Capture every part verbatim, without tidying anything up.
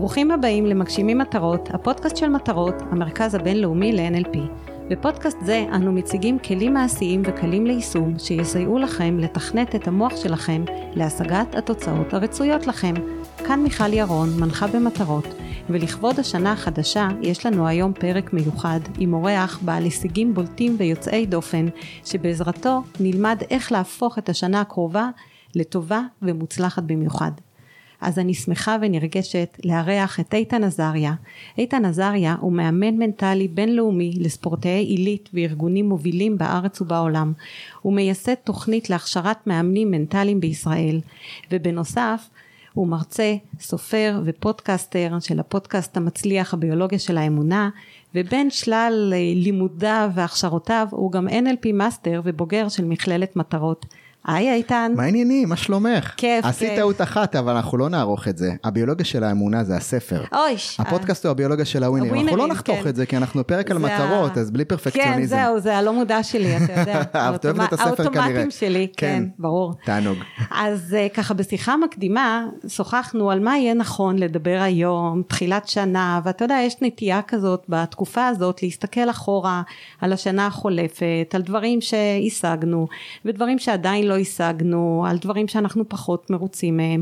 ברוכים הבאים למגשימים מטרות, הפודקאסט של מטרות, המרכז הבינלאומי ל-אן אל פי. בפודקאסט זה אנו מציגים כלים מעשיים וכלים ליישום שיסייעו לכם לתכנת את המוח שלכם להשגת התוצאות הרצויות לכם. כאן מיכל ירון, מנחה במטרות, ולכבוד השנה החדשה יש לנו היום פרק מיוחד עם אורח בעל הישגים בולטים ויוצאי דופן, שבעזרתו נלמד איך להפוך את השנה הקרובה לטובה ומוצלחת במיוחד. אז אני שמחה ונרגשת לארח את איתן עזריה. איתן עזריה הוא מאמן מנטלי בינלאומי לספורטאי עילית וארגונים מובילים בארץ ובעולם. הוא מייסד תוכנית להכשרת מאמנים מנטליים בישראל, ובנוסף הוא מרצה, סופר ופודקאסטר של הפודקאסט המצליח הביולוגיה של האמונה, ובין שלל לימודיו והכשרותיו הוא גם אן אל פי מאסטר ובוגר של מכללת מטרות. היי איתן. מה העניינים? מה שלומך? כיף, עשית כיף. טעות אחת, אבל אנחנו לא נערוך את זה. הביולוגיה של האמונה זה הספר. אויש. הפודקאסט הוא הביולוגיה של הווינרים. אנחנו לא נחתוך כן. את זה, כי אנחנו פרק על מטרות, אז בלי פרפקציוניזם. כן, זהו, זה הלא מודע שלי, אתה יודע. אהבת אוהבת את הספר כנראה. האוטומטים שלי, כן, ברור. תענוג. אז ככה בשיחה מקדימה, שוחחנו על מה יהיה נכון לדבר היום, תחילת שנה, ואתה יודע, יש נטייה כזאת בתקופה הזאת, להסתכל אחורה על השנה החולפת, על דברים שהשגנו, ודברים שעדיין לא השגנו, על דברים שאנחנו פחות מרוצים מהם,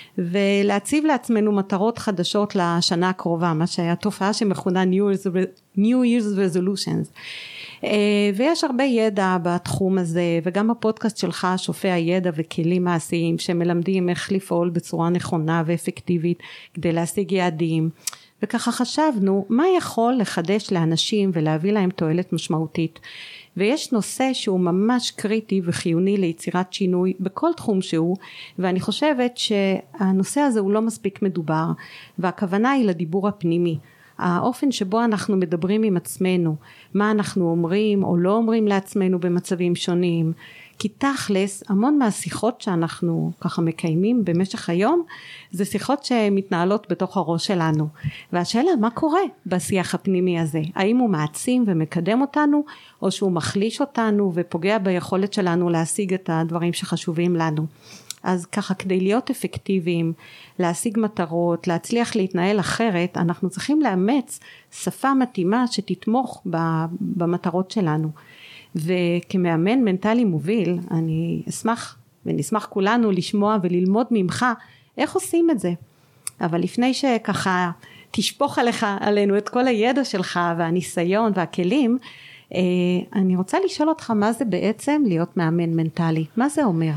ולהציב לעצמנו מטרות חדשות לשנה הקרובה, מה שהיה תופעה שמכונה New Year's, New Year's Resolutions. ויש הרבה ידע בתחום הזה, וגם הפודקאסט שלך שופע ידע וכלים מעשיים שמלמדים איך לפעול בצורה נכונה ואפקטיבית כדי להשיג יעדים. וככה חשבנו מה יכול לחדש לאנשים ולהביא להם תועלת משמעותית. ויש נושא שהוא ממש קריטי וחיוני ליצירת שינוי בכל תחום שהוא, ואני חושבת שהנושא הזה הוא לא מספיק מדובר, והכוונה היא לדיבור הפנימי. האופן שבו אנחנו מדברים עם עצמנו, מה אנחנו אומרים או לא אומרים לעצמנו במצבים שונים, כי תכלס המון מהשיחות שאנחנו ככה מקיימים במשך היום, זה שיחות שמתנהלות בתוך הראש שלנו, והשאלה מה קורה בשיח הפנימי הזה, האם הוא מעצים ומקדם אותנו, או שהוא מחליש אותנו ופוגע ביכולת שלנו להשיג את הדברים שחשובים לנו. אז ככה כדי להיות אפקטיביים, להשיג מטרות, להצליח להתנהל אחרת, אנחנו צריכים לאמץ שפה מתאימה שתתמוך במטרות שלנו. וכמאמן מנטלי מוביל, אני אשמח ונשמח כולנו לשמוע וללמוד ממך איך עושים את זה. אבל לפני שככה תשפוך עליך, עלינו את כל הידע שלך והניסיון והכלים, אני רוצה לשאול אותך מה זה בעצם להיות מאמן מנטלי. מה זה אומר?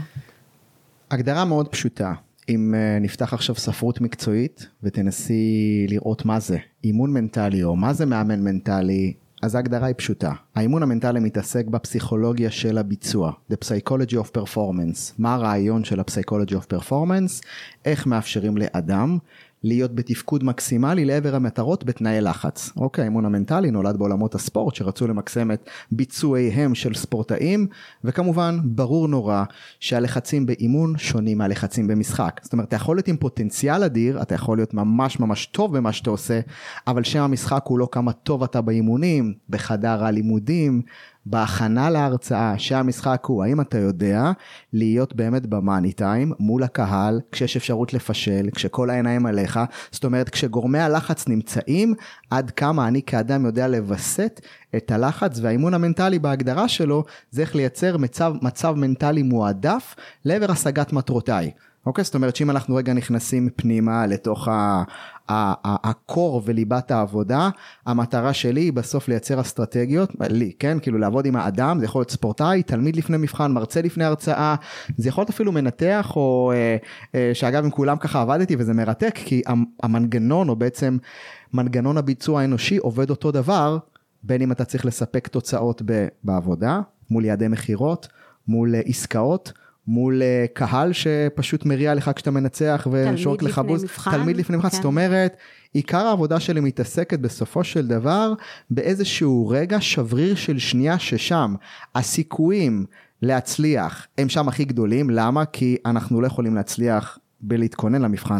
הגדרה מאוד פשוטה. אם נפתח עכשיו ספרות מקצועית ותנסי לראות מה זה אימון מנטלי או מה זה מאמן מנטלי, אז ההגדרה היא פשוטה. האימון המנטלי מתעסק בפסיכולוגיה של הביצוע, the psychology of performance. מה הרעיון של ה-psychology of performance? איך מאפשרים לאדם להיות בתפקוד מקסימלי לעבר המטרות בתנאי לחץ. אוקיי, האימון המנטלי נולד בעולמות הספורט שרצו למקסם את ביצועיהם של ספורטאים, וכמובן ברור נורא שהלחצים באימון שונים מהלחצים במשחק. זאת אומרת, אתה יכול להיות עם פוטנציאל אדיר, אתה יכול להיות ממש ממש טוב במה שאתה עושה, אבל שם המשחק הוא לא כמה טוב אתה באימונים, בחדר הלימודים, בהכנה להרצאה, שהמשחק הוא, האם אתה יודע להיות באמת במאני טיים מול הקהל, כשיש אפשרות לפשל, כשכל העיניים עליך, זאת אומרת, כשגורמי הלחץ נמצאים, עד כמה אני כאדם יודע לבסט את הלחץ, והאימון המנטלי בהגדרה שלו, זה איך לייצר מצב, מצב מנטלי מועדף לעבר השגת מטרותיי. אוקיי, זאת אומרת שאם אנחנו רגע נכנסים פנימה לתוך ה... הקור וליבת העבודה, המטרה שלי היא בסוף לייצר אסטרטגיות, לי, כן, כאילו לעבוד עם האדם, זה יכול להיות ספורטאי, תלמיד לפני מבחן, מרצה לפני הרצאה, זה יכול להיות אפילו מנתח, או אה, אה, שאגב עם כולם ככה עבדתי, וזה מרתק, כי המנגנון, או בעצם מנגנון הביצוע האנושי, עובד אותו דבר, בין אם אתה צריך לספק תוצאות בעבודה, מול יעדי מחירות, מול עסקאות, מול קהל שפשוט מריע לך כשאתה מנצח ושורק לך בוז, תלמיד לפני מבחן, זאת אומרת, עיקר העבודה שלי מתעסקת בסופו של דבר, באיזשהו רגע שבריר של שנייה ששם, הסיכויים להצליח הם שם הכי גדולים, למה? כי אנחנו לא יכולים להצליח בלהתכונן למבחן,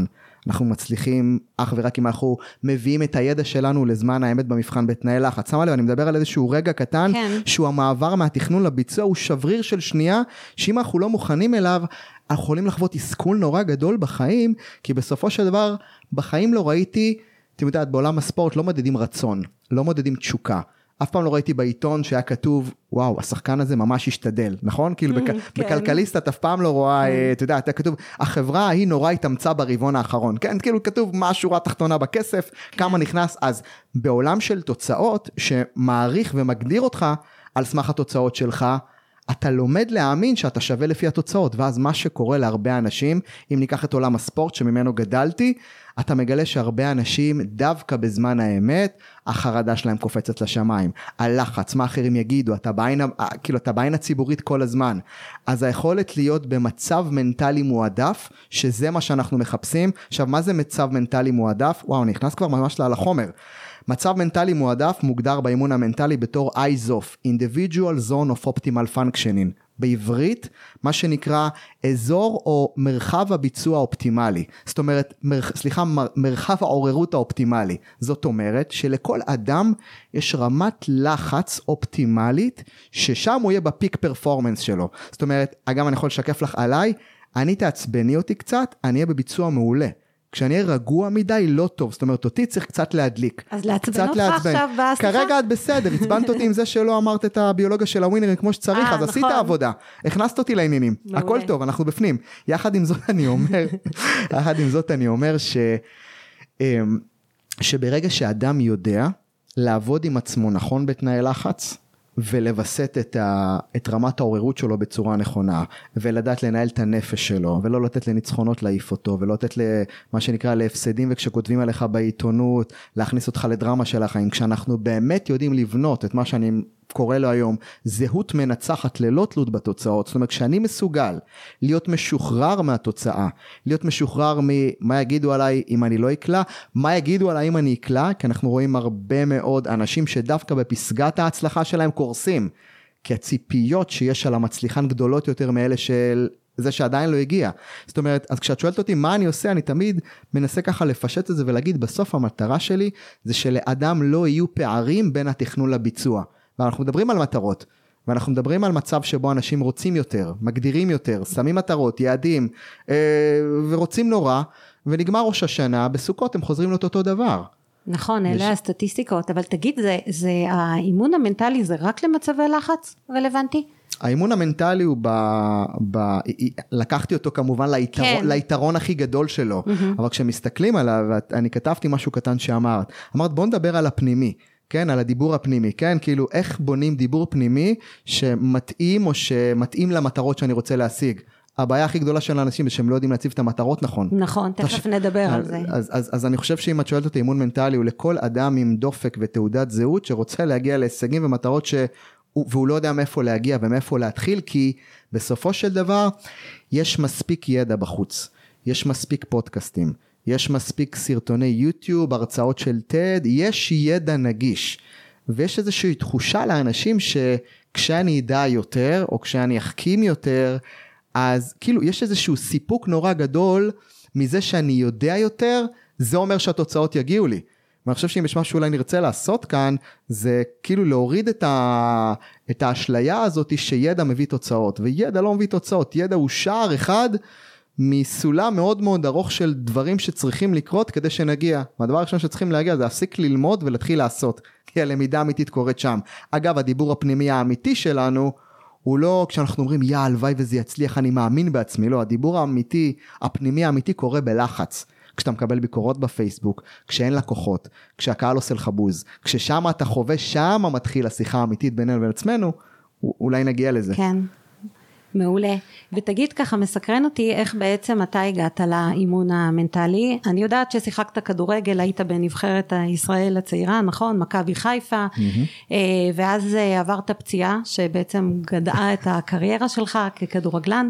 אנחנו מצליחים אך ורק אם אנחנו מביאים את הידע שלנו לזמן האמת במבחן בתנאי לחץ. שמה לב, אני מדבר על איזשהו רגע קטן, כן. שהוא המעבר מהתכנון לביצוע, הוא שבריר של שנייה, שאם אנחנו לא מוכנים אליו, אנחנו יכולים לחוות תסכול נורא גדול בחיים, כי בסופו של דבר, בחיים לא ראיתי, אתם יודעת, בעולם הספורט לא מודדים רצון, לא מודדים תשוקה. אף פעם לא ראיתי בעיתון שהיה כתוב, וואו, השחקן הזה ממש השתדל, נכון? כאילו בכלכליסט את אף פעם לא רואה, אתה יודע, אתה כתוב, החברה היא נורא התאמצה ברבעון האחרון, כן? כאילו כתוב מה השורה התחתונה בכסף, כמה נכנס, אז בעולם של תוצאות שמעריך ומגדיר אותך על סמך התוצאות שלך, אתה לומד להאמין שאתה שווה לפי התוצאות, ואז מה שקורה להרבה אנשים, אם ניקח את עולם הספורט שממנו גדלתי, אתה מגלה שהרבה אנשים דווקא בזמן האמת, החרדה שלהם קופצת לשמיים, הלחץ, מה אחרים יגידו, אתה בעין, כאילו אתה בעין הציבורית כל הזמן, אז היכולת להיות במצב מנטלי מועדף, שזה מה שאנחנו מחפשים. עכשיו מה זה מצב מנטלי מועדף? וואו, נכנס כבר ממש לה לחומר. מצב מנטלי מועדף מוגדר באימון המנטלי בתור איי זוף, Individual Zone of Optimal Functioning. בעברית, מה שנקרא אזור או מרחב הביצוע האופטימלי. זאת אומרת, מר, סליחה, מר, מרחב העוררות האופטימלי. זאת אומרת שלכל אדם יש רמת לחץ אופטימלית, ששם הוא יהיה בפיק פרפורמנס שלו. זאת אומרת, אגב אני יכול לשקף לך עליי, אני תעצבני אותי קצת, אני אהיה בביצוע מעולה. כשאני אהיה רגוע מדי, לא טוב. זאת אומרת, אותי צריך קצת להדליק. אז לעצבן אותך עכשיו בסליחה? כרגע את בסדר, הצבנת אותי עם זה שלא אמרת את הביולוגיה של הווינרים כמו שצריך, אז עשית העבודה. הכנסת אותי לעניינים. הכל טוב, אנחנו בפנים. יחד עם זאת אני אומר, יחד עם זאת אני אומר ש, שברגע שאדם יודע לעבוד עם עצמו נכון בתנאי לחץ, ולבסט את, ה, את רמת העוררות שלו בצורה נכונה, ולדעת לנהל את הנפש שלו, ולא לתת לניצחונות להעיף אותו, ולא לתת למה שנקרא להפסדים, וכשכותבים עליך בעיתונות, להכניס אותך לדרמה של החיים, כשאנחנו באמת יודעים לבנות את מה שאני קורא לו היום, זהות מנצחת ללא תלות בתוצאות. זאת אומרת, כשאני מסוגל להיות משוחרר מהתוצאה, להיות משוחרר ממה יגידו עליי אם אני לא אקלה, מה יגידו עליי אם אני אקלה, כי אנחנו רואים הרבה מאוד אנשים שדווקא בפסגת ההצלחה שלהם קורסים, כי הציפיות שיש על המצליחן גדולות יותר מאלה של זה שעדיין לא הגיע. זאת אומרת, אז כשאת שואלת אותי מה אני עושה, אני תמיד מנסה ככה לפשט את זה ולהגיד, בסוף המטרה שלי זה שלאדם לא יהיו פערים בין התכנון לביצוע. ואנחנו מדברים על מטרות, ואנחנו מדברים על מצב שבו אנשים רוצים יותר, מגדירים יותר, שמים מטרות, יעדים, אה, ורוצים נורא, ונגמר ראש השנה, בסוכות הם חוזרים לאותו אותו דבר. נכון, אלה יש... הסטטיסטיקות, אבל תגיד, זה, זה, האימון המנטלי זה רק למצבי לחץ רלוונטי? האימון המנטלי הוא ב... ב... לקחתי אותו כמובן ליתרון, כן. ליתרון הכי גדול שלו, mm-hmm. אבל כשמסתכלים עליו, אני כתבתי משהו קטן שאמרת, אמרת בוא נדבר על הפנימי, כן, על הדיבור הפנימי, כן, כאילו איך בונים דיבור פנימי שמתאים או שמתאים למטרות שאני רוצה להשיג. הבעיה הכי גדולה של האנשים זה שהם לא יודעים להציב את המטרות נכון. נכון, תכף נדבר על זה. אז, אז, אז אני חושב שאם את שואלת אותי, אימון מנטלי הוא לכל אדם עם דופק ותעודת זהות שרוצה להגיע להישגים ומטרות ש... והוא לא יודע מאיפה להגיע ומאיפה להתחיל, כי בסופו של דבר יש מספיק ידע בחוץ, יש מספיק פודקאסטים, יש מספיק סרטוני יוטיוב, הרצאות של טד, יש ידע נגיש, ויש איזושהי תחושה לאנשים שכשאני אדע יותר, או כשאני אחכים יותר, אז כאילו יש איזשהו סיפוק נורא גדול, מזה שאני יודע יותר, זה אומר שהתוצאות יגיעו לי. ואני חושב שאם יש משהו אולי נרצה לעשות כאן, זה כאילו להוריד את, ה... את האשליה הזאת שידע מביא תוצאות, וידע לא מביא תוצאות, ידע הוא שער אחד, מסולם מאוד מאוד ארוך של דברים שצריכים לקרות כדי שנגיע. והדבר הראשון שצריכים להגיע זה להפסיק ללמוד ולהתחיל לעשות, כי הלמידה האמיתית קורית שם. אגב, הדיבור הפנימי האמיתי שלנו, הוא לא כשאנחנו אומרים, יא, הלוואי וזה יצליח, אני מאמין בעצמי, לא, הדיבור האמיתי, הפנימי האמיתי קורה בלחץ. כשאתה מקבל ביקורות בפייסבוק, כשאין לקוחות, כשהקהל עושה לך בוז, כששם אתה חווה, שם מתחיל השיחה האמיתית בינינו ובין עצמנו, אולי נגיע לזה. כן. מעולה. ותגיד ככה, מסקרן אותי איך בעצם אתה הגעת לאימון המנטלי. אני יודעת ששיחקת כדורגל, היית בנבחרת ישראל הצעירה, נכון? מכבי חיפה, mm-hmm. ואז עברת פציעה שבעצם גדעה את הקריירה שלך ככדורגלן,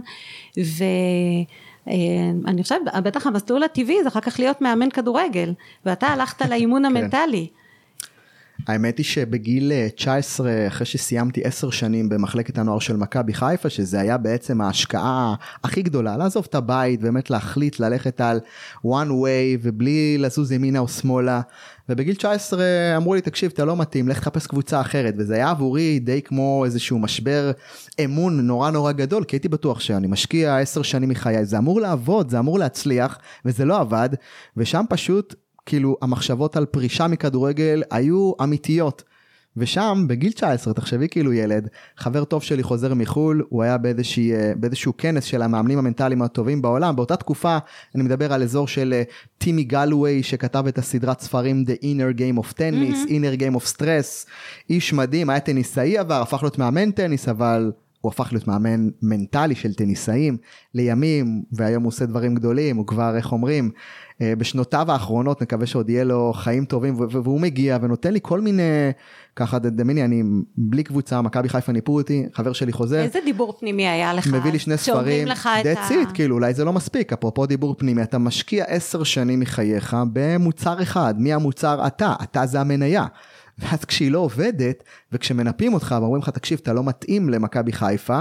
ואני חושבת, בטח המסלול הטבעי זה אחר כך להיות מאמן כדורגל, ואתה הלכת לאימון המנטלי. האמת היא שבגיל תשע עשרה, אחרי שסיימתי עשר שנים במחלקת הנוער של מכבי חיפה, שזה היה בעצם ההשקעה הכי גדולה, לעזוב את הבית, באמת להחליט ללכת על one way, ובלי לזוז ימינה או שמאלה, ובגיל תשע עשרה אמרו לי, תקשיב, אתה לא מתאים, לך תחפש קבוצה אחרת, וזה היה עבורי די כמו איזשהו משבר אמון נורא נורא גדול, כי הייתי בטוח שאני משקיע עשר שנים מחיי, זה אמור לעבוד, זה אמור להצליח, וזה לא עבד, ושם פשוט, כאילו, המחשבות על פרישה מכדורגל היו אמיתיות, ושם, בגיל תשע עשרה, תחשבי כאילו ילד, חבר טוב שלי חוזר מחול, הוא היה באיזושהי, באיזשהו כנס של המאמנים המנטליים הטובים בעולם, באותה תקופה, אני מדבר על אזור של טימי גלווי, שכתב את הסדרת ספרים The Inner Game of Tennis, mm-hmm. Inner Game of Stress, איש מדהים, היה טניסאי עבר, הפך להיות מאמן טניס, אבל הוא הפך להיות מאמן מנטלי של טניסאים, לימים, והיום הוא עושה דברים גדולים, הוא כבר, איך אומרים, בשנותיו האחרונות, נקווה שעוד יהיה לו חיים טובים, והוא מגיע ונותן לי כל מיני, ככה, דמיני, אני בלי קבוצה, מכבי חיפה ניפו אותי, חבר שלי חוזר. איזה דיבור פנימי היה לך? מביא לי שני ספרים, that's it, כאילו, אולי זה לא מספיק, אפרופו דיבור פנימי, אתה משקיע עשר שנים מחייך, במוצר אחד, מי המוצר אתה? אתה זה המניה. ואז כשהיא לא עובדת, וכשמנפים אותך, ואומרים לך, תקשיב, אתה לא מתאים למכבי חיפה,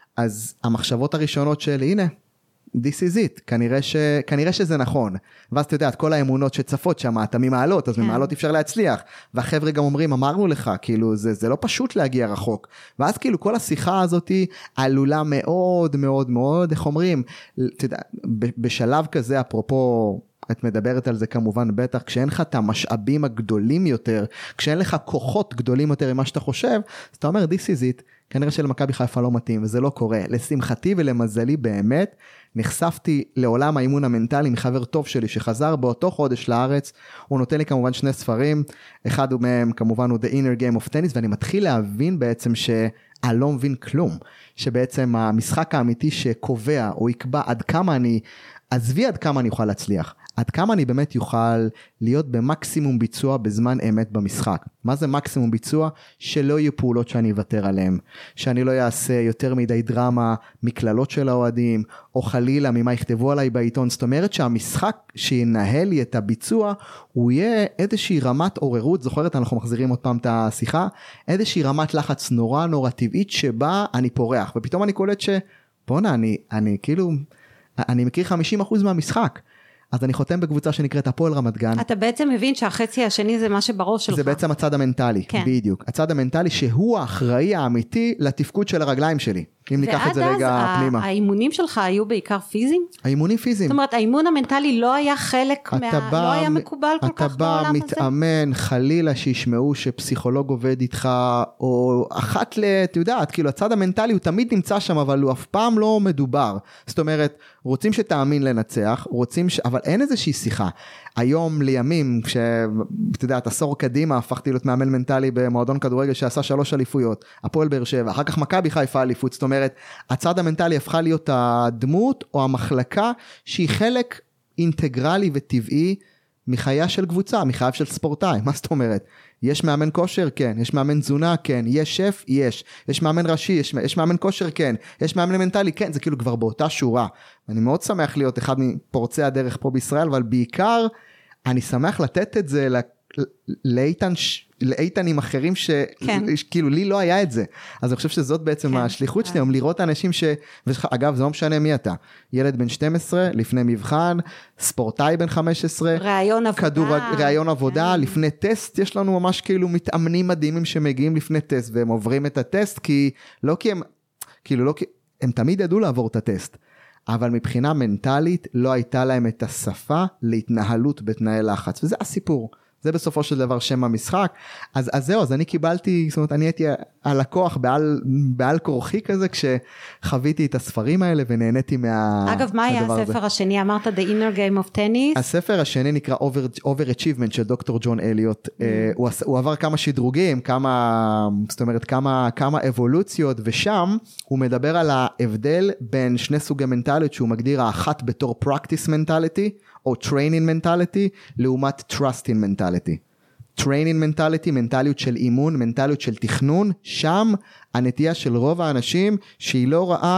אז המחשבות הראשונות של, הנה, this is it, כנראה, ש... כנראה שזה נכון, ואז אתה יודע, כל האמונות שצפות שם, אתה ממעלות, אז כן. ממעלות אפשר להצליח, והחבר'ה גם אומרים, אמרנו לך, כאילו, זה, זה לא פשוט להגיע רחוק, ואז כאילו כל השיחה הזאת, עלולה מאוד מאוד מאוד, איך אומרים, אתה יודע, בשלב כזה, אפרופו, את מדברת על זה כמובן בטח, כשאין לך את המשאבים הגדולים יותר, כשאין לך כוחות גדולים יותר ממה שאתה חושב, אז אתה אומר, this is it, כנראה שלמכבי חיפה לא מתאים, וזה לא קורה. לשמחתי ולמזלי באמת, נחשפתי לעולם האימון המנטלי מחבר טוב שלי, שחזר באותו חודש לארץ, הוא נותן לי כמובן שני ספרים, אחד מהם כמובן הוא The Inner Game of Tennis, ואני מתחיל להבין בעצם שאני לא מבין כלום, שבעצם המשחק האמיתי שקובע, או יקבע עד כמה אני, עזבי עד כמה אני אוכל להצליח, עד כמה אני באמת יוכל להיות במקסימום ביצוע בזמן אמת במשחק. מה זה מקסימום ביצוע? שלא יהיו פעולות שאני אוותר עליהן, שאני לא אעשה יותר מדי דרמה מכללות של האוהדים, או חלילה ממה יכתבו עליי בעיתון. זאת אומרת שהמשחק שינהל לי את הביצוע, הוא יהיה איזושהי רמת עוררות, זוכרת, אנחנו מחזירים עוד פעם את השיחה, איזושהי רמת לחץ נורא נורא טבעית, שבה אני פורח, ופתאום אני קולט ש, בונה, אני, אני כאילו, אני מכיר חמישים אחוז מהמשחק, אז אני חותם בקבוצה שנקראת הפועל רמת גן. אתה בעצם מבין שהחצי השני זה מה שבראש שלך. זה בעצם הצד המנטלי, כן. בדיוק. הצד המנטלי שהוא האחראי האמיתי לתפקוד של הרגליים שלי. אם ניקח את זה רגע פנימה. האימונים שלך היו בעיקר פיזיים? האימונים פיזיים. זאת אומרת, האימון המנטלי לא היה חלק מה... לא היה מקובל כל כך בעולם הזה? אתה בא, מתאמן, חלילה שישמעו שפסיכולוג עובד איתך, או אחת ל... אתה יודעת, כאילו הצד המנטלי הוא תמיד נמצא שם, אבל הוא אף פעם לא מדובר. זאת אומרת, רוצים שתאמין לנצח, רוצים ש... אבל אין איזושהי שיחה. היום לימים, כשאתה יודע, עשור קדימה, הפכתי להיות מאמן מנטלי במועדון כדורגל שעשה שלוש אליפויות, הפועל באר שבע, אחר כך מכבי חיפה אליפות, זאת אומרת, הצד המנטלי הפכה להיות הדמות או המחלקה שהיא חלק אינטגרלי וטבעי מחיה של קבוצה, מחייו של ספורטאי. מה זאת אומרת? יש מאמן כושר? כן. יש מאמן תזונה? כן. יש שף? יש. יש מאמן ראשי? יש, יש מאמן כושר? כן. יש מאמן מנטלי? כן. זה כאילו כבר באותה שורה. אני מאוד שמח להיות אחד מפורצי הדרך פה בישראל, אבל בעיקר אני שמח לתת את זה לאיתן, לאיתנים אחרים שכאילו לי לא היה את זה. אז אני חושב שזאת בעצם השליחות שלי, לראות אנשים ש... אגב, זה לא משנה מי אתה. ילד בן שתים עשרה, לפני מבחן, ספורטאי בן חמש עשרה, רעיון עבודה. רעיון עבודה, לפני טסט, יש לנו ממש כאילו מתאמנים מדהימים שמגיעים לפני טסט, והם עוברים את הטסט, כי לא כי הם, כאילו לא כי, הם תמיד ידעו לעבור את הטסט. אבל מבחינה מנטלית לא הייתה להם את השפה להתנהלות בתנאי לחץ, וזה הסיפור. זה בסופו של דבר שם המשחק. אז, אז זהו, אז אני קיבלתי, זאת אומרת, אני הייתי הלקוח בעל, בעל כורחי כזה, כשחוויתי את הספרים האלה ונהניתי מה... אגב, מה היה הספר השני? אמרת The Inner Game of Tennis? הספר השני נקרא Over, Overachievement של דוקטור ג'ון אליוט. Mm. הוא, הוא עבר כמה שדרוגים, כמה, זאת אומרת, כמה, כמה אבולוציות, ושם הוא מדבר על ההבדל בין שני סוגי מנטליות, שהוא מגדיר האחת בתור Practice Mentality, או Training Mentality, לעומת Trusting Mentality. Training Mentality, מנטליות של אימון, מנטליות של תכנון, שם הנטייה של רוב האנשים, שהיא לא רעה,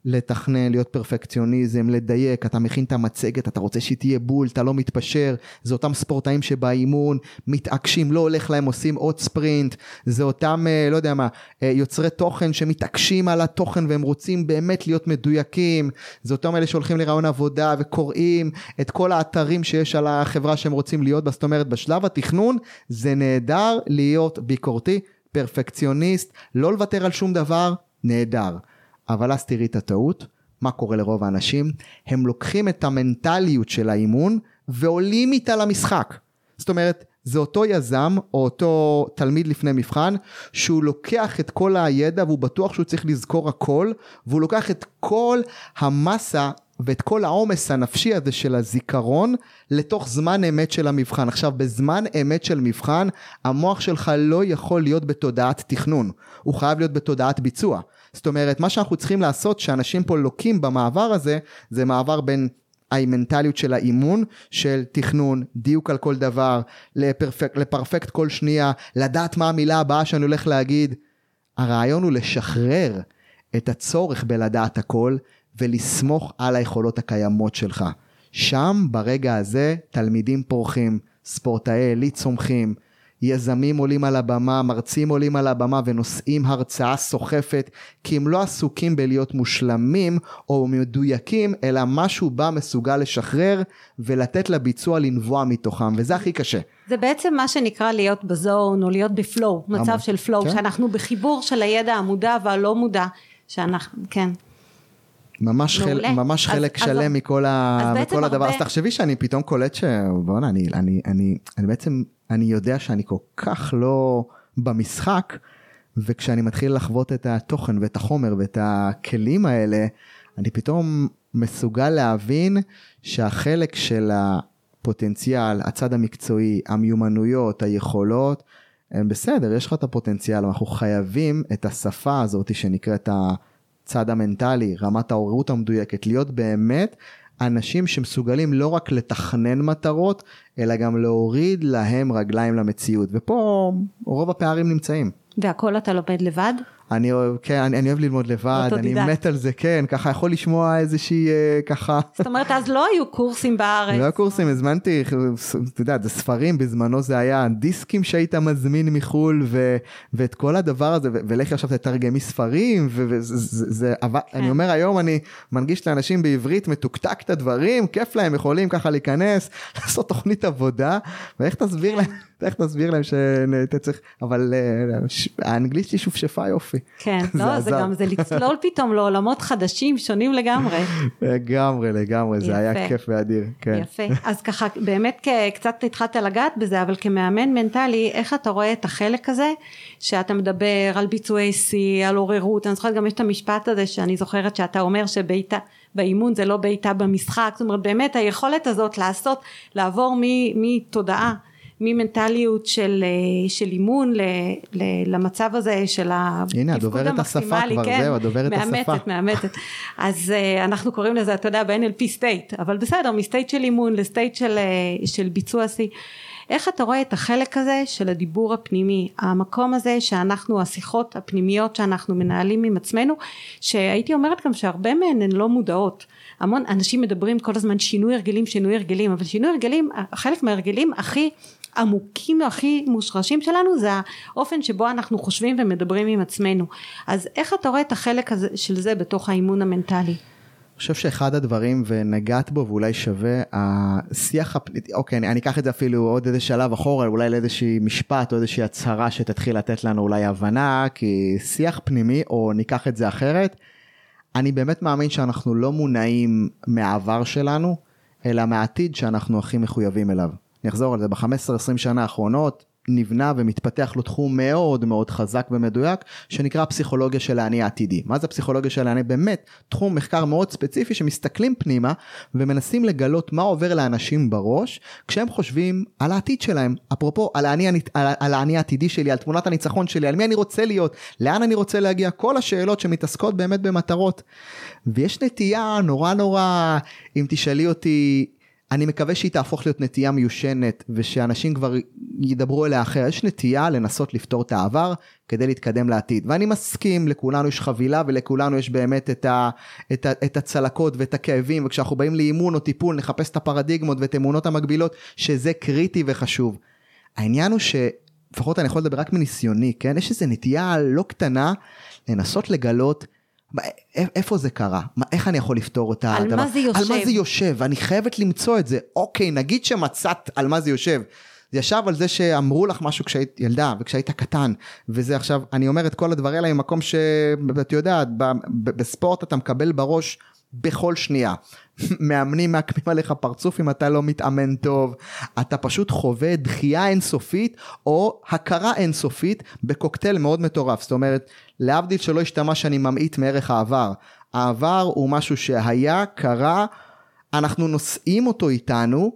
לתכנן, להיות פרפקציוניזם, לדייק, אתה מכין את המצגת, אתה רוצה שהיא תהיה בול, אתה לא מתפשר, זה אותם ספורטאים שבאימון, מתעקשים, לא הולך להם, עושים עוד ספרינט, זה אותם, לא יודע מה, יוצרי תוכן שמתעקשים על התוכן, והם רוצים באמת להיות מדויקים, זה אותם אלה שהולכים לרעיון עבודה, וקוראים את כל האתרים שיש על החברה שהם רוצים להיות, זאת אומרת, בשלב התכנון, זה נהדר להיות ביקורתי, פרפקציוניסט, לא לוותר על שום דבר, נהדר. אבל אז תראי את הטעות, מה קורה לרוב האנשים? הם לוקחים את המנטליות של האימון, ועולים איתה למשחק. זאת אומרת, זה אותו יזם, או אותו תלמיד לפני מבחן, שהוא לוקח את כל הידע, והוא בטוח שהוא צריך לזכור הכל, והוא לוקח את כל המסה, ואת כל העומס הנפשי הזה של הזיכרון, לתוך זמן אמת של המבחן. עכשיו, בזמן אמת של מבחן, המוח שלך לא יכול להיות בתודעת תכנון, הוא חייב להיות בתודעת ביצוע. זאת אומרת, מה שאנחנו צריכים לעשות, שאנשים פה לוקים במעבר הזה, זה מעבר בין המנטליות של האימון, של תכנון, דיוק על כל דבר, לפרפקט, לפרפקט כל שנייה, לדעת מה המילה הבאה שאני הולך להגיד. הרעיון הוא לשחרר את הצורך בלדעת הכל, ולסמוך על היכולות הקיימות שלך. שם, ברגע הזה, תלמידים פורחים, ספורטאי עילית צומחים, יזמים עולים על הבמה, מרצים עולים על הבמה, ונושאים הרצאה סוחפת, כי הם לא עסוקים בלהיות מושלמים, או מדויקים, אלא משהו בא מסוגל לשחרר, ולתת לביצוע לנבוע מתוכם, וזה הכי קשה. זה בעצם מה שנקרא להיות בזון, או להיות בפלואו, מצב של פלואו, שאנחנו בחיבור של הידע המודע והלא מודע, שאנחנו, כן. ממש, חל, ממש אז, חלק אז שלם אז, מכל, ה, מכל הדבר. הרבה... אז תחשבי שאני פתאום קולט ש... בוא'נה, אני, אני, אני, אני בעצם, אני יודע שאני כל כך לא במשחק, וכשאני מתחיל לחוות את התוכן ואת החומר ואת הכלים האלה, אני פתאום מסוגל להבין שהחלק של הפוטנציאל, הצד המקצועי, המיומנויות, היכולות, הם בסדר, יש לך את הפוטנציאל, אנחנו חייבים את השפה הזאת שנקראת ה... צד המנטלי, רמת העוררות המדויקת, להיות באמת אנשים שמסוגלים לא רק לתכנן מטרות, אלא גם להוריד להם רגליים למציאות, ופה רוב הפערים נמצאים. והכל אתה לומד לבד? אני אוהב, כן, אני, אני אוהב ללמוד לבד, אני מת על זה, כן, ככה יכול לשמוע איזושהי, ככה. זאת אומרת, אז לא היו קורסים בארץ. לא היו קורסים, הזמנתי, אתה יודע, זה ספרים, בזמנו זה היה דיסקים שהיית מזמין מחול, ו, ואת כל הדבר הזה, ולכי עכשיו תתרגמי ספרים, וזה, אני אומר היום, אני מנגיש לאנשים בעברית, מתוקתק את הדברים, כיף להם, יכולים ככה להיכנס, לעשות תוכנית עבודה, ואיך תסביר להם, איך תסביר להם שאתה צריך, אבל האנגלית שלי שופשפה יופי. כן, לא, זה גם, זה לצלול פתאום לעולמות חדשים, שונים לגמרי. לגמרי, לגמרי, זה היה כיף ואדיר. יפה, אז ככה, באמת קצת התחלת לגעת בזה, אבל כמאמן מנטלי, איך אתה רואה את החלק הזה, שאתה מדבר על ביצועי C, על עוררות, אני זוכרת גם יש את המשפט הזה, שאני זוכרת שאתה אומר שביתה, באימון זה לא ביתה במשחק, זאת אומרת, באמת היכולת הזאת לעשות, לעבור מתודעה, ממנטליות של, של אימון ל, ל, למצב הזה של הנה, הדוברת השפה כבר, כן, זהו, הדוברת מאמתת, השפה. מאמתת. אז uh, אנחנו קוראים לזה, אתה יודע, ב-אן אל פי סטייט, אבל בסדר, מסטייט של אימון לסטייט של, של ביצוע C. איך אתה רואה את החלק הזה של הדיבור הפנימי, המקום הזה שאנחנו, השיחות הפנימיות שאנחנו מנהלים עם עצמנו, שהייתי אומרת גם שהרבה מהן הן לא מודעות. המון אנשים מדברים כל הזמן שינוי הרגלים, שינוי הרגלים, אבל שינוי הרגלים, חלק מההרגלים הכי עמוקים, הכי מושרשים שלנו, זה האופן שבו אנחנו חושבים ומדברים עם עצמנו. אז איך אתה רואה את החלק הזה, של זה בתוך האימון המנטלי? אני חושב שאחד הדברים, ונגעת בו, ואולי שווה, השיח, אוקיי, אני, אני אקח את זה אפילו עוד איזה שלב אחורה, אולי לאיזושהי משפט, או איזושהי הצהרה שתתחיל לתת לנו אולי הבנה, כי שיח פנימי, או ניקח את זה אחרת, אני באמת מאמין שאנחנו לא מונעים מהעבר שלנו, אלא מהעתיד שאנחנו הכי מחויבים אליו. נחזור על זה, ב-חמש עשרה עשרים שנה האחרונות, נבנה ומתפתח לו תחום מאוד מאוד חזק ומדויק, שנקרא פסיכולוגיה של העני העתידי. מה זה פסיכולוגיה של העני? באמת, תחום מחקר מאוד ספציפי, שמסתכלים פנימה, ומנסים לגלות מה עובר לאנשים בראש, כשהם חושבים על העתיד שלהם, אפרופו, על העני, על, על העני העתידי שלי, על תמונת הניצחון שלי, על מי אני רוצה להיות, לאן אני רוצה להגיע, כל השאלות שמתעסקות באמת במטרות. ויש נטייה נורא נורא, אם תשאלי אותי, אני מקווה שהיא תהפוך להיות נטייה מיושנת, ושאנשים כבר ידברו אליה אחר. יש נטייה לנסות לפתור את העבר, כדי להתקדם לעתיד. ואני מסכים, לכולנו יש חבילה, ולכולנו יש באמת את, ה, את, ה, את הצלקות ואת הכאבים, וכשאנחנו באים לאימון או טיפול, נחפש את הפרדיגמות ואת אמונות המקבילות, שזה קריטי וחשוב. העניין הוא ש... לפחות אני יכול לדבר רק מניסיוני, כן? יש איזו נטייה לא קטנה, לנסות לגלות, איפה זה קרה? מה, איך אני יכול לפתור אותה? על מה זה יושב? על מה זה יושב? אני חייבת למצוא את זה. אוקיי, נגיד שמצאת על מה זה יושב. זה ישב על זה שאמרו לך משהו כשהיית ילדה, וכשהיית קטן, וזה עכשיו, אני אומר את כל הדברים האלה, ממקום שאת יודעת, בספורט אתה מקבל בראש, בכל שנייה. מאמנים מעקמים עליך פרצוף אם אתה לא מתאמן טוב, אתה פשוט חווה דחייה אינסופית, או הכרה אינסופית, בקוקטייל מאוד מטורף. זאת אומרת, להבדיל שלא השתמע שאני ממעיט מערך העבר. העבר הוא משהו שהיה, קרה, אנחנו נושאים אותו איתנו,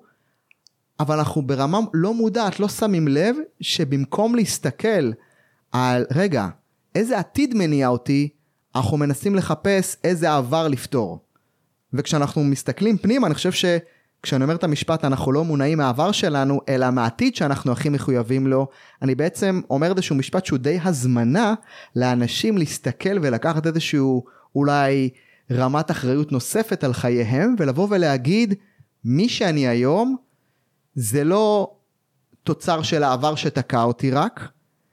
אבל אנחנו ברמה לא מודעת, לא שמים לב, שבמקום להסתכל על, רגע, איזה עתיד מניע אותי, אנחנו מנסים לחפש איזה עבר לפתור. וכשאנחנו מסתכלים פנימה, אני חושב שכשאני אומר את המשפט, אנחנו לא מונעים מהעבר שלנו, אלא מהעתיד שאנחנו הכי מחויבים לו, אני בעצם אומר איזשהו משפט שהוא די הזמנה, לאנשים להסתכל ולקחת איזשהו אולי רמת אחריות נוספת על חייהם, ולבוא ולהגיד, מי שאני היום, זה לא תוצר של העבר שתקע אותי רק,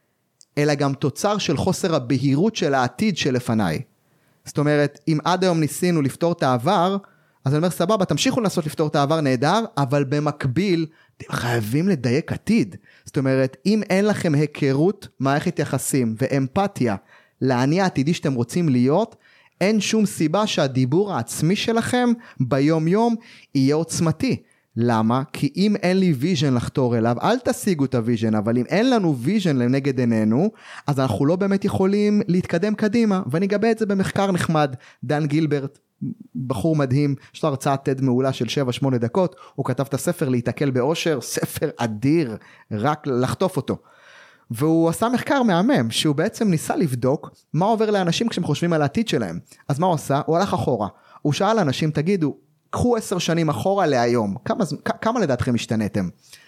אלא גם תוצר של חוסר הבהירות של העתיד שלפניי. זאת אומרת, אם עד היום ניסינו לפתור את העבר, אז אני אומר, סבבה, תמשיכו לנסות לפתור את העבר נהדר, אבל במקביל, אתם חייבים לדייק עתיד. זאת אומרת, אם אין לכם היכרות, מערכת יחסים ואמפתיה, לעני העתידי שאתם רוצים להיות, אין שום סיבה שהדיבור העצמי שלכם, ביום יום, יהיה עוצמתי. למה? כי אם אין לי ויז'ן לחתור אליו, אל תשיגו את הוויז'ן, אבל אם אין לנו ויז'ן לנגד עינינו, אז אנחנו לא באמת יכולים להתקדם קדימה, ואני אגבה את זה במחקר נחמד. דן גילברט, בחור מדהים, יש לו הרצאת תד מעולה של שבע שמונה דקות, הוא כתב את הספר להתעכל באושר, ספר אדיר, רק לחטוף אותו. והוא עשה מחקר מהמם, שהוא בעצם ניסה לבדוק מה עובר לאנשים כשהם חושבים על העתיד שלהם. אז מה הוא עשה? הוא הלך אחורה. הוא שאל אנשים, תגידו, קחו עשר שנים אחורה להיום, כמה, כמה לדעתכם השתנתם?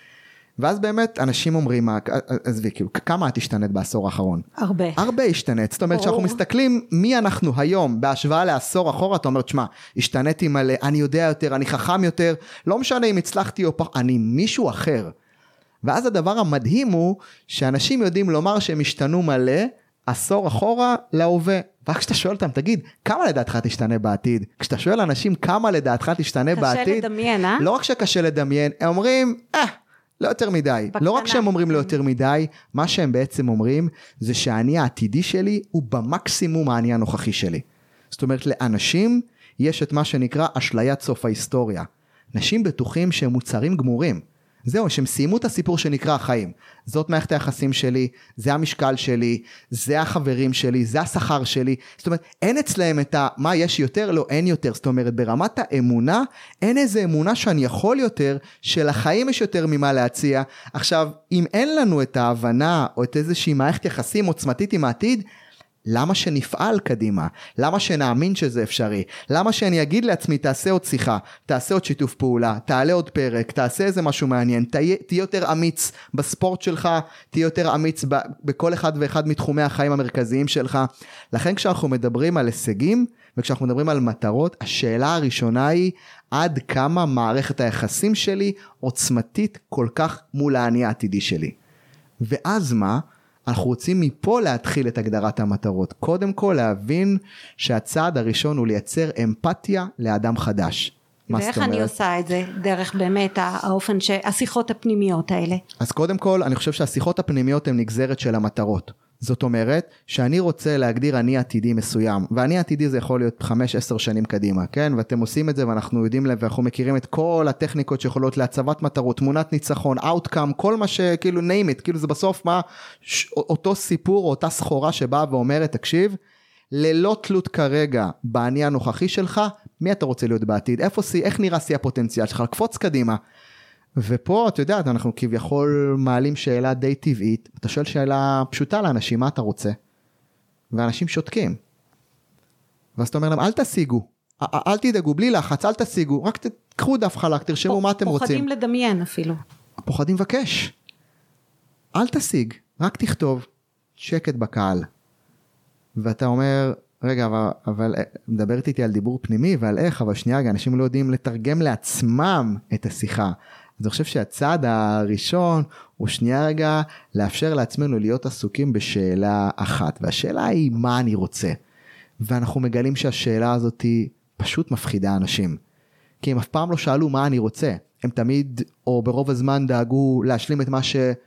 ואז באמת אנשים אומרים, עזבי, כאילו, כמה את השתנית בעשור האחרון? הרבה. הרבה השתנית, זאת אומרת שאנחנו מסתכלים מי אנחנו היום, בהשוואה לעשור אחורה, אתה אומר, תשמע, השתניתי מלא, אני יודע יותר, אני חכם יותר, לא משנה אם הצלחתי או פח, אני מישהו אחר. ואז הדבר המדהים הוא, שאנשים יודעים לומר שהם השתנו מלא, עשור אחורה להווה. רק כשאתה שואל אותם, תגיד, כמה לדעתך תשתנה בעתיד? כשאתה שואל אנשים כמה לדעתך תשתנה קשה בעתיד, קשה לדמיין, אה? לא רק שקשה לדמיין, הם אומרים, אה, לא יותר מדי. בקטנה. לא רק שהם אומרים לא יותר מדי, מה שהם בעצם אומרים, זה שהאני העתידי שלי, הוא במקסימום האני הנוכחי שלי. זאת אומרת, לאנשים, יש את מה שנקרא אשליית סוף ההיסטוריה. אנשים בטוחים שהם מוצרים גמורים. זהו, שהם סיימו את הסיפור שנקרא החיים. זאת מערכת היחסים שלי, זה המשקל שלי, זה החברים שלי, זה השכר שלי. זאת אומרת, אין אצלהם את ה, מה יש יותר? לא, אין יותר. זאת אומרת, ברמת האמונה, אין איזו אמונה שאני יכול יותר, שלחיים יש יותר ממה להציע. עכשיו, אם אין לנו את ההבנה, או את איזושהי מערכת יחסים עוצמתית עם העתיד, למה שנפעל קדימה? למה שנאמין שזה אפשרי? למה שאני אגיד לעצמי, תעשה עוד שיחה, תעשה עוד שיתוף פעולה, תעלה עוד פרק, תעשה איזה משהו מעניין, תהיה, תהיה יותר אמיץ בספורט שלך, תהיה יותר אמיץ ב, בכל אחד ואחד מתחומי החיים המרכזיים שלך. לכן כשאנחנו מדברים על הישגים, וכשאנחנו מדברים על מטרות, השאלה הראשונה היא, עד כמה מערכת היחסים שלי עוצמתית כל כך מול האני העתידי שלי. ואז מה? אנחנו רוצים מפה להתחיל את הגדרת המטרות. קודם כל להבין שהצעד הראשון הוא לייצר אמפתיה לאדם חדש. ואיך אני עושה את זה? דרך באמת האופן שהשיחות הפנימיות האלה. אז קודם כל אני חושב שהשיחות הפנימיות הן נגזרת של המטרות. זאת אומרת שאני רוצה להגדיר אני עתידי מסוים, ואני עתידי זה יכול להיות חמש עשר שנים קדימה, כן? ואתם עושים את זה ואנחנו יודעים לב, ואנחנו מכירים את כל הטכניקות שיכולות להצבת מטרות, תמונת ניצחון, outcome, כל מה שכאילו name it, כאילו זה בסוף מה, ש, אותו סיפור או אותה סחורה שבאה ואומרת, תקשיב, ללא תלות כרגע באני הנוכחי שלך, מי אתה רוצה להיות בעתיד? איפה סי, איך נראה סי הפוטנציאל שלך? לקפוץ קדימה. ופה, אתה יודע, אנחנו כביכול מעלים שאלה די טבעית, אתה שואל שאלה פשוטה לאנשים, מה אתה רוצה? ואנשים שותקים. ואז אתה אומר להם, אל תשיגו, אל תדאגו, בלי לחץ, אל תשיגו, רק תקחו דף חלק, תרשמו מה אתם רוצים. פוחדים לדמיין אפילו. פוחדים לבקש. אל תשיג, רק תכתוב, שקט בקהל. ואתה אומר, רגע, אבל, אבל מדברת איתי על דיבור פנימי ועל איך, אבל שנייה רגע, אנשים לא יודעים לתרגם לעצמם את השיחה. אז אני חושב שהצעד הראשון הוא שנייה רגע לאפשר לעצמנו להיות עסוקים בשאלה אחת, והשאלה היא מה אני רוצה. ואנחנו מגלים שהשאלה הזאת היא פשוט מפחידה אנשים. כי הם אף פעם לא שאלו מה אני רוצה. הם תמיד, או ברוב הזמן דאגו להשלים את מה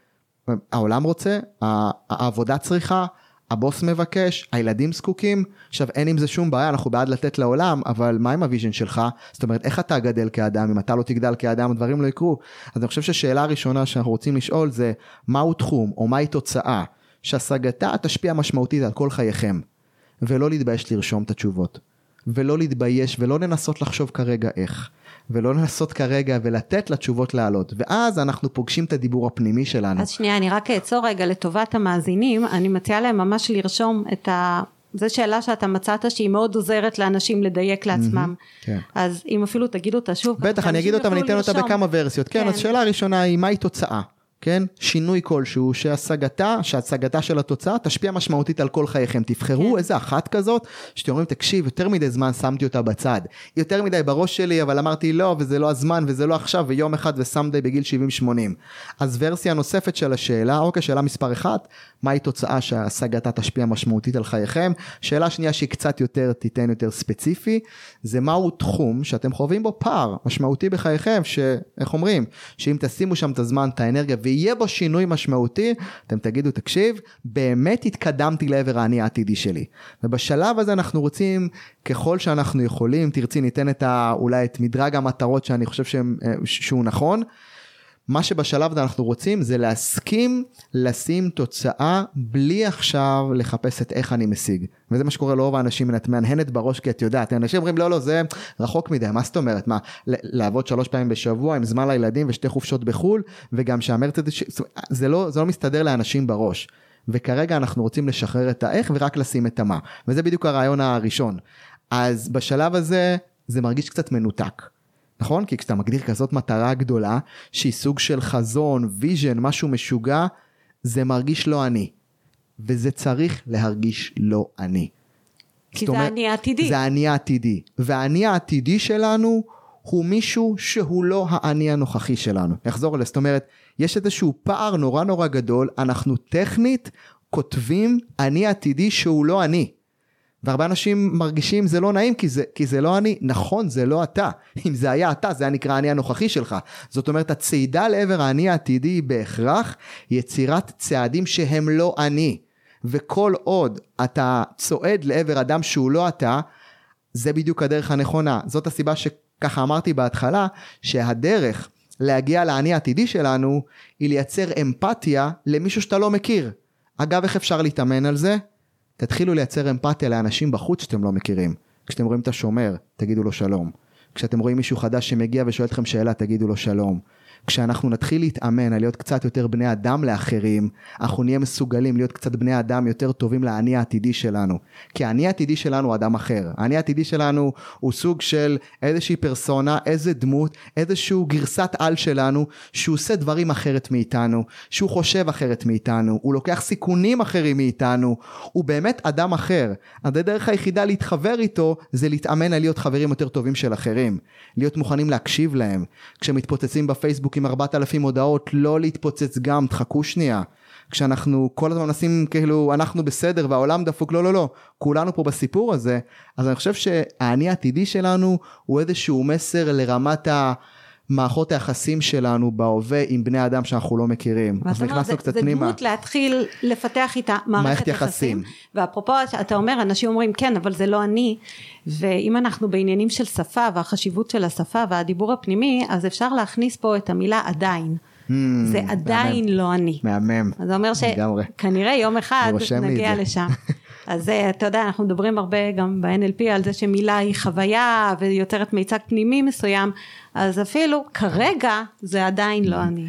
שהעולם רוצה, העבודה צריכה, הבוס מבקש, הילדים זקוקים. עכשיו אין עם זה שום בעיה, אנחנו בעד לתת לעולם, אבל מה עם הוויז'ן שלך? זאת אומרת, איך אתה גדל כאדם? אם אתה לא תגדל כאדם, הדברים לא יקרו. אז אני חושב שהשאלה הראשונה שאנחנו רוצים לשאול זה, מהו תחום או מהי תוצאה שהשגתה תשפיע משמעותית על כל חייכם, ולא להתבייש לרשום את התשובות, ולא להתבייש ולא לנסות לחשוב כרגע איך, ולא לנסות כרגע ולתת לתשובות לעלות, ואז אנחנו פוגשים את הדיבור הפנימי שלנו. אז שנייה, אני רק אעצור רגע לטובת המאזינים, אני מציעה להם ממש לרשום את ה... זו שאלה שאתה מצאת שהיא מאוד עוזרת לאנשים לדייק לעצמם, אז אם אפילו תגידו אותה שוב. בטח, אני אגיד אותה ואני אתן אותה בכמה ורסיות, כן, אז שאלה הראשונה היא, מהי תוצאה? כן? שינוי כלשהו, שהשגתה, שהשגתה של התוצאה תשפיע משמעותית על כל חייכם. תבחרו איזה אחת כזאת, שאתם אומרים, תקשיב, יותר מדי זמן שמתי אותה בצד. יותר מדי בראש שלי, אבל אמרתי לא, וזה לא הזמן, וזה לא עכשיו, ויום אחד ושם די בגיל שבעים שמונים. אז ורסיה נוספת של השאלה, אוקיי, שאלה מספר אחת, מהי תוצאה שהשגתה תשפיע משמעותית על חייכם? שאלה שנייה שהיא קצת יותר, תיתן יותר ספציפי, זה מהו תחום שאתם חווים בו פער משמעותי בחייכם, שאיך אומרים, שאם תשימו שם את הזמן, את האנרגיה, ויהיה בו שינוי משמעותי, אתם תגידו, תקשיב, באמת התקדמתי לעבר העני העתידי שלי. ובשלב הזה אנחנו רוצים, ככל שאנחנו יכולים, תרצי, ניתן את ה, אולי את מדרג המטרות שאני חושב שהם, שהוא נכון, מה שבשלב הזה אנחנו רוצים זה להסכים לשים תוצאה בלי עכשיו לחפש את איך אני משיג. וזה מה שקורה לרוב האנשים, את מהנהנת בראש כי את יודעת, אנשים אומרים לא לא זה רחוק מדי, מה זאת אומרת? מה, לעבוד שלוש פעמים בשבוע עם זמן לילדים ושתי חופשות בחול, וגם שהמרצדס, זה לא, זה לא מסתדר לאנשים בראש. וכרגע אנחנו רוצים לשחרר את האיך ורק לשים את המה. וזה בדיוק הרעיון הראשון. אז בשלב הזה זה מרגיש קצת מנותק. נכון? כי כשאתה מגדיר כזאת מטרה גדולה, שהיא סוג של חזון, ויז'ן, משהו משוגע, זה מרגיש לא אני. וזה צריך להרגיש לא אני. כי זה אני העתידי. זה אני העתידי. והאני העתידי שלנו, הוא מישהו שהוא לא האני הנוכחי שלנו. יחזור לזה, זאת אומרת, יש איזשהו פער נורא נורא גדול, אנחנו טכנית כותבים אני עתידי שהוא לא אני. והרבה אנשים מרגישים זה לא נעים כי זה, כי זה לא אני, נכון זה לא אתה, אם זה היה אתה זה היה נקרא אני הנוכחי שלך, זאת אומרת הצעידה לעבר האני העתידי היא בהכרח יצירת צעדים שהם לא אני, וכל עוד אתה צועד לעבר אדם שהוא לא אתה, זה בדיוק הדרך הנכונה, זאת הסיבה שככה אמרתי בהתחלה, שהדרך להגיע לאני העתידי שלנו, היא לייצר אמפתיה למישהו שאתה לא מכיר, אגב איך אפשר להתאמן על זה? תתחילו לייצר אמפתיה לאנשים בחוץ שאתם לא מכירים. כשאתם רואים את השומר, תגידו לו שלום. כשאתם רואים מישהו חדש שמגיע ושואל אתכם שאלה, תגידו לו שלום. כשאנחנו נתחיל להתאמן על להיות קצת יותר בני אדם לאחרים, אנחנו נהיה מסוגלים להיות קצת בני אדם יותר טובים לעני העתידי שלנו. כי העני העתידי שלנו הוא אדם אחר. העני העתידי שלנו הוא סוג של איזושהי פרסונה, איזה דמות, איזשהו גרסת על שלנו, שהוא עושה דברים אחרת מאיתנו, שהוא חושב אחרת מאיתנו, הוא לוקח סיכונים אחרים מאיתנו, הוא באמת אדם אחר. הדרך היחידה להתחבר איתו, זה להתאמן על להיות חברים יותר טובים של אחרים. להיות מוכנים להקשיב להם. כשמתפוצצים בפייסבוק עם ארבעת אלפים הודעות, לא להתפוצץ גם, תחכו שנייה. כשאנחנו כל הזמן נשים כאילו אנחנו בסדר והעולם דפוק, לא לא לא, כולנו פה בסיפור הזה, אז אני חושב שהאני העתידי שלנו הוא איזשהו מסר לרמת המערכות היחסים שלנו בהווה עם בני אדם שאנחנו לא מכירים. אז נכנסנו קצת פנימה. זה דמות להתחיל לפתח איתה מערכת יחסים. ואפרופו אתה אומר, אנשים אומרים כן, אבל זה לא אני, ואם אנחנו בעניינים של שפה והחשיבות של השפה והדיבור הפנימי, אז אפשר להכניס פה את המילה עדיין. זה עדיין לא אני. מהמם. אז זה אומר שכנראה יום אחד נגיע לשם. אז אתה יודע, אנחנו מדברים הרבה גם ב-אן אל פי על זה שמילה היא חוויה ויוצרת מיצג פנימי מסוים, אז אפילו כרגע זה עדיין לא אני.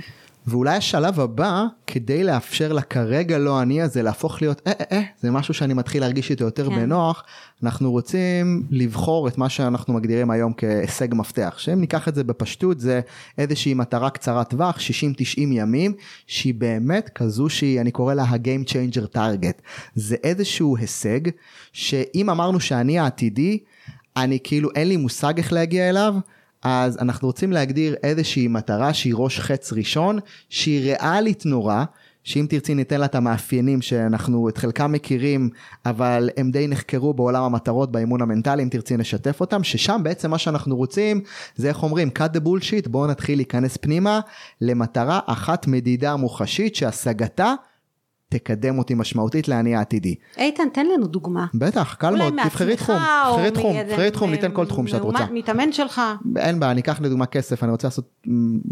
ואולי השלב הבא, כדי לאפשר לכרגע לא אני הזה, להפוך להיות, אה, אה, אה, זה משהו שאני מתחיל להרגיש איתו יותר כן. בנוח, אנחנו רוצים לבחור את מה שאנחנו מגדירים היום כהישג מפתח, שאם ניקח את זה בפשטות, זה איזושהי מטרה קצרת טווח, שישים תשעים ימים, שהיא באמת כזו שהיא, אני קורא לה ה-game changer target, זה איזשהו הישג, שאם אמרנו שאני העתידי, אני כאילו אין לי מושג איך להגיע אליו, אז אנחנו רוצים להגדיר איזושהי מטרה שהיא ראש חץ ראשון, שהיא ריאלית נורא, שאם תרצי ניתן לה את המאפיינים שאנחנו את חלקם מכירים, אבל הם די נחקרו בעולם המטרות, באימון המנטלי, אם תרצי נשתף אותם, ששם בעצם מה שאנחנו רוצים, זה איך אומרים, cut the bullshit, בואו נתחיל להיכנס פנימה, למטרה אחת מדידה מוחשית, שהשגתה, תקדם אותי משמעותית לעני העתידי. איתן, תן לנו דוגמה. בטח, קל מאוד, תבחרי תחום, תבחרי תחום, תבחרי תחום, ניתן כל תחום שאת רוצה. מתאמן שלך. אין בעיה, אני אקח לדוגמה כסף, אני רוצה לעשות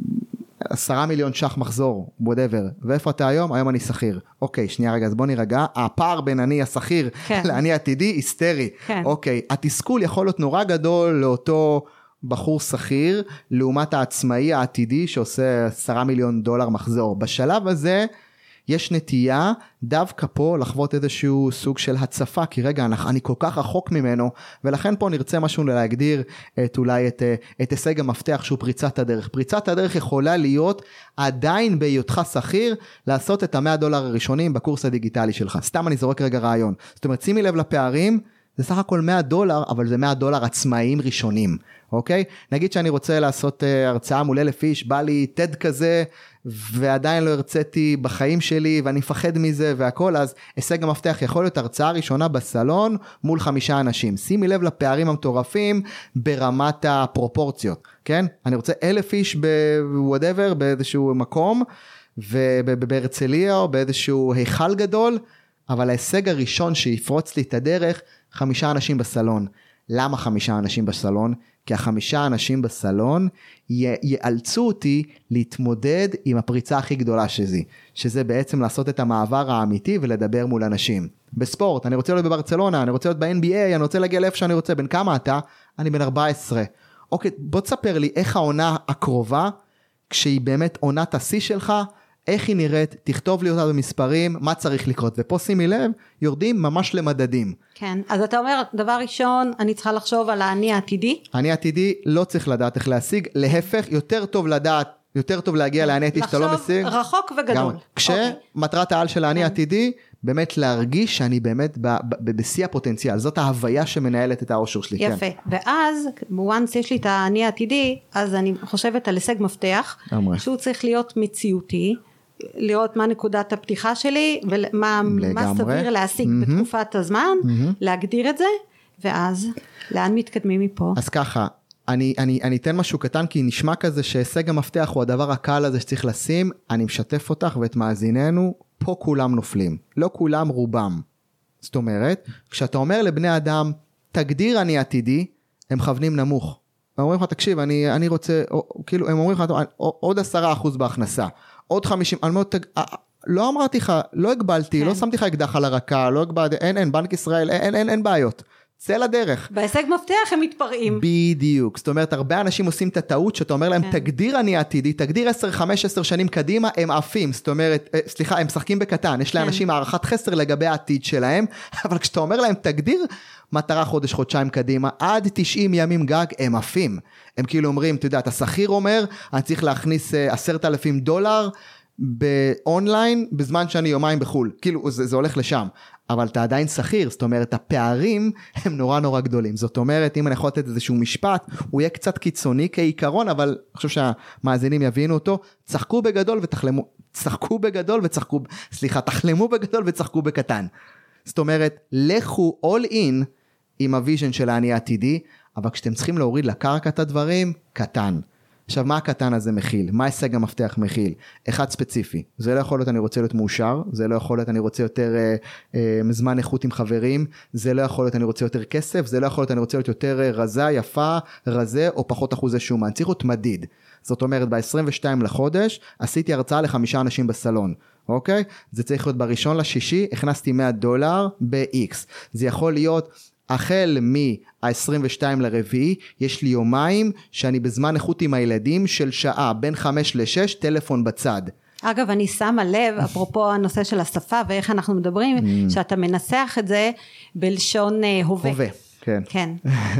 עשרה מיליון שח מחזור, whatever, ואיפה אתה היום? היום אני שכיר. אוקיי, שנייה רגע, אז בוא נירגע, הפער בין אני השכיר לעני העתידי, היסטרי. אוקיי, התסכול יכול להיות נורא גדול לאותו בחור שכיר, לעומת העצמאי העתידי שעושה עשרה מיליון דולר מחזור. בשלב הזה, יש נטייה דווקא פה לחוות איזשהו סוג של הצפה, כי רגע, אני כל כך רחוק ממנו, ולכן פה נרצה משהו להגדיר את אולי את, את הישג המפתח שהוא פריצת הדרך. פריצת הדרך יכולה להיות עדיין בהיותך שכיר, לעשות את המאה דולר הראשונים בקורס הדיגיטלי שלך. סתם אני זורק רגע רעיון. זאת אומרת, שימי לב לפערים, זה סך הכל מאה דולר, אבל זה מאה דולר עצמאיים ראשונים, אוקיי? נגיד שאני רוצה לעשות uh, הרצאה מול אלף איש, בא לי טד כזה, ועדיין לא הרציתי בחיים שלי, ואני מפחד מזה והכל, אז הישג המפתח יכול להיות הרצאה ראשונה בסלון, מול חמישה אנשים. שימי לב לפערים המטורפים, ברמת הפרופורציות, כן? אני רוצה אלף איש ב-whatever, באיזשהו מקום, ובהרצליה, או באיזשהו היכל גדול, אבל ההישג הראשון שיפרוץ לי את הדרך, חמישה אנשים בסלון. למה חמישה אנשים בסלון? כי החמישה אנשים בסלון יאלצו אותי להתמודד עם הפריצה הכי גדולה שלי, שזה בעצם לעשות את המעבר האמיתי ולדבר מול אנשים. בספורט, אני רוצה להיות בברצלונה, אני רוצה להיות ב-אן בי איי, אני רוצה להגיע לאיפה שאני רוצה. בין כמה אתה? אני בן ארבע עשרה. אוקיי, בוא תספר לי איך העונה הקרובה, כשהיא באמת עונת השיא שלך, איך היא נראית, תכתוב לי אותה במספרים, מה צריך לקרות, ופה שימי לב, יורדים ממש למדדים. כן, אז אתה אומר, דבר ראשון, אני צריכה לחשוב על העני העתידי. העני העתידי לא צריך לדעת איך להשיג, להפך, יותר טוב לדעת, יותר טוב להגיע לעני העתידי שאתה לא משיג. לחשוב רחוק וגדול. כשמטרת העל של העני העתידי, באמת להרגיש שאני באמת בשיא הפוטנציאל, זאת ההוויה שמנהלת את האושר שלי. יפה, ואז, once יש לי את העני העתידי, אז אני חושבת על הישג מפתח, שהוא צריך להיות מציאותי, לראות מה נקודת הפתיחה שלי, ומה מה סביר להשיג mm-hmm. בתקופת הזמן, mm-hmm. להגדיר את זה, ואז לאן מתקדמים מפה? אז ככה, אני, אני, אני אתן משהו קטן, כי נשמע כזה שהישג המפתח הוא הדבר הקל הזה שצריך לשים, אני משתף אותך ואת מאזיננו, פה כולם נופלים, לא כולם רובם. זאת אומרת, כשאתה אומר לבני אדם, תגדיר אני עתידי, הם מכוונים נמוך. הם אומרים לך, תקשיב, אני, אני רוצה, או, כאילו, הם אומרים לך, עוד עשרה אחוז בהכנסה, עוד חמישים, אני מאוד, לא אמרתי לך, לא הגבלתי, לא שמתי לך אקדח על הרקה, לא הגבלתי, אין, אין, בנק ישראל, אין, אין, אין בעיות. צא לדרך. בהישג מפתח הם מתפרעים. בדיוק. זאת אומרת, הרבה אנשים עושים את הטעות, שאתה אומר להם, תגדיר אני עתידי, תגדיר עשר, חמש עשר שנים קדימה, הם עפים. זאת אומרת, סליחה, הם משחקים בקטן, יש לאנשים הערכת חסר לגבי העתיד שלהם, אבל כשאתה אומר להם, תגדיר מטרה חודש, חודשיים קדימה, עד תשעים ימים גג, הם עפים. הם כאילו אומרים, אתה יודע, אתה שכיר אומר, אני צריך להכניס עשרת אלפים דולר, באונליין, בזמן שאני יומיים בחול. כאילו, זה, זה הולך לשם. אבל אתה עדיין שכיר, זאת אומרת, הפערים הם נורא נורא גדולים. זאת אומרת, אם אני יכול לתת איזשהו משפט, הוא יהיה קצת קיצוני כעיקרון, אבל אני חושב שהמאזינים יבינו אותו, צחקו בגדול ותחלמו, צחקו בגדול וצחקו, סליחה, תחלמו בגדול וצחקו בקטן. זאת אומרת, לכו all in עם הוויז'ן של העני העתידי, אבל כשאתם צריכים להוריד לקרקע את הדברים, קטן. עכשיו, מה הקטן הזה מכיל? מה הישג המפתח מכיל? אחד ספציפי. זה לא יכול להיות אני רוצה להיות מאושר, זה לא יכול להיות אני רוצה יותר אה, אה, זמן איכות עם חברים, זה לא יכול להיות אני רוצה יותר כסף, זה לא יכול להיות אני רוצה להיות יותר אה, רזה, יפה, רזה, או פחות אחוזי שומן. צריך להיות מדיד. זאת אומרת, ב-עשרים ושניים לחודש, עשיתי הרצאה לחמישה אנשים בסלון. אוקיי? זה צריך להיות בראשון לשישי, הכנסתי מאה דולר ב-X. זה יכול להיות החל מה-עשרים ושניים לרביעי, יש לי יומיים שאני בזמן איכות עם הילדים של שעה, בין חמש לשש, טלפון בצד. אגב, אני שמה לב, אפרופו הנושא של השפה ואיך אנחנו מדברים, mm. שאתה מנסח את זה בלשון הווה. הווה. כן. כן.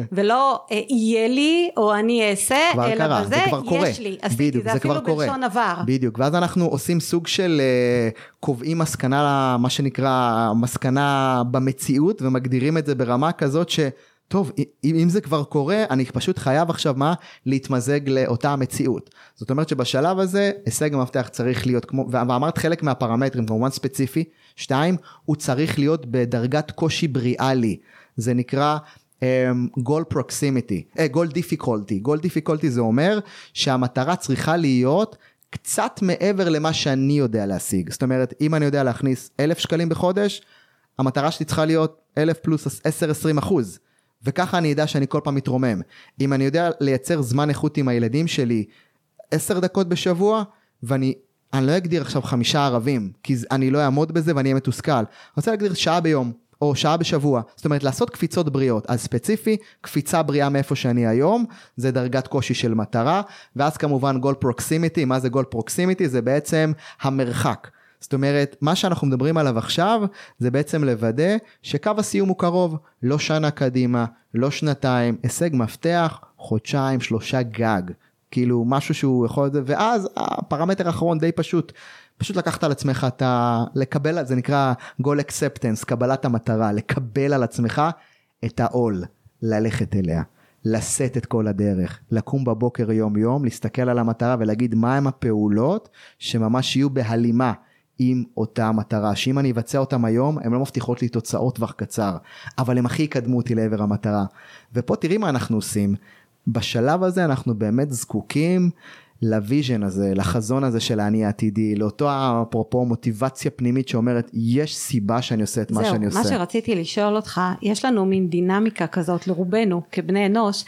ולא יהיה לי או אני אעשה, אלא קרה, בזה יש לי. בדיוק, זה, זה אפילו כבר קורה. בלשון עבר. בדיוק, ואז אנחנו עושים סוג של uh, קובעים מסקנה, מה שנקרא מסקנה במציאות, ומגדירים את זה ברמה כזאת ש... טוב, אם זה כבר קורה, אני פשוט חייב עכשיו מה? להתמזג לאותה המציאות. זאת אומרת שבשלב הזה, הישג המפתח צריך להיות כמו, ואמרת חלק מהפרמטרים, כמובן ספציפי, שתיים, הוא צריך להיות בדרגת קושי בריאלי. זה נקרא um, goal proximity, uh, goal difficulty. goal difficulty זה אומר שהמטרה צריכה להיות קצת מעבר למה שאני יודע להשיג. זאת אומרת, אם אני יודע להכניס אלף שקלים בחודש, המטרה שלי צריכה להיות אלף פלוס עשר עשרים אחוז. וככה אני יודע שאני כל פעם מתרומם. אם אני יודע לייצר זמן איכות עם הילדים שלי עשר דקות בשבוע, ואני אני לא אגדיר עכשיו חמישה ערבים, כי אני לא אעמוד בזה ואני אהיה מתוסכל. אני רוצה להגדיר שעה ביום, או שעה בשבוע. זאת אומרת, לעשות קפיצות בריאות. אז ספציפי, קפיצה בריאה מאיפה שאני היום, זה דרגת קושי של מטרה, ואז כמובן גול פרוקסימיטי. מה זה גול פרוקסימיטי? זה בעצם המרחק. זאת אומרת, מה שאנחנו מדברים עליו עכשיו, זה בעצם לוודא שקו הסיום הוא קרוב, לא שנה קדימה, לא שנתיים, הישג מפתח, חודשיים, שלושה גג, כאילו משהו שהוא יכול, ואז הפרמטר האחרון די פשוט, פשוט לקחת על עצמך, אתה, לקבל, זה נקרא goal acceptance, קבלת המטרה, לקבל על עצמך את העול, ללכת אליה, לשאת את כל הדרך, לקום בבוקר יום יום, להסתכל על המטרה ולהגיד מה הם הפעולות שממש יהיו בהלימה, עם אותה מטרה, שאם אני אבצע אותם היום, הן לא מבטיחות לי תוצאות טווח קצר, אבל הם הכי יקדמו אותי לעבר המטרה. ופה תראי מה אנחנו עושים, בשלב הזה אנחנו באמת זקוקים לוויז'ן הזה, לחזון הזה של האני העתידי, לאותו אפרופו מוטיבציה פנימית שאומרת, יש סיבה שאני עושה את מה שאני עושה. זהו, מה שרציתי לשאול אותך, יש לנו מין דינמיקה כזאת לרובנו, כבני אנוש,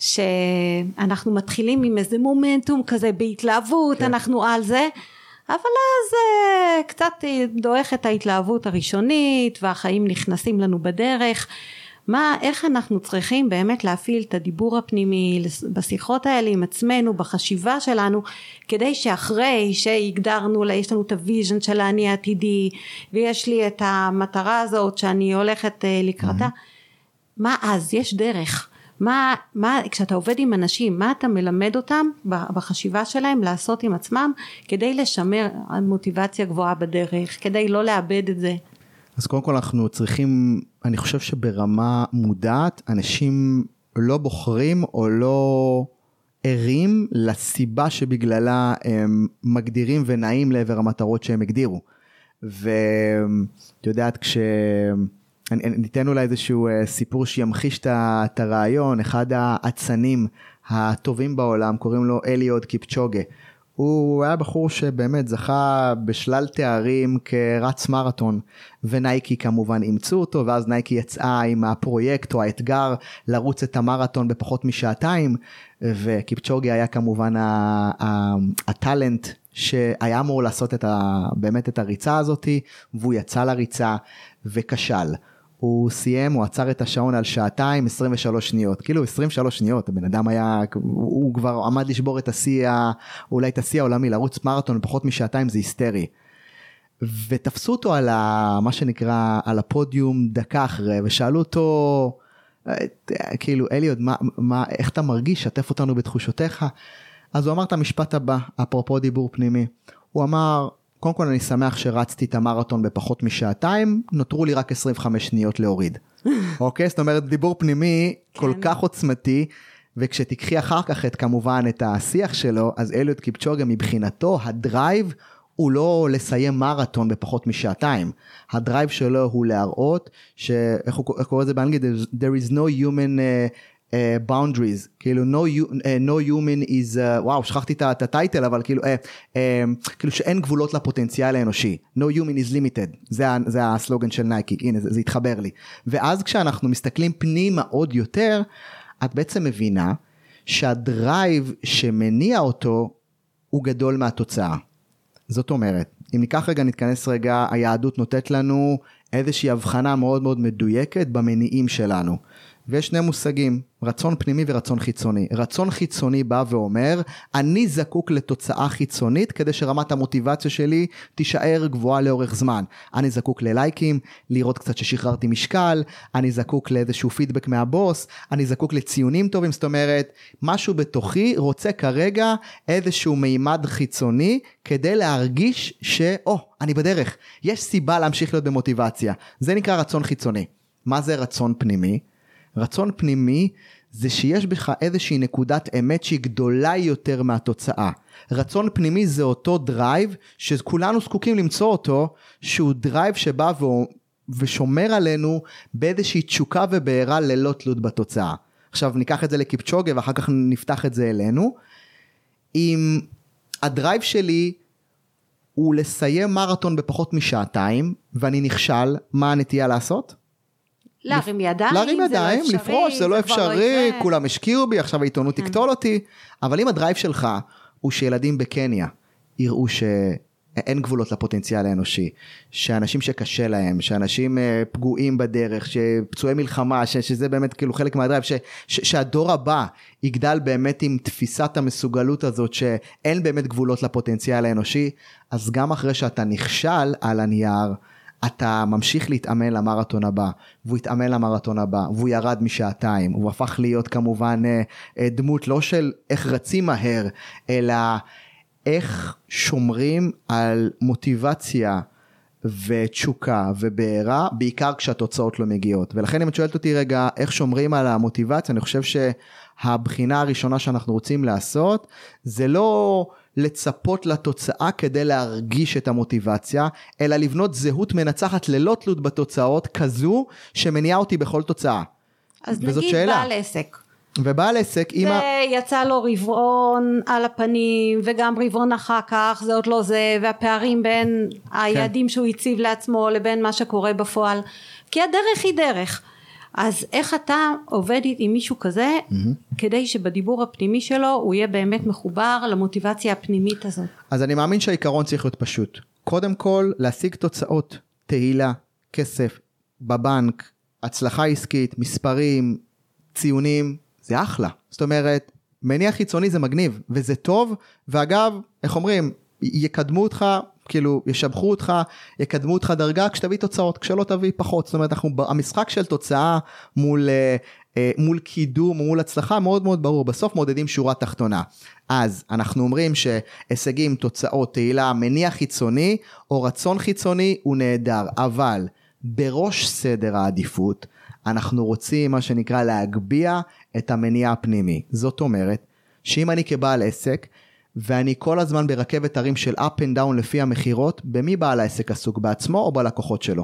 שאנחנו מתחילים עם איזה מומנטום כזה, בהתלהבות, כן. אנחנו על זה, אבל אז uh, קצת דועכת ההתלהבות הראשונית, והחיים נכנסים לנו בדרך. מה, איך אנחנו צריכים באמת להפעיל את הדיבור הפנימי בשיחות האלה עם עצמנו, בחשיבה שלנו, כדי שאחרי שהגדרנו, יש לנו את הוויז'ן של האני העתידי, ויש לי את המטרה הזאת שאני הולכת uh, לקראתה, mm-hmm. מה אז? יש דרך. מה, מה, כשאתה עובד עם אנשים, מה אתה מלמד אותם בחשיבה שלהם לעשות עם עצמם, כדי לשמר מוטיבציה גבוהה בדרך, כדי לא לאבד את זה? אז קודם כל אנחנו צריכים, אני חושב שברמה מודעת, אנשים לא בוחרים או לא ערים לסיבה שבגללה הם מגדירים ונעים לעבר המטרות שהם הגדירו. ואת יודעת, כש... ניתן אולי איזשהו סיפור שימחיש את הרעיון, אחד האצנים הטובים בעולם, קוראים לו אליוד קיפצ'וגה. הוא היה בחור שבאמת זכה בשלל תארים כרץ מרתון, ונייקי כמובן אימצו אותו, ואז נייקי יצאה עם הפרויקט או האתגר לרוץ את המרתון בפחות משעתיים, וקיפצ'וגה היה כמובן הטלנט שהיה אמור לעשות את ה, באמת את הריצה הזאת, והוא יצא לריצה וכשל. הוא סיים, הוא עצר את השעון על שעתיים, עשרים ושלוש שניות, כאילו עשרים ושלוש שניות, הבן אדם היה, הוא כבר עמד לשבור את השיא, אולי את השיא העולמי, לרוץ מרתון, פחות משעתיים זה היסטרי. ותפסו אותו על ה, מה שנקרא, על הפודיום דקה אחרי, ושאלו אותו, כאילו, אליוד, מה, מה, איך אתה מרגיש? שתף אותנו בתחושותיך. אז הוא אמר את המשפט הבא, אפרופו דיבור פנימי. הוא אמר, קודם כל אני שמח שרצתי את המרתון בפחות משעתיים, נותרו לי רק עשרים וחמש שניות להוריד. אוקיי? זאת אומרת, דיבור פנימי כל כך עוצמתי, וכשתקחי אחר כך את כמובן את השיח שלו, אז אליוד קיפצ'וגה מבחינתו, הדרייב הוא לא לסיים מרתון בפחות משעתיים. הדרייב שלו הוא להראות, שאיך הוא קורא את זה באנגלית, there is no human uh, uh, boundaries, כאילו no, uh, no human is, uh, וואו, שכחתי את הטייטל, אבל כאילו, uh, uh, כאילו שאין גבולות לפוטנציאל האנושי, no human is limited, זה, זה הסלוגן של נייקי, הנה, זה, זה התחבר לי. ואז כשאנחנו מסתכלים פנימה עוד יותר, את בעצם מבינה שהדרייב שמניע אותו, הוא גדול מהתוצאה. זאת אומרת, אם ניקח רגע, נתכנס רגע, היהדות נותנת לנו איזושהי הבחנה מאוד מאוד מדויקת במניעים שלנו. ויש שני מושגים, רצון פנימי ורצון חיצוני. רצון חיצוני בא ואומר, אני זקוק לתוצאה חיצונית, כדי שרמת המוטיבציה שלי תישאר גבוהה לאורך זמן. אני זקוק ללייקים, לראות קצת ששחררתי משקל, אני זקוק לאיזשהו פידבק מהבוס, אני זקוק לציונים טובים, זאת אומרת, משהו בתוכי רוצה כרגע איזשהו מימד חיצוני, כדי להרגיש ש, או, אני בדרך, יש סיבה להמשיך להיות במוטיבציה. זה נקרא רצון חיצוני. מה זה רצון פנימי? רצון פנימי זה שיש בך איזושהי נקודת אמת שהיא גדולה יותר מהתוצאה. רצון פנימי זה אותו דרייב שכולנו זקוקים למצוא אותו, שהוא דרייב שבא ושומר עלינו באיזושהי תשוקה ובעירה ללא תלות בתוצאה. עכשיו ניקח את זה לקיפצ'וגה ואחר כך נפתח את זה אלינו. אם הדרייב שלי הוא לסיים מרתון בפחות משעתיים ואני נכשל, מה הנטייה לעשות? להרים ידיים, להרים ידיים, זה לא אפשרי, לפרוש, זה לא אפשרי, לא כולם השקיעו בי, עכשיו העיתונות תקטול אותי, אבל אם הדרייב שלך הוא שילדים בקניה יראו שאין גבולות לפוטנציאל האנושי, שאנשים שקשה להם, שאנשים פגועים בדרך, שפצועי מלחמה, שזה באמת כאילו חלק מהדרייב, ש, ש, שהדור הבא יגדל באמת עם תפיסת המסוגלות הזאת, שאין באמת גבולות לפוטנציאל האנושי, אז גם אחרי שאתה נכשל על הנייר, אתה ממשיך להתאמן למרתון הבא, והוא התאמן למרתון הבא, והוא ירד משעתיים, הוא הפך להיות כמובן דמות לא של איך רצים מהר, אלא איך שומרים על מוטיבציה ותשוקה ובעירה, בעיקר כשהתוצאות לא מגיעות. ולכן אם את שואלת אותי רגע, איך שומרים על המוטיבציה, אני חושב שהבחינה הראשונה שאנחנו רוצים לעשות, זה לא לצפות לתוצאה כדי להרגיש את המוטיבציה, אלא לבנות זהות מנצחת ללא תלות בתוצאות, כזו שמניעה אותי בכל תוצאה. אז נגיד שאלה. בעל עסק. ובעל עסק, ויצא לו רבעון על הפנים, וגם רבעון אחר כך, זה עוד לא זה, והפערים בין היעדים שהוא הציב לעצמו, לבין מה שקורה בפועל, כי הדרך היא דרך. אז איך אתה עובד עם מישהו כזה, mm-hmm. כדי שבדיבור הפנימי שלו, הוא יהיה באמת מחובר למוטיבציה הפנימית הזאת? אז אני מאמין שהעיקרון צריך להיות פשוט. קודם כל, להשיג תוצאות, תהילה, כסף, בבנק, הצלחה עסקית, מספרים, ציונים, זה אחלה. זאת אומרת, מניע חיצוני זה מגניב, וזה טוב, ואגב, איך אומרים, יקדמו אותך, כאילו, ישבחו אותך, יקדמו אותך דרגה, כשתביא תוצאות, כשלא תביא פחות. זאת אומרת, אנחנו, המשחק של תוצאה מול, מול קידום, מול הצלחה, מאוד מאוד ברור. בסוף מודדים שורה תחתונה. אז אנחנו אומרים שהישגים, תוצאות, תהילה, מניע חיצוני, או רצון חיצוני, הוא נהדר. אבל, בראש סדר העדיפות, אנחנו רוצים, מה שנקרא, להגביה את המניע הפנימי. זאת אומרת, שאם אני כבעל עסק, ואני כל הזמן ברכבת הרים של up and down לפי המחירות, במי בעל העסק עסוק? בעצמו או בלקוחות שלו?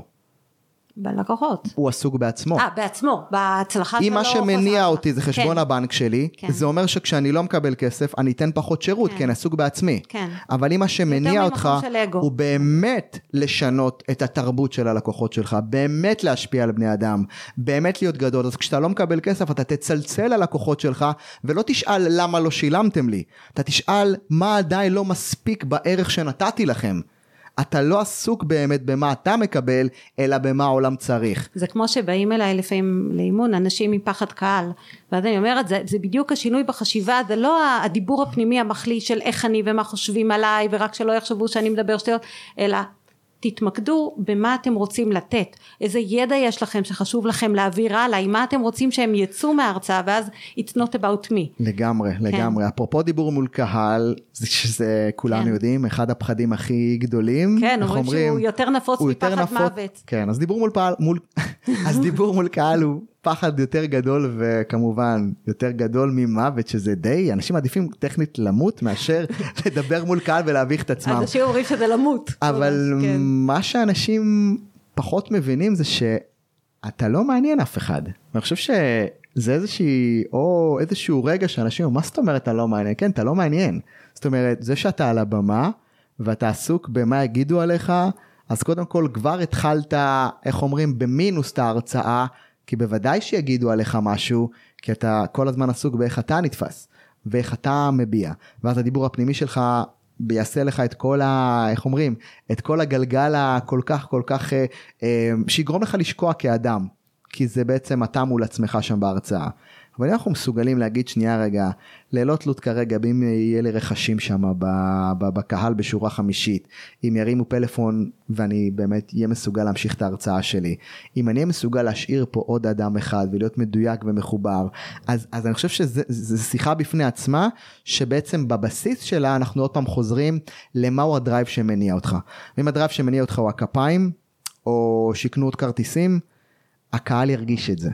בלקוחות. הוא עסוק בעצמו. אה, בעצמו, בהצלחה שלו. אם מה שמניע אותי זה חשבון כן. הבנק שלי, כן. זה אומר שכשאני לא מקבל כסף, אני אתן פחות שירות, כן. כי אני עסוק בעצמי. כן. אבל אם מה שמניע אותך, הוא באמת לשנות את התרבות של הלקוחות שלך, באמת להשפיע על בני אדם, באמת להיות גדול. אז כשאתה לא מקבל כסף, אתה תצלצל ללקוחות שלך, ולא תשאל למה לא שילמתם לי. אתה תשאל מה עדיין לא מספיק בערך שנתתי לכם. אתה לא עסוק באמת במה אתה מקבל, אלא במה העולם צריך. זה כמו שבאים אליי לפעמים לאימון, אנשים מפחד קהל, ואז אני אומרת, זה, זה בדיוק השינוי בחשיבה, זה לא הדיבור הפנימי המחליט של איך אני ומה חושבים עליי, ורק שלא יחשבו שאני מדבר שטויות, אלא תתמקדו במה אתם רוצים לתת, איזה ידע יש לכם שחשוב לכם להעביר הלאה, עם מה אתם רוצים שהם יצאו מההרצאה, ואז it's not about me. לגמרי, כן. לגמרי. אפרופו דיבור מול קהל, זה שזה כולנו כן. יודעים, אחד הפחדים הכי גדולים. כן, אומרים שהוא יותר נפוץ מפחד נפוץ, מוות. כן, אז דיבור מול, פעל, מול, אז דיבור מול קהל הוא פחד יותר גדול, וכמובן יותר גדול ממוות, שזה די, אנשים עדיפים טכנית למות, מאשר לדבר מול קהל ולהביך את עצמם. אנשים אומרים שזה למות. אבל כן. מה שאנשים פחות מבינים זה שאתה לא מעניין אף אחד. אני חושב שזה איזושהי, או איזשהו רגע שאנשים, מה זאת אומרת אתה לא מעניין? כן, אתה לא מעניין. זאת אומרת, זה שאתה על הבמה, ואתה עסוק במה יגידו עליך, אז קודם כל כבר התחלת, איך אומרים, במינוס את ההרצאה, כי בוודאי שיגידו עליך משהו, כי אתה כל הזמן עסוק באיך אתה נתפס, ואיך אתה מביע, ואז הדיבור הפנימי שלך יעשה לך את כל ה... איך אומרים? את כל הגלגל הכל כך, כל כך, אה, שיגרום לך לשקוע כאדם, כי זה בעצם אתה מול עצמך שם בהרצאה. אבל אנחנו מסוגלים להגיד שנייה רגע, ללא תלות כרגע, אם יהיה לי רכשים שם בקהל בשורה חמישית, אם ירימו פלאפון ואני באמת אהיה מסוגל להמשיך את ההרצאה שלי, אם אני אהיה מסוגל להשאיר פה עוד אדם אחד ולהיות מדויק ומחובר, אז, אז אני חושב שזה שיחה בפני עצמה, שבעצם בבסיס שלה אנחנו עוד פעם חוזרים למהו הדרייב שמניע אותך. ואם הדרייב שמניע אותך הוא הכפיים, או שיקנו עוד כרטיסים, הקהל ירגיש את זה.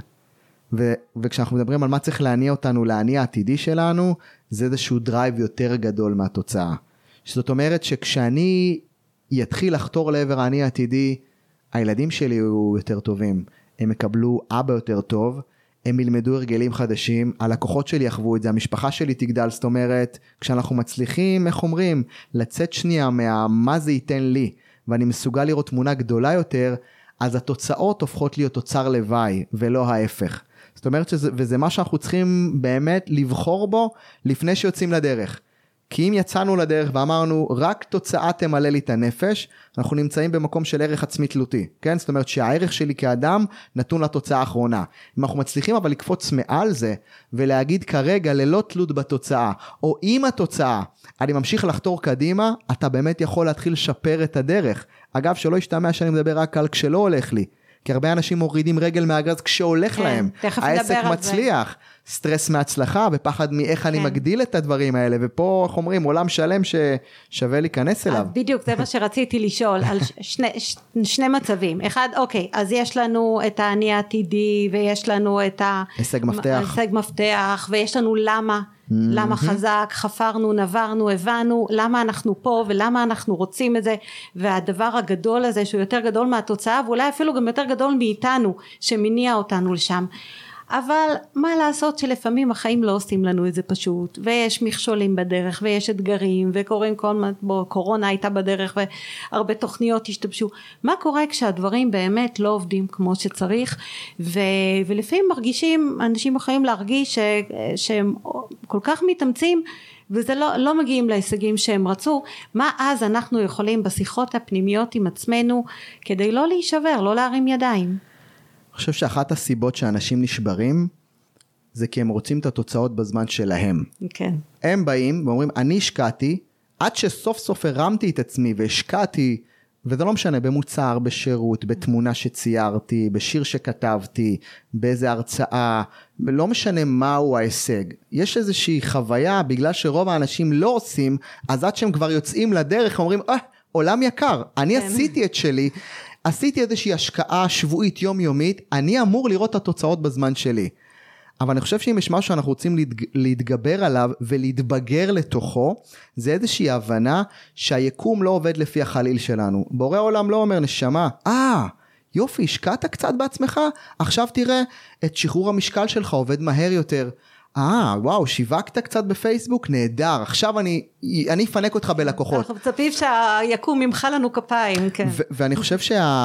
ו- וכשאנחנו מדברים על מה צריך להניע אותנו, להניע העתידי שלנו, זה איזשהו דרייב יותר גדול מהתוצאה. זאת אומרת שכשאני יתחיל לחתור לעבר העני העתידי, הילדים שלי יהיו יותר טובים, הם יקבלו אבא יותר טוב, הם ילמדו הרגלים חדשים, הלקוחות שלי יחוו את זה, המשפחה שלי תגדל, זאת אומרת, כשאנחנו מצליחים, איך אומרים, לצאת שנייה מה זה ייתן לי, ואני מסוגל לראות תמונה גדולה יותר, אז התוצאות הופכות להיות תוצר לוואי, ולא ההפך. זאת אומרת שזה, וזה מה שאנחנו צריכים באמת לבחור בו, לפני שיוצאים לדרך. כי אם יצאנו לדרך ואמרנו, רק תוצאה תמלא לי את הנפש, אנחנו נמצאים במקום של ערך עצמי תלותי. כן? זאת אומרת שהערך שלי כאדם נתון לתוצאה האחרונה. אם אנחנו מצליחים אבל לקפוץ מעל זה, ולהגיד כרגע ללא תלות בתוצאה, או עם התוצאה, אני ממשיך לחתור קדימה, אתה באמת יכול להתחיל לשפר את הדרך. אגב, שלא ישתמע שאני מדבר רק על כשלא הולך לי. כי הרבה אנשים מורידים רגל מהגז כשהולך כן, להם. העסק מצליח, זה. סטרס מהצלחה ופחד מאיך כן. אני מגדיל את הדברים האלה, ופה, איך אומרים, עולם שלם ששווה להיכנס אליו. בדיוק, זה מה שרציתי לשאול, על שני, שני מצבים. אחד, אוקיי, אז יש לנו את העני העתידי, ויש לנו את ה... הישג מפתח. הישג מפתח, ויש לנו למה. למה חזק, חפרנו, נברנו, הבנו, למה אנחנו פה ולמה אנחנו רוצים את זה, והדבר הגדול הזה שהוא יותר גדול מהתוצאה, ואולי אפילו גם יותר גדול מאיתנו, שמניע אותנו לשם. אבל מה לעשות שלפעמים החיים לא עושים לנו את זה פשוט, ויש מכשולים בדרך, ויש אתגרים, וקוראים כל מה, בו, קורונה הייתה בדרך, והרבה תוכניות השתבשו. מה קורה כשהדברים באמת לא עובדים כמו שצריך, ו, ולפעמים מרגישים, אנשים יכולים להרגיש ש, שהם כל כך מתאמצים, וזה לא, לא מגיעים להישגים שהם רצו. מה אז אנחנו יכולים בשיחות הפנימיות עם עצמנו, כדי לא להישבר, לא להרים ידיים? אני חושב שאחת הסיבות שאנשים נשברים, זה כי הם רוצים את התוצאות בזמן שלהם. כן. הם באים ואומרים, אני השקעתי, עד שסוף סוף הרמתי את עצמי והשקעתי, וזה לא משנה, במוצר, בשירות, בתמונה שציירתי, בשיר שכתבתי, באיזה הרצאה, לא משנה מהו ההישג. יש איזושהי חוויה, בגלל שרוב האנשים לא עושים, אז עד שהם כבר יוצאים לדרך, אומרים, אה, עולם יקר, אני כן. עשיתי את שלי, עשיתי איזושהי השקעה שבועית יומיומית, אני אמור לראות את התוצאות בזמן שלי. אבל אני חושב שאם יש משהו שאנחנו רוצים להתגבר עליו ולהתבגר לתוכו, זה איזושהי הבנה שהיקום לא עובד לפי החליל שלנו. בורא העולם לא אומר נשמה, אה, יופי, השקעת קצת בעצמך, עכשיו תראה את שחרור המשקל שלך עובד מהר יותר. אה, וואו, שיווקת קצת בפייסבוק, נהדר, עכשיו אני, אני אפנק אותך בלקוחות. אנחנו מצפים שהיקום ימחא לנו כפיים, כן. ו- ואני חושב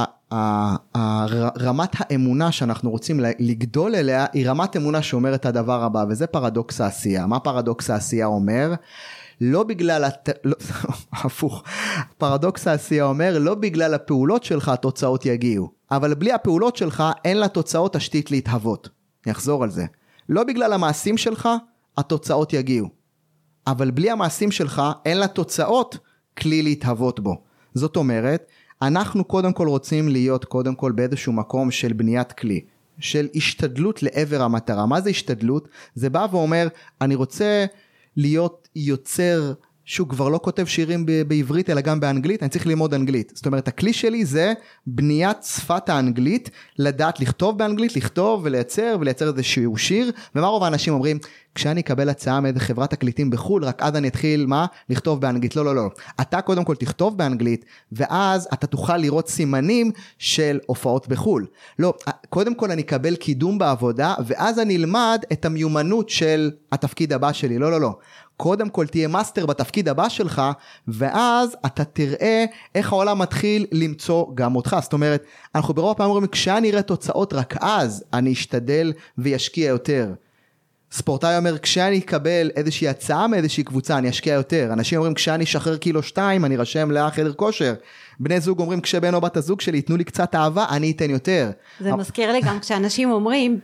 שהרמת האמונה שאנחנו רוצים לגדול אליה, היא רמת אמונה שאומרת הדבר הבא, וזה פרדוקס העשייה. מה פרדוקס העשייה אומר? לא בגלל, הת... לא, הפוך, פרדוקס העשייה אומר, לא בגלל הפעולות שלך התוצאות יגיעו, אבל בלי הפעולות שלך אין לה תוצאות תשתית להתהוות. אני אחזור על זה. לא בגלל המעשים שלך, התוצאות יגיעו. אבל בלי המעשים שלך, אין לה תוצאות כלי להתהוות בו. זאת אומרת, אנחנו קודם כל רוצים להיות קודם כל באיזשהו מקום של בניית כלי, של השתדלות לעבר המטרה. מה זה השתדלות? זה בא ואומר, אני רוצה להיות יוצר, שהוא כבר לא כותב שירים בעברית, אלא גם באנגלית, אני צריך ללמוד אנגלית. זאת אומרת, הכלי שלי זה בניית שפת האנגלית, לדעת לכתוב באנגלית, לכתוב ולייצר, ולייצר איזשהו שיר, ומה רוב האנשים אומרים, כשאני אקבל הצעה מאיזה חברת תקליטים בחול, רק אז אני אתחיל, מה? לכתוב באנגלית. לא, לא, לא. אתה קודם כל תכתוב באנגלית, ואז אתה תוכל לראות סימנים של הופעות בחול. לא, קודם כל אני אקבל קידום בעבודה, ואז אני אלמד את המיומנות של התפקיד הבא שלי. לא, לא, לא. קודם כל תהיה מאסטר בתפקיד הבא שלך, ואז אתה תראה איך העולם מתחיל למצוא גם אותך. זאת אומרת, אנחנו ברוב הפעמים אומרים, כשאני אראה תוצאות רק אז, אני אשתדל וישקיע יותר. ספורטאי אומר, כשאני אקבל איזושהי הצעה מאיזושהי קבוצה, אני אשקיע יותר. אנשים אומרים, כשאני אשחרר קילו שתיים, אני רשם לחדר כושר. בני זוג אומרים, כשבן או בת הזוג שלי ייתנו לי קצת אהבה, אני אתן יותר. זה מזכיר לי גם כשאנשים אומרים,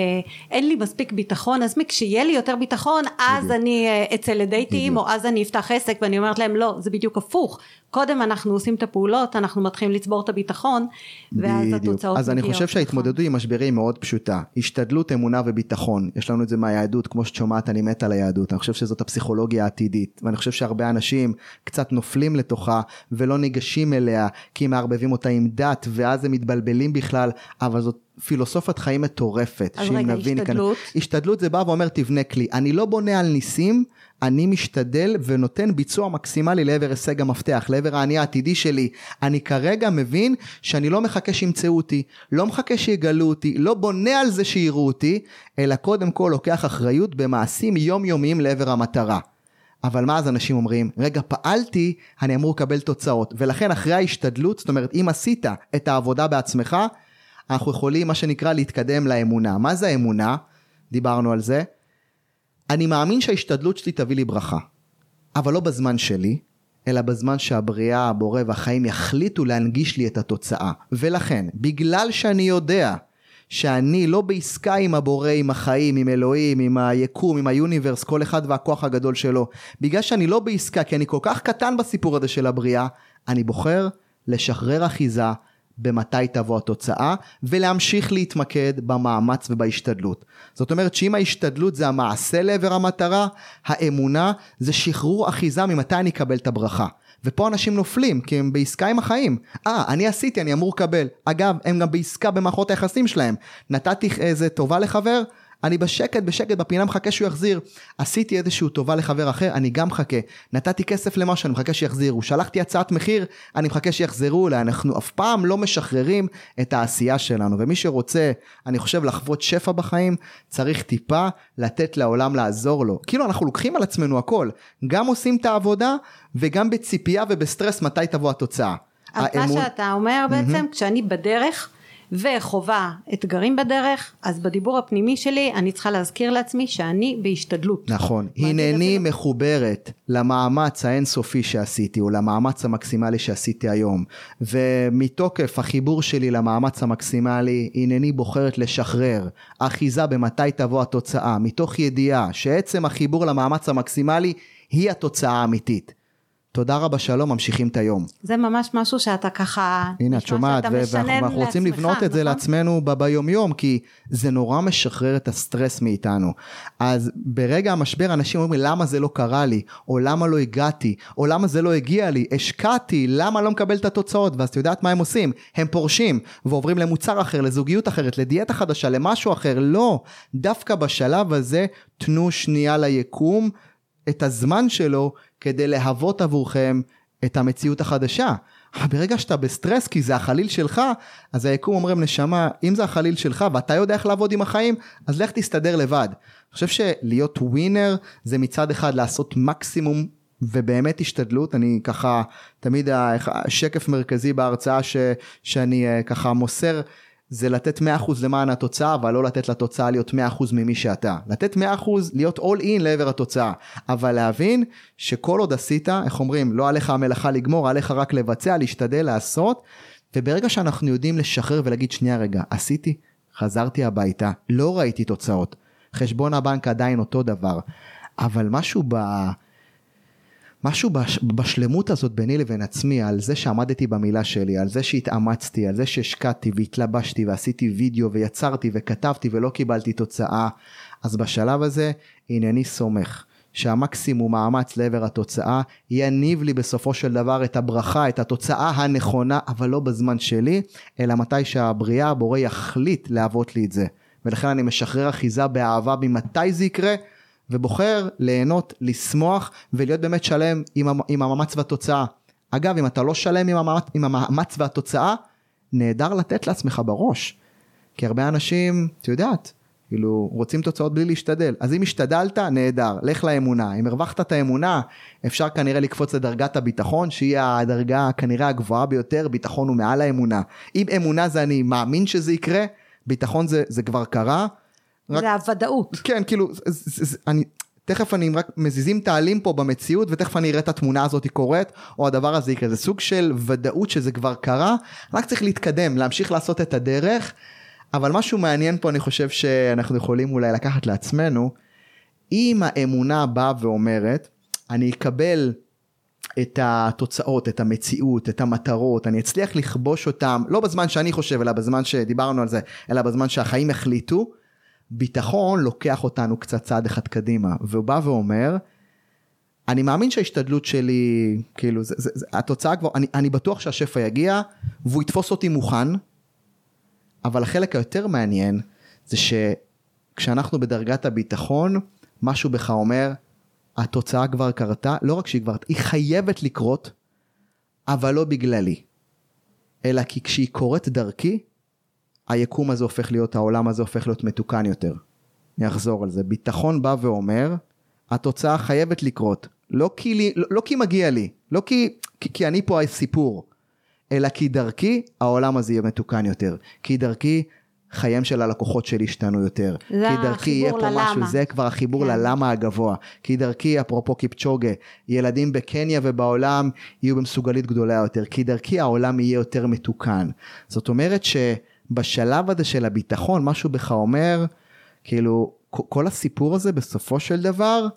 אין לי מספיק ביטחון, אז כשיהיה לי יותר ביטחון, אז אני אצא לדייטים, או אז אני אפתח עסק, ואני אומרת להם, לא, זה בדיוק הפוך. קודם אנחנו עושים את הפעולות, אנחנו מתחילים לצבור את הביטחון, ואז התוצאות מגיעות. אז אני חושב שההתמודדות עם משברים היא מאוד פשוטה. השתדלות, אמונה וביטחון. יש לנו את זה מהיהדות, כמו ששומעת, אני מת על היהדות. אני חושב שזאת הפסיכולוגיה העתידית, ואני חושב שהרבה אנשים קצת נופלים לתוכה, ולא ניגשים אליה, כי הם מערבבים אותה עם דת, ואז הם מתבלבלים בכלל, אבל זאת פילוסופת חיים מטורפת. אז רגע, השתדלות. כאן. השתדלות זה בא ואומר, תבנה כלי. אני לא בונה על ניסים, אני משתדל ונותן ביצוע מקסימלי לעבר הישג המפתח, לעבר העני העתידי שלי. אני כרגע מבין שאני לא מחכה שימצאו אותי, לא מחכה שיגלו אותי, לא בונה על זה שיראו אותי, אלא קודם כל לוקח אחריות במעשים יומיומיים לעבר המטרה. אבל מה אז אנשים אומרים? רגע, פעלתי, אני אמור לקבל תוצאות. ולכן אחרי ההשתדלות, זאת אומרת, אם עשית את העבודה בעצמך, אנחנו יכולים, מה שנקרא, להתקדם לאמונה. מה זה האמונה? דיברנו על זה. אני מאמין שההשתדלות שלי תביא לי ברכה, אבל לא בזמן שלי, אלא בזמן שהבריאה, הבורא והחיים יחליטו להנגיש לי את התוצאה. ולכן, בגלל שאני יודע שאני לא בעסקה עם הבורא, עם החיים, עם אלוהים, עם היקום, עם היוניברס, כל אחד והכוח הגדול שלו, בגלל שאני לא בעסקה, כי אני כל כך קטן בסיפור הזה של הבריאה, אני בוחר לשחרר אחיזה, במתי תבוא התוצאה, ולהמשיך להתמקד במאמץ ובהשתדלות. זאת אומרת שאם ההשתדלות זה המעשה לעבר המטרה, האמונה זה שחרור אחיזה ממתי אני אקבל את הברכה. ופה אנשים נופלים, כי הם בעסקה עם החיים. אה, אני עשיתי, אני אמור לקבל. אגב, הם גם בעסקה במערכות היחסים שלהם. נתתי איזה טובה לחבר, אני בשקט, בשקט, בפינה מחכה שהוא יחזיר. עשיתי איזשהו טובה לחבר אחר, אני גם מחכה. נתתי כסף למשהו, אני מחכה שיחזירו. שלחתי הצעת מחיר, אני מחכה שיחזרו אליי. אנחנו אף פעם לא משחררים את העשייה שלנו. ומי שרוצה, אני חושב, לחוות שפע בחיים, צריך טיפה לתת לעולם לעזור לו. כאילו אנחנו לוקחים על עצמנו הכל. גם עושים את העבודה, וגם בציפייה ובסטרס מתי תבוא התוצאה. אז מה שאתה אומר בעצם, כשאני בדרך, וחובה אתגרים בדרך, אז בדיבור הפנימי שלי אני צריכה להזכיר לעצמי שאני בהשתדלות. נכון, הנני מחוברת למאמץ האינסופי שעשיתי, או למאמץ המקסימלי שעשיתי היום, ומתוקף החיבור שלי למאמץ המקסימלי, הנני בוחרת לשחרר אחיזה במתי תבוא התוצאה, מתוך ידיעה שעצם החיבור למאמץ המקסימלי היא התוצאה האמיתית. תודה רבה, שלום, ממשיכים את היום. זה ממש משהו שאתה ככה, הנה, את שומעת, ואנחנו רוצים לבנות את זה לעצמנו ביום יום, כי זה נורא משחרר את הסטרס מאיתנו. אז ברגע המשבר, אנשים אומרים, למה זה לא קרה לי, או למה לא הגעתי, או למה זה לא הגיע לי, השקעתי, למה לא מקבל את התוצאות, ואז אתה יודעת מה הם עושים? הם פורשים, ועוברים למוצר אחר, לזוגיות אחרת, לדיאטה חדשה, למשהו אחר. לא, דווקא בשלב הזה, תנו שנייה ליקום, את הזמן שלו, כדי להוות עבורכם את המציאות החדשה. ברגע שאתה בסטרס, כי זה החליל שלך, אז היקום אומרים נשמה, אם זה החליל שלך, ואתה יודע איך לעבוד עם החיים, אז לך תסתדר לבד. אני חושב שלהיות ווינר, זה מצד אחד לעשות מקסימום, ובאמת השתדלות. אני ככה, תמיד השקף מרכזי בהרצאה, ש, שאני ככה מוסר, זה לתת מאה אחוז למען התוצאה, אבל לא לתת לתוצאה להיות מאה אחוז ממי שאתה. לתת מאה אחוז, להיות all in לעבר התוצאה. אבל להבין שכל עוד עשית, איך אומרים, לא עליך המלאכה לגמור, עליך רק לבצע, להשתדל, לעשות, וברגע שאנחנו יודעים לשחרר ולהגיד, שנייה רגע, עשיתי, חזרתי הביתה, לא ראיתי תוצאות. חשבון הבנק עדיין אותו דבר. אבל משהו ב... משהו בשלמות הזאת ביני לבין עצמי, על זה שעמדתי במילה שלי, על זה שהתאמצתי, על זה שהשקעתי והתלבשתי ועשיתי וידאו ויצרתי וכתבתי ולא קיבלתי תוצאה, אז בשלב הזה הנני סומך שהמקסימום מאמץ לעבר התוצאה יניב לי בסופו של דבר את הברכה, את התוצאה הנכונה, אבל לא בזמן שלי, אלא מתי שהבריאה, הבורא יחליט להוות לי את זה. ולכן אני משחרר אחיזה באהבה ממתי זה יקרה, ובוחר ליהנות, לשמוח, ולהיות באמת שלם עם, עם המאמץ והתוצאה. אגב, אם אתה לא שלם עם המאמץ, עם המאמץ והתוצאה, נהדר לתת לעצמך בראש. כי הרבה אנשים, אתה יודעת, כאילו, רוצים תוצאות בלי להשתדל. אז אם השתדלת, נהדר, לך לאמונה. אם הרווחת את האמונה, אפשר כנראה לקפוץ לדרגת הביטחון, שהיא הדרגה כנראה הגבוהה ביותר, ביטחון הוא מעל האמונה. אם אמונה זה אני מאמין שזה יקרה, ביטחון זה, זה כבר קרה, רק, זה הוודאות. כן, כאילו, זה, זה, אני, תכף אני רק מזיזים את העלים פה במציאות, ותכף אני אראה את התמונה הזאת היא קורית, או הדבר הזה יקרה, זה סוג של ודאות שזה כבר קרה, רק צריך להתקדם, להמשיך לעשות את הדרך, אבל משהו מעניין פה אני חושב שאנחנו יכולים אולי לקחת לעצמנו, אם האמונה באה ואומרת, אני אקבל את התוצאות, את המציאות, את המטרות, אני אצליח לכבוש אותם, לא בזמן שאני חושב, אלא בזמן שדיברנו על זה, אלא בזמן שהחיים החליטו, ביטחון לוקח אותנו קצת צעד אחד קדימה, והוא בא ואומר, אני מאמין שההשתדלות שלי, כאילו, זה, זה, זה, התוצאה כבר, אני, אני בטוח שהשפע יגיע, והוא יתפוס אותי מוכן, אבל החלק היותר מעניין, זה שכשאנחנו בדרגת הביטחון, משהו בך אומר, התוצאה כבר קרתה, לא רק שהיא כבר, היא חייבת לקרות, אבל לא בגללי, אלא כי כשהיא קורית דרכי, היקום הזה הופך להיות, העולם הזה הופך להיות מתוקן יותר. אני אחזור על זה. ביטחון בא ואומר, התוצאה חייבת לקרות. לא כי, לי, לא, לא כי מגיע לי, לא כי, כי, כי אני פה הסיפור, אלא כי דרכי העולם הזה יהיה מתוקן יותר. כי דרכי חיים של הלקוחות שלי השתנו יותר. כי דרכי יהיה פה ללמה. משהו, זה כבר החיבור כן. ללמה הגבוה. כי דרכי, אפרופו קיפצ'וגה, ילדים בקניה ובעולם יהיו במסוגלית גדולה יותר. כי דרכי העולם יהיה יותר מתוקן. זאת אומרת ש... בשלב הזה של הביטחון, משהו בך אומר, כאילו, כל הסיפור הזה בסופו של דבר,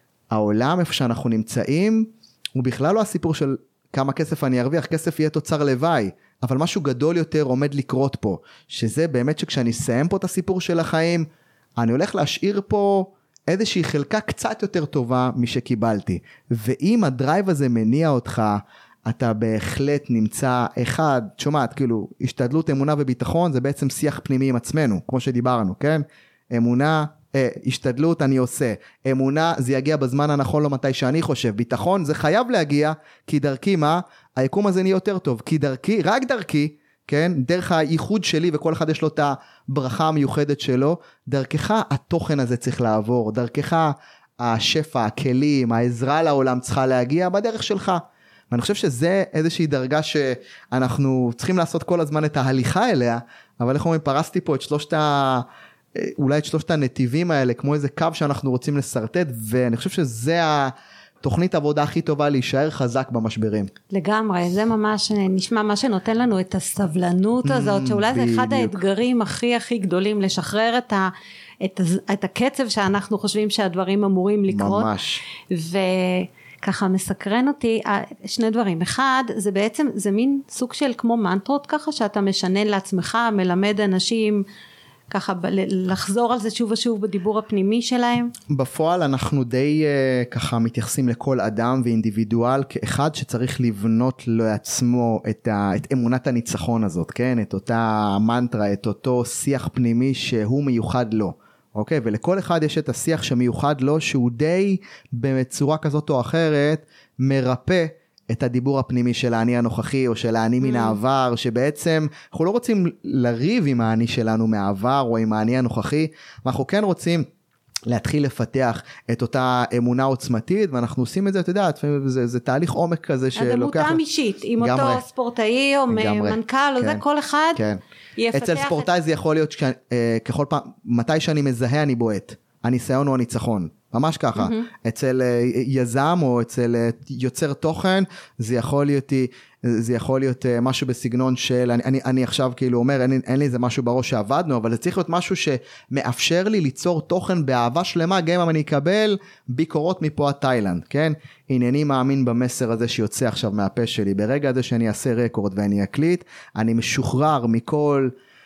העולם איפה שאנחנו נמצאים, הוא בכלל לא הסיפור של כמה כסף אני ארוויח, כסף יהיה תוצר לוואי, אבל משהו גדול יותר עומד לקרות פה, שזה באמת שכשאני אסיים פה את הסיפור של החיים, אני הולך להשאיר פה איזושהי חלקה קצת יותר טובה משקיבלתי, ואם הדרייב הזה מניע אותך, אתה בהחלט נמצא אחד, שומעת, כאילו, השתדלות, אמונה וביטחון, זה בעצם שיח פנימי עם עצמנו, כמו שדיברנו, כן? אמונה, אה, השתדלות אני עושה, אמונה זה יגיע בזמן הנכון, לא מתי שאני חושב, ביטחון זה חייב להגיע, כי דרכי מה? היקום הזה נהיה יותר טוב, כי דרכי, רק דרכי, כן? דרך הייחוד שלי, וכל אחד יש לו את הברכה המיוחדת שלו, דרכך התוכן הזה צריך לעבור, דרכך השפע, הכלים, העזרה לעולם צריכה להגיע בדרך שלך, ואני חושב שזה איזושהי דרגה שאנחנו צריכים לעשות כל הזמן את ההליכה אליה, אבל איך אומרים, פרסתי פה את שלושת ה... אולי את שלושת הנתיבים האלה, כמו איזה קו שאנחנו רוצים לסרטט, ואני חושב שזה התוכנית עבודה הכי טובה להישאר חזק במשברים. לגמרי, זה ממש נשמע מה שנותן לנו את הסבלנות הזאת, שאולי זה אחד האתגרים הכי הכי גדולים, לשחרר את ה... את, את הקצב שאנחנו חושבים שהדברים אמורים לקרות. ממש. ו... ככה מסקרן אותי שני דברים, אחד זה בעצם זה מין סוג של כמו מנטרות ככה שאתה משנה לעצמך, מלמד אנשים ככה לחזור על זה שוב ושוב בדיבור הפנימי שלהם. בפועל אנחנו די ככה מתייחסים לכל אדם ואינדיבידואל כאחד שצריך לבנות לעצמו את, ה, את אמונת הניצחון הזאת, כן? את אותה מנטרה, את אותו שיח פנימי שהוא מיוחד לו. אוקיי, ולכל אחד יש את השיח שמיוחד לו, שהוא די בצורה כזאת או אחרת, מרפא את הדיבור הפנימי של האני הנוכחי, או של האני מן העבר, שבעצם אנחנו לא רוצים לריב עם האני שלנו מהעבר, או עם האני הנוכחי, ואנחנו כן רוצים להתחיל לפתח את אותה אמונה עוצמתית, ואנחנו עושים את זה, אתה יודע, זה, זה תהליך עומק כזה שלוקח... הדמות אישית, עם אותו ספורטאי או מנכ"ל, או זה כל אחד יפתח... אצל ספורטאי זה יכול להיות ככל פעם, מתי שאני מזהה אני בועט, הניסיון הוא הניצחון, ממש ככה. אצל יזם או אצל יוצר תוכן, זה יכול להיות... זה יכול להיות משהו בסגנון של, אני, אני, אני עכשיו כאילו אומר, אין, אין לי איזה משהו בראש שעבדנו, אבל זה צריך להיות משהו שמאפשר לי ליצור תוכן באהבה שלמה, גם אם אני אקבל ביקורות מפה עד תאילנד, כן? הנני מאמין במסר הזה שיוצא עכשיו מהפה שלי, ברגע הזה שאני אעשה רקורד ואני אקליט, אני משוחרר מכל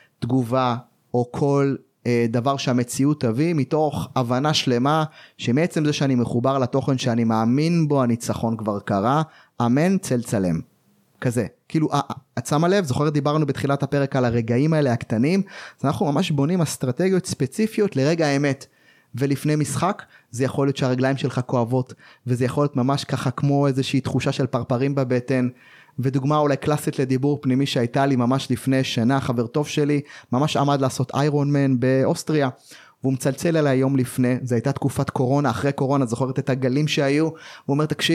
תגובה או כל אה, דבר שהמציאות תביא, מתוך הבנה שלמה, שמעצם זה שאני מחובר לתוכן שאני מאמין בו, הניצחון כבר קרה, אמן צלצלם. כזה, כאילו, את שמה לב, זוכרת דיברנו בתחילת הפרק על הרגעים האלה הקטנים, אז אנחנו ממש בונים אסטרטגיות ספציפיות לרגע האמת, ולפני משחק, זה יכול להיות שהרגליים שלך כואבות, וזה יכול להיות ממש ככה כמו איזושהי תחושה של פרפרים בבטן, ודוגמה אולי קלאסית לדיבור פנימי שהייתה לי ממש לפני שנה, חבר טוב שלי, ממש עמד לעשות איירון מן באוסטריה, והוא מצלצל אליי יום לפני, זו הייתה תקופת קורונה, אחרי קורונה, זוכרת את הגלים שהיו, הוא אומר, תקשיב,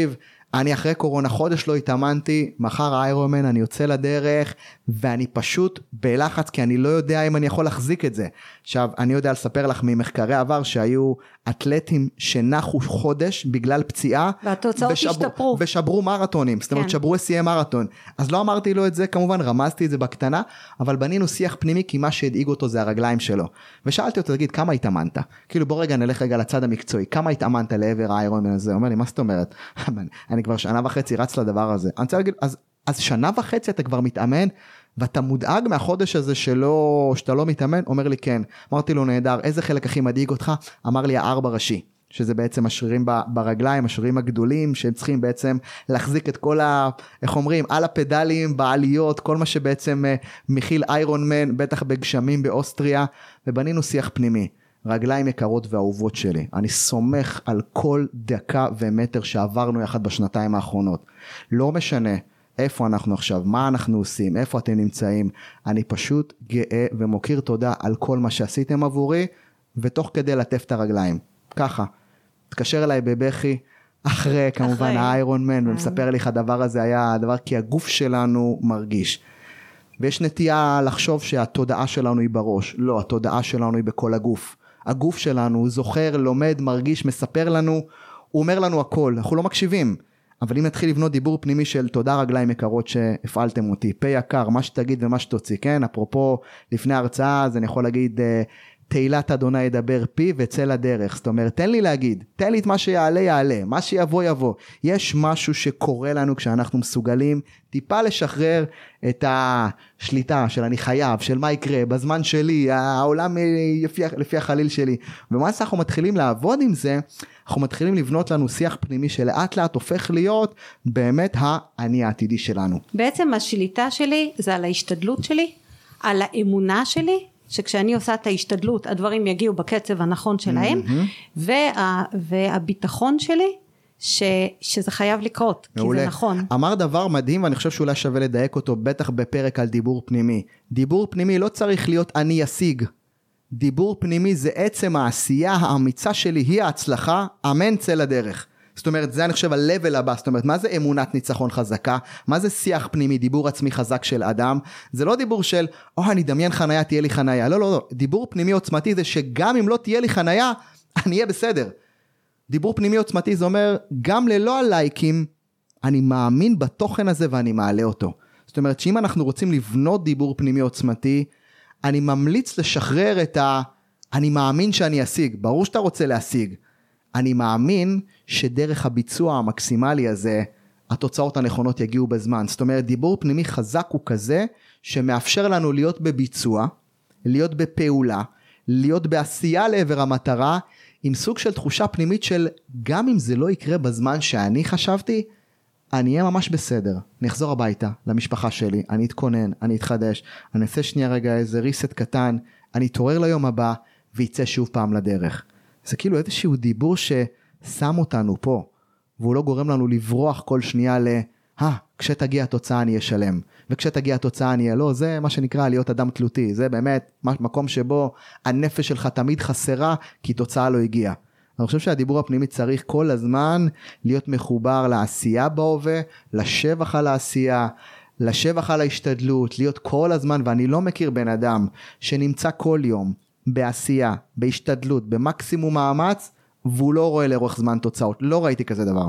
אני אחרי קורונה חודש לא התאמנתי, מחר האיירונמן אני יוצא לדרך, ואני פשוט בלחץ, כי אני לא יודע אם אני יכול להחזיק את זה. עכשיו, אני יודע לספר לך ממחקרי עבר, שהיו אתלטים שנחו חודש, בגלל פציעה, והתוצאות השתפרו. ושברו מרתונים, זאת אומרת, כן. שברו סי אם מרתון. אז לא אמרתי לו את זה, כמובן, רמזתי את זה בקטנה, אבל בנינו שיח פנימי, כי מה שהדאיג אותו זה הרגליים שלו. ושאלתי אותו, תגיד, כמה התאמנת? כאילו, בוא רגע, נלך רגע לצד המקצועי, כמה התאמנת לעבר האיירונמן הזה? אומר לי, מה זאת אומרת? אני כבר שנה וחצי רץ לדבר הזה. אני רוצה להגיד, אז, אז שנה וחצי אתה כבר מתאמן, ואתה מודאג מהחודש הזה שלא, שאתה לא מתאמן? אומר לי, כן. אמרתי לו, נהדר, איזה חלק הכי מדאיג אותך? אמר לי, הארבע ראשי, שזה בעצם השרירים ברגליים, השרירים הגדולים, שהם צריכים בעצם להחזיק את כל ה, איך אומרים, על הפדלים, בעליות, כל מה שבעצם מכיל איירונמן, בטח בגשמים באוסטריה, ובנינו שיח פנימי. רגליים יקרות ואהובות שלי, אני סומך על כל דקה ומטר שעברנו יחד בשנתיים האחרונות. לא משנה איפה אנחנו עכשיו, מה אנחנו עושים, איפה אתם נמצאים, אני פשוט גאה ומוקיר תודה על כל מה שעשיתם עבורי, ותוך כדי לטף את הרגליים. ככה, תקשר אליי בבכי, אחרי כמובן האיירונמן, ומספר לי איך הדבר הזה היה הדבר, כי הגוף שלנו מרגיש. ויש נטייה לחשוב שהתודעה שלנו היא בראש. לא, התודעה שלנו היא בכל הגוף. הגוף שלנו זוכר, לומד, מרגיש, מספר לנו, הוא אומר לנו הכל, אנחנו לא מקשיבים. אבל אם נתחיל לבנות דיבור פנימי של תודה רגליים יקרות שהפעלתם אותי, פה יקר, מה שתגיד ומה שתוציא, כן? אפרופו, לפני ההרצאה, אז אני יכול להגיד, תהילת אדוני ידבר פי וצא לדרך. זאת אומרת, תן לי להגיד, תן לי את מה שיעלה יעלה, מה שיבוא יבוא. יש משהו שקורה לנו כשאנחנו מסוגלים טיפה לשחרר את השליטה של אני חייב, של מה יקרה, בזמן שלי, העולם לפי, לפי החליל שלי. ומה אנחנו מתחילים לעבוד עם זה, אנחנו מתחילים לבנות לנו שיח פנימי שלאט לאט הופך להיות באמת האני העתידי שלנו. בעצם השליטה שלי זה על ההשתדלות שלי, על האמונה שלי, שכשאני עושה את ההשתדלות, הדברים יגיעו בקצב הנכון שלהם, mm-hmm. וה, והביטחון שלי, ש, שזה חייב לקרות, מעולה. כי זה נכון. אמר דבר מדהים, ואני חושב שאולי שווה לדייק אותו, בטח בפרק על דיבור פנימי. דיבור פנימי לא צריך להיות אני אשיג. דיבור פנימי זה עצם העשייה האמיצה שלי, היא ההצלחה, אמן צא לדרך. זאת אומרת, זה אני חושב ה-level הבא, זאת אומרת, מה זה אמונת ניצחון חזקה? מה זה שיח פנימי, דיבור עצמי חזק של אדם? זה לא דיבור של, או, אני דמיין חנייה, תהיה לי חנייה. לא, לא, לא. דיבור פנימי עוצמתי זה שגם אם לא תהיה לי חנייה, אני אהיה בסדר. דיבור פנימי עוצמתי זה אומר, גם ללא הלייקים, אני מאמין בתוכן הזה ואני מעלה אותו. זאת אומרת, שאם אנחנו רוצים לבנות דיבור פנימי עוצמתי, אני ממליץ לשחרר את ה, אני מאמין שאני אשיג. ברור שאתה רוצה להשיג. אני מאמין שדרך הביצוע המקסימלי הזה, התוצאות הנכונות יגיעו בזמן. זאת אומרת, דיבור פנימי חזק הוא כזה, שמאפשר לנו להיות בביצוע, להיות בפעולה, להיות בעשייה לעבר המטרה, עם סוג של תחושה פנימית של, גם אם זה לא יקרה בזמן שאני חשבתי, אני אהיה ממש בסדר. אני אחזור הביתה למשפחה שלי, אני אתכונן, אני אתחדש, אני אעשה שנייה רגע איזה ריסט קטן, אני אתעורר ליום הבא, ויצא שוב פעם לדרך. זה כאילו איזשהו דיבור ששם אותנו פה, והוא לא גורם לנו לברוח כל שנייה ל, אה, כשתגיע התוצאה אני אשלם, וכשתגיע התוצאה אני אהיה, לא, זה מה שנקרא להיות אדם תלותי, זה באמת מקום שבו הנפש שלך תמיד חסרה, כי תוצאה לא הגיעה. אני חושב שהדיבור הפנימי צריך כל הזמן להיות מחובר לעשייה בהווה, לשבח על העשייה, לשבח על ההשתדלות, להיות כל הזמן, ואני לא מכיר בן אדם שנמצא כל יום, בעשייה, בהשתדלות, במקסימום מאמץ, והוא לא רואה לאורך זמן תוצאות. לא ראיתי כזה דבר.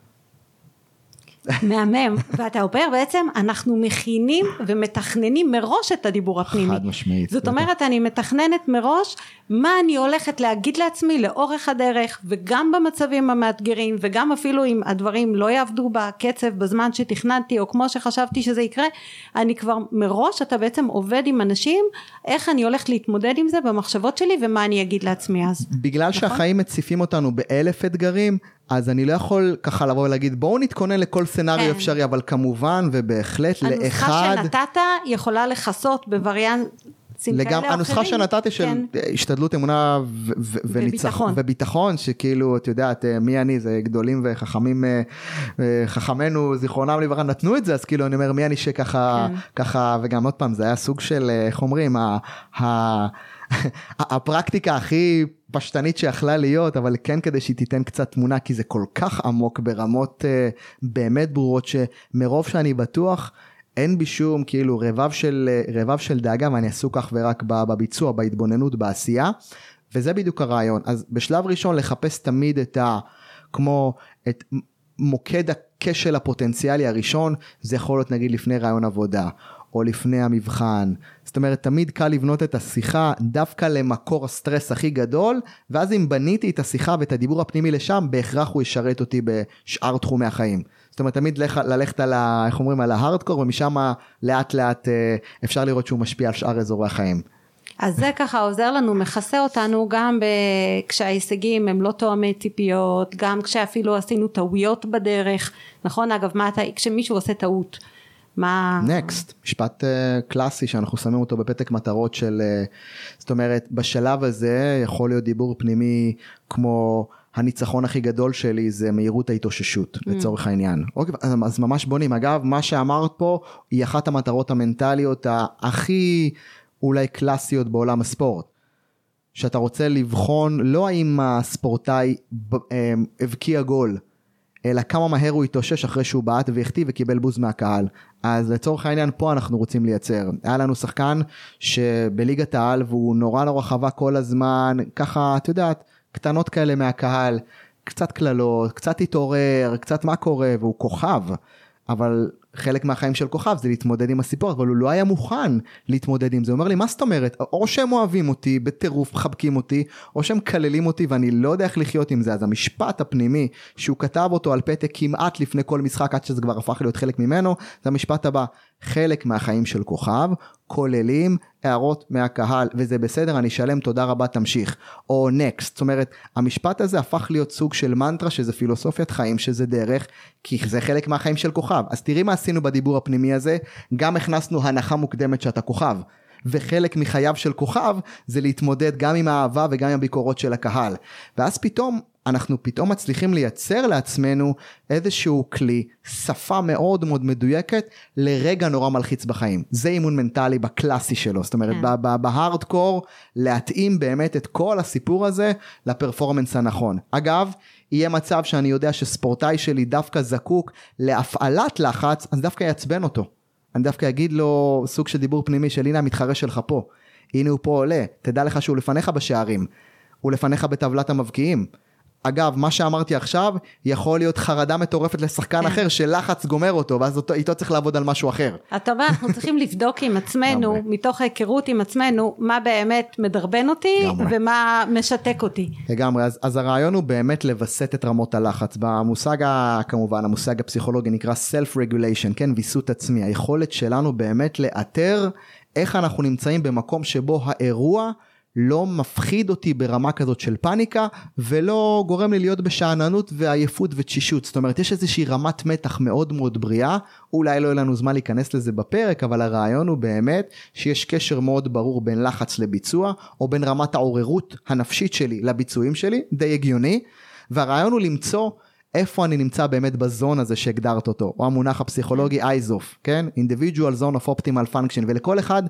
מהמם, ואתה אומר בעצם, אנחנו מכינים ומתכננים מראש את הדיבור הפנימי. חד משמעית. זאת אומרת, אני מתכננת מראש, מה אני הולכת להגיד לעצמי לאורך הדרך, וגם במצבים המאתגרים, וגם אפילו אם הדברים לא יעבדו בקצב, בזמן שתכננתי, או כמו שחשבתי שזה יקרה, אני כבר מראש, אתה בעצם עובד עם אנשים, איך אני הולכת להתמודד עם זה במחשבות שלי, ומה אני אגיד לעצמי אז. בגלל נכון? שהחיים מציפים אותנו באלף אתגרים, אז אני לא יכול ככה לבוא ולהגיד, בואו נתכונן לכל סצנריו אפשרי, אבל כמובן ובהחלט לאחד... הנוסחה שנתת יכולה לחסות בווריאנט לחצים כאלה או אחרים. הנוסחה שנתתי של כן. השתדלות, אמונה ו- ו- וביטחון. וביטחון, שכאילו, את יודעת, מי אני, זה גדולים וחכמים, חכמנו, זיכרונם לברכה, נתנו את זה, אז כאילו, אני אומר, מי אני שככה, כן. ככה, וגם עוד פעם, זה היה סוג של, איך אומרים, ה... ה- הפרקטיקה הכי פשטנית שיכלה להיות, אבל כן כדי שהיא תיתן קצת תמונה, כי זה כל כך עמוק ברמות uh, באמת ברורות, שמרוב שאני בטוח, אין בי שום כאילו רבב של, רבב של דאגה, ואני עסוק כך ורק בביצוע, בהתבוננות, בעשייה, וזה בדיוק הרעיון. אז בשלב ראשון לחפש תמיד את ה... כמו את מוקד הכשל הפוטנציאלי הראשון, זה יכול להיות נגיד לפני רעיון עבודה, או לפני המבחן. זאת אומרת, תמיד קל לבנות את השיחה דווקא למקור הסטרס הכי גדול, ואז אם בניתי את השיחה ואת הדיבור הפנימי לשם, בהכרח הוא ישרת אותי בשאר תחומי החיים. זאת אומרת, תמיד ללכת על ה, איך אומרים, על ההארדקור, ומשם לאט לאט אפשר לראות שהוא משפיע על שאר אזורי החיים. אז זה ככה עוזר לנו, מכסה אותנו גם כשההישגים הם לא תואמי ציפיות, גם כשאפילו עשינו טעויות בדרך, נכון? אגב, מה אתה, כשמישהו עושה טעות, מה... Next, משפט uh, קלאסי שאנחנו שמים אותו בפתק מטרות של, uh, זאת אומרת, בשלב הזה יכול להיות דיבור פנימי כמו הניצחון הכי גדול שלי זה מהירות ההתאוששות, mm. לצורך העניין. אוקיי, אז ממש בונים. אגב, מה שאמרת פה היא אחת המטרות המנטליות הכי אולי קלאסיות בעולם הספורט. שאתה רוצה לבחון לא האם הספורטאי הבקיע גול, אלא כמה מהר הוא התאושש אחרי שהוא בעט והחטיא וקיבל בוז מהקהל. אז לצורך העניין פה אנחנו רוצים לייצר. היה לנו שחקן שבליגת העל והוא נורא נורא חווה כל הזמן, ככה, את יודעת, קטנות כאלה מהקהל, קצת כללות, קצת התעורר, קצת מה קורה, והוא כוכב. אבל חלק מהחיים של כוכב זה להתמודד עם הסיפור, אבל הוא לא היה מוכן להתמודד עם זה. הוא אומר לי, מה זאת אומרת? או שהם אוהבים אותי, בטירוף חבקים אותי, או שהם כללים אותי ואני לא יודע איך לחיות עם זה. אז המשפט הפנימי שהוא כתב אותו על פתק כמעט לפני כל משחק, עד שזה כבר הפך להיות חלק ממנו, זה המשפט הבא, חלק מהחיים של כוכב, כוללים הערות מהקהל, וזה בסדר, אני שלם, תודה רבה, תמשיך. או next, זאת אומרת, המשפט הזה הפך להיות סוג של מנטרה, שזה פילוסופיית חיים, שזה דרך, כי זה חלק מהחיים של כוכב. אז תראי מה עשינו בדיבור הפנימי הזה, גם הכנסנו הנחה מוקדמת שאתה כוכב, וחלק מחייו של כוכב, זה להתמודד גם עם האהבה וגם עם הביקורות של הקהל. ואז פתאום, אנחנו פתאום מצליחים לייצר לעצמנו איזשהו כלי, שפה מאוד מאוד מדויקת, לרגע נורא מלחיץ בחיים. זה אימון מנטלי בקלאסי שלו, זאת אומרת, בהארדקור, להתאים באמת את כל הסיפור הזה, לפרפורמנס הנכון. אגב, יהיה מצב שאני יודע שספורטאי שלי דווקא זקוק להפעלת לחץ, אז דווקא יעצבן אותו. אני דווקא אגיד לו סוג של דיבור פנימי של הנה המתחרה שלך פה. הנה הוא פה עולה. תדע לך שהוא לפניך בשערים. הוא לפניך בטבלת המבקיעים. אגב, מה שאמרתי עכשיו, יכול להיות חרדה מטורפת לשחקן אחר, שלחץ גומר אותו, ואז איתו צריך לעבוד על משהו אחר. אתה אומר, אנחנו צריכים לבדוק עם עצמנו, מתוך ההיכרות עם עצמנו, מה באמת מדרבן אותי, ומה משתק אותי. לגמרי, אז, אז הרעיון הוא באמת לבסט את רמות הלחץ. במושג, כמובן, המושג הפסיכולוגי נקרא self-regulation, כן, ויסות עצמי. היכולת שלנו באמת לאתר איך אנחנו נמצאים במקום שבו האירוע לא מפחיד אותי ברמה כזאת של פאניקה, ולא גורם לי להיות בשעננות ועייפות ותשישות. זאת אומרת, יש איזושהי רמת מתח מאוד מאוד בריאה, אולי לא יהיה לנו זמן להיכנס לזה בפרק, אבל הרעיון הוא באמת שיש קשר מאוד ברור בין לחץ לביצוע, או בין רמת העוררות הנפשית שלי לביצועים שלי, די הגיוני, והרעיון הוא למצוא איפה אני נמצא באמת בזון הזה שהגדרת אותו, או המונח הפסיכולוגי אייזוף, כן? Individual Zone of Optimal Function, ולכל אחד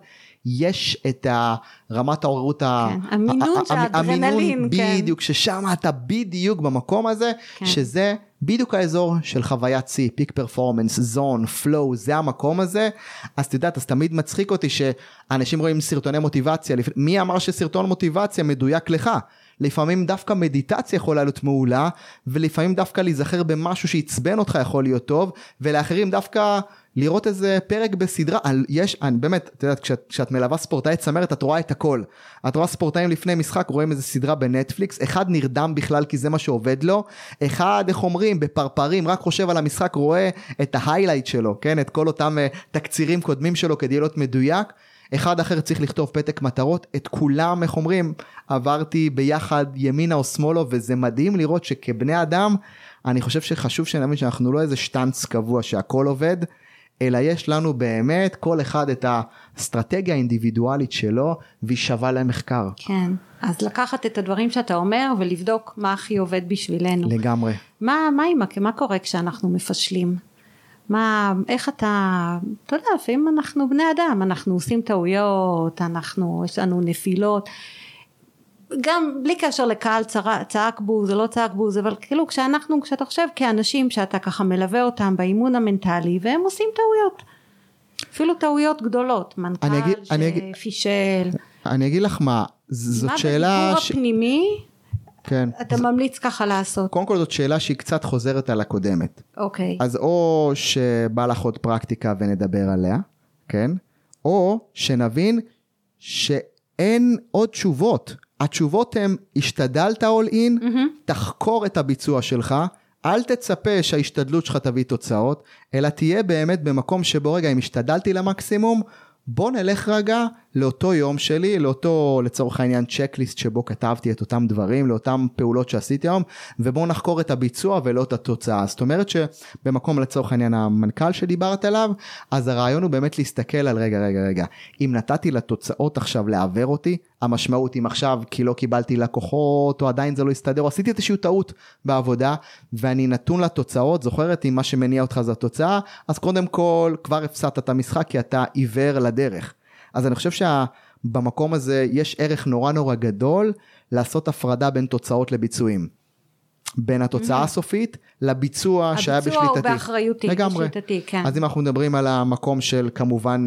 יש את רמת העוררות, המינון של האדרנלין, בדיוק, ששם אתה בדיוק במקום הזה, שזה בדיוק האזור של חוויית C, Peak Performance, Zone, Flow, זה המקום הזה. אז תדעת, אז תמיד מצחיק אותי שאנשים רואים סרטוני מוטיבציה, מי אמר שסרטון מוטיבציה מדויק לך? לפעמים דווקא מדיטציה יכולה להיות מעולה, ולפעמים דווקא להיזכר במשהו שיצבן אותך יכול להיות טוב, ולאחרים דווקא לראות איזה פרק בסדרה. יש, אני באמת, את יודעת, כשאת, כשאת מלווה ספורטאי צמרת, את רואה את הכל. את רואה ספורטאים לפני משחק, רואים איזה סדרה בנטפליקס, אחד נרדם בכלל כי זה מה שעובד לו, אחד, איך אומרים, בפרפרים, רק חושב על המשחק, רואה את ההיילייט שלו, כן? את כל אותם uh, תקצירים קודמים שלו כדי להיות מדויק. אחד אחר צריך לכתוב פתק מטרות, את כולם, איך אומרים, עברתי ביחד ימינה או שמאלו, וזה מדהים לראות שכבני אדם, אני חושב שחשוב שנבין שאנחנו לא איזה שטנץ קבוע שהכל עובד, אלא יש לנו באמת כל אחד את האסטרטגיה האינדיבידואלית שלו, והיא שווה למחקר. כן, אז לקחת את הדברים שאתה אומר, ולבדוק מה הכי עובד בשבילנו. לגמרי. מה, מה, מה, מה קורה כשאנחנו מפשלים? מה, איך אתה, אתה יודע, לפעמים אנחנו בני אדם, אנחנו עושים טעויות, אנחנו, יש לנו נפילות, גם בלי קשר לקהל צעק בוז, זה לא צעק בוז, אבל כאילו כשאנחנו, כשאתה חושב כאנשים שאתה ככה מלווה אותם באימון המנטלי, והם עושים טעויות, אפילו טעויות גדולות, מנכ"ל שפישל. אני אגיד לך מה, זאת שאלה... מה בדיבור הפנימי, כן. אתה ממליץ ככה לעשות? קודם כל זאת שאלה שהיא קצת חוזרת על הקודמת. אוקיי. אז או שבא לך עוד פרקטיקה ונדבר עליה, כן? או שנבין שאין עוד תשובות. התשובות הן, השתדלת all in, mm-hmm. תחקור את הביצוע שלך, אל תצפה שההשתדלות שלך תביא תוצאות, אלא תהיה באמת במקום שבו רגע, אם השתדלתי למקסימום, בוא נלך רגע לאותו יום שלי, לאותו לצורך העניין צ'קליסט שבו כתבתי את אותם דברים, לאותם פעולות שעשיתי היום, ובוא נחקור את הביצוע ולא את התוצאה. זאת אומרת שבמקום לצורך העניין המנכ"ל שדיברת עליו, אז הרעיון הוא באמת להסתכל על רגע, רגע, רגע. אם נתתי לתוצאות עכשיו לעבר אותי, המשמעות אם עכשיו כי לא קיבלתי לקוחות, או עדיין זה לא יסתדר, או עשיתי איזושהי טעות בעבודה, ואני נתון לתוצאות, זוכרת אם מה שמניע אותך זה התוצאה, אז קודם כל כבר הפסדת את המשחק, כי אתה עיוור לדרך. אז אני חושב שבמקום הזה יש ערך נורא נורא גדול, לעשות הפרדה בין תוצאות לביצועים. בין התוצאה הסופית לביצוע שהיה בשליטתי. הביצוע הוא באחריותי, לגמרי. בשליטתי, כן. אז אם אנחנו מדברים על המקום של כמובן,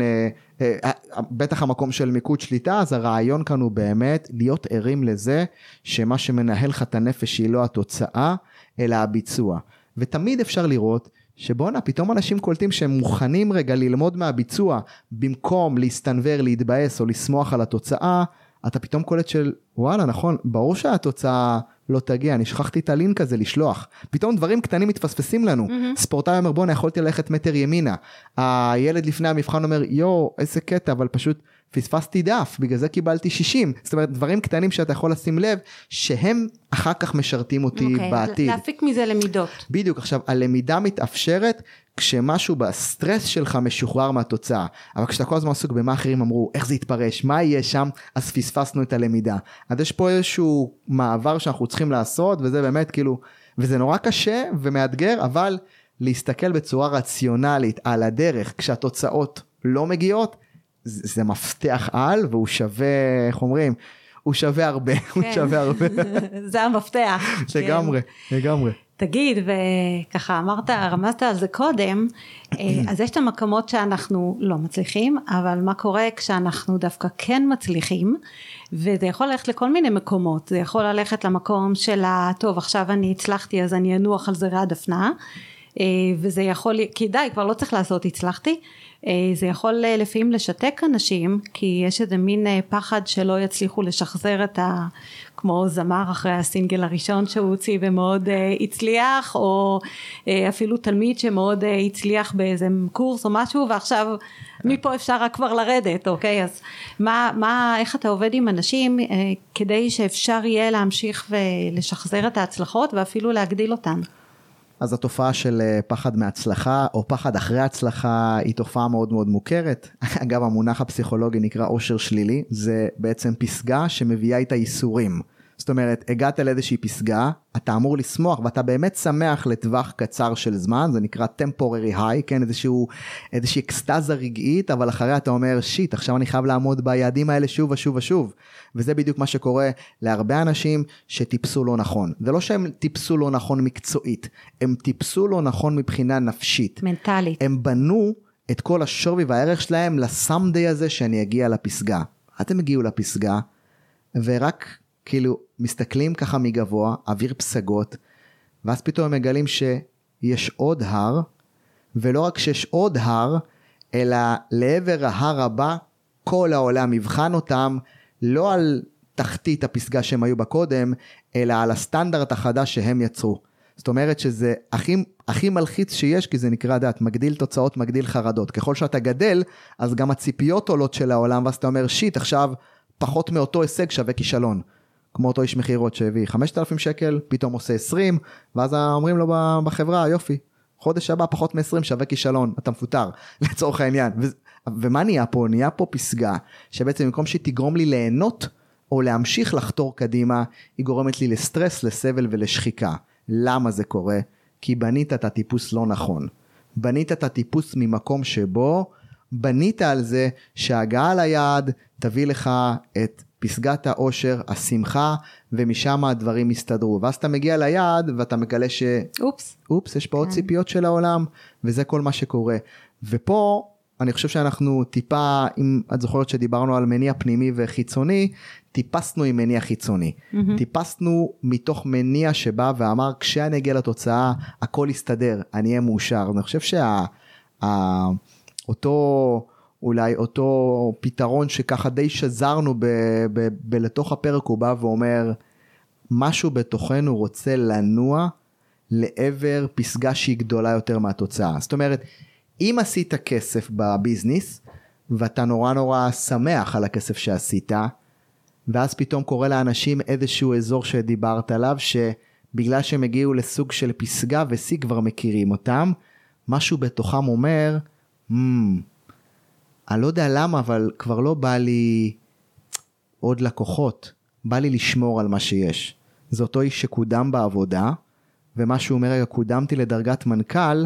בטח המקום של מיקוד שליטה, אז הרעיון כאן הוא באמת להיות ערים לזה, שמה שמנהל לך את הנפש היא לא התוצאה, אלא הביצוע. ותמיד אפשר לראות, שבונה, פתאום אנשים קולטים שהם מוכנים רגע ללמוד מהביצוע, במקום להסתנבר, להתבאס או לשמוח על התוצאה, אתה פתאום קולט של, וואלה, נכון, ברור שהתוצאה לא תגיע, אני שכחתי את הלינק הזה לשלוח. פתאום דברים קטנים מתפספסים לנו. Mm-hmm. ספורטאי אומר, בוא, אני יכולתי ללכת מטר ימינה. הילד לפני המבחן אומר, יו, איזה קטע, אבל פשוט פספסתי דף, בגלל זה קיבלתי שישים. זאת אומרת, דברים קטנים שאתה יכול לשים לב, שהם אחר כך משרתים אותי okay, בעתיד. להפיק מזה למידות. בדיוק, עכשיו, הלמידה מתאפשרת, כשמשהו בסטרס שלך משוחרר מהתוצאה. אבל כשאתה כל הזמן עסוק במה אחרים אמרו, איך זה יתפרש, מה יהיה שם, אז פספסנו את הלמידה. אז יש פה איזשהו מעבר שאנחנו צריכים לעשות, וזה באמת כאילו, וזה נורא קשה ומאתגר, אבל להסתכל בצורה רציונלית על הדרך, כשהתוצאות לא מגיעות, זה, זה מפתח על, והוא שווה, איך אומרים, הוא שווה הרבה, הוא שווה הרבה. זה המפתח. לגמרי, לגמרי. תגיד, וככה אמרת, רמזת על זה קודם, אז יש את המקומות שאנחנו לא מצליחים, אבל מה קורה כשאנחנו דווקא כן מצליחים, וזה יכול ללכת לכל מיני מקומות, זה יכול ללכת למקום של, טוב, עכשיו אני הצלחתי, אז אני אנוח על זרי דפנה, וזה יכול, כי די, כבר לא צריך לעשות, הצלחתי, זה יכול לפעמים לשתק אנשים, כי יש איזה מין פחד שלא יצליחו לשחזר את ה... כמו זמר אחרי הסינגל הראשון שהוא הוציא ומאוד הצליח, או אפילו תלמיד שמאוד הצליח באיזה קורס או משהו, ועכשיו מפה אפשר רק כבר לרדת, אוקיי? אז מה, מה, איך אתה עובד עם אנשים כדי שאפשר יהיה להמשיך ולשחזר את ההצלחות ואפילו להגדיל אותן? אז התופעה של פחד מהצלחה, או פחד אחרי הצלחה, היא תופעה מאוד מאוד מוכרת. אגב, המונח הפסיכולוגי נקרא עושר שלילי, זה בעצם פסגה שמביאה איתה ייסורים. זאת אומרת, הגעת לאיזושהי פסגה, אתה אמור לשמוח, ואתה באמת שמח לטווח קצר של זמן, זה נקרא temporary high, כן, איזשהו, איזושהי אקסטזה רגעית, אבל אחריה אתה אומר, שיט, עכשיו אני חייב לעמוד ביעדים האלה שוב ושוב ושוב, וזה בדיוק מה שקורה להרבה אנשים שטיפסו לא נכון. זה לא שהם טיפסו לא נכון מקצועית, הם טיפסו לא נכון מבחינה נפשית. מנטלית. הם בנו את כל השווי והערך שלהם לסמדי הזה שאני אגיע לפסגה. אתם הגיעו לפסגה, ורק כאילו מסתכלים ככה מגבוה, אוויר פסגות, ואז פתאום מגלים שיש עוד הר, ולא רק שיש עוד הר, אלא לעבר ההר הבא, כל העולם יבחן אותם, לא על תחתית הפסגה שהם היו בקודם, אלא על הסטנדרט החדש שהם יצרו. זאת אומרת שזה הכי, הכי מלחיץ שיש, כי זה נקרא דעת, מגדיל תוצאות, מגדיל חרדות. ככל שאתה גדל, אז גם הציפיות עולות של העולם, ואז אתה אומר, שיט, עכשיו פחות מאותו הישג שווה כישלון. כמו אותו איש מחירות שהביא חמשת אלפים שקל, פתאום עושה עשרים, ואז אומרים לו בחברה, יופי, חודש הבא פחות מ-עשרים שווה כישלון, אתה מפוטר, לצורך העניין. ו- ומה נהיה פה? נהיה פה פסגה, שבעצם במקום שתגרום לי ליהנות, או להמשיך לחתור קדימה, היא גורמת לי לסטרס, לסבל ולשחיקה. למה זה קורה? כי בנית את הטיפוס לא נכון. בנית את הטיפוס ממקום שבו, בנית על זה שההגעה ליעד תביא לך את פסגת האושר, השמחה, ומשם הדברים יסתדרו. ואז אתה מגיע ליעד, ואתה מגלה ש... אופס. אופס, יש פה עוד ציפיות של העולם, וזה כל מה שקורה. ופה, אני חושב שאנחנו טיפה, אם את זוכרת שדיברנו על מניע פנימי וחיצוני, טיפסנו עם מניע חיצוני. Mm-hmm. טיפסנו מתוך מניע שבא ואמר, כשאני אגיע לתוצאה, הכל יסתדר, אני אהיה מאושר. אני חושב שה... ה... אותו... אולי אותו פתרון שככה די שזרנו ב, ב, ב, לתוך הפרק, הוא בא ואומר, משהו בתוכנו רוצה לנוע לעבר פסגה שהיא גדולה יותר מהתוצאה. זאת אומרת, אם עשית כסף בביזנס, ואתה נורא נורא שמח על הכסף שעשית, ואז פתאום קורה לאנשים איזשהו אזור שדיברת עליו, שבגלל שהם הגיעו לסוג של פסגה וסי כבר מכירים אותם, משהו בתוכם אומר, hmm, אני לא יודע למה, אבל כבר לא בא לי עוד לקוחות, בא לי לשמור על מה שיש. זה אותו איש שקודם בעבודה, ומה שהוא אומר, רגע, קודמתי לדרגת מנכ"ל,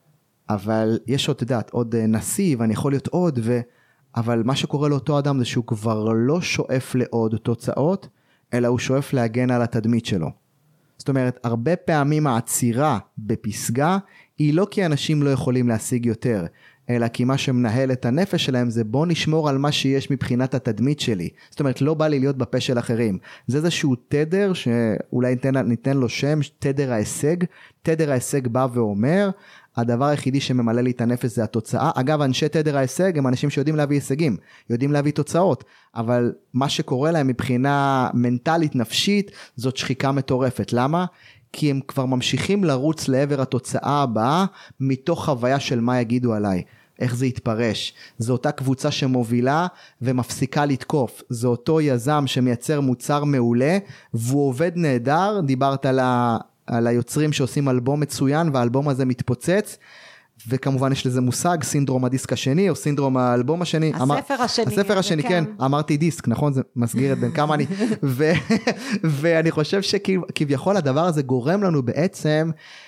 אבל יש עוד, תדעת, עוד נשיא, ואני יכול להיות עוד, ו... אבל מה שקורה לאותו אדם זה שהוא כבר לא שואף לעוד תוצאות, אלא הוא שואף להגן על התדמית שלו. זאת אומרת, הרבה פעמים העצירה בפסגה, היא לא כי אנשים לא יכולים להשיג יותר, אלא כי מה שמנהל את הנפש שלהם זה בוא נשמור על מה שיש מבחינת התדמית שלי. זאת אומרת, לא בא לי להיות בפה של אחרים. זה איזשהו תדר שאולי ניתן, ניתן לו שם, תדר ההישג. תדר ההישג בא ואומר, הדבר היחידי שממלא לי את הנפש זה התוצאה. אגב, אנשי תדר ההישג הם אנשים שיודעים להביא הישגים, יודעים להביא תוצאות, אבל מה שקורה להם מבחינה מנטלית, נפשית, זאת שחיקה מטורפת. למה? כי הם כבר ממשיכים לרוץ לעבר התוצאה הבאה, מתוך חוויה של מה יגידו עליי, איך זה יתפרש. זו אותה קבוצה שמובילה ומפסיקה לתקוף. זה אותו יזם שמייצר מוצר מעולה, והוא עובד נהדר. דיברת על, ה, על היוצרים שעושים אלבום מצוין, והאלבום הזה מתפוצץ, וכמובן יש לזה מושג, סינדרום הדיסק השני, או סינדרום האלבום השני. הספר אמר, השני. הספר השני, כן. כן. אמרתי דיסק, נכון? זה מסגיר את בין כמה אני... ו, ואני חושב שכביכול הדבר הזה גורם לנו בעצם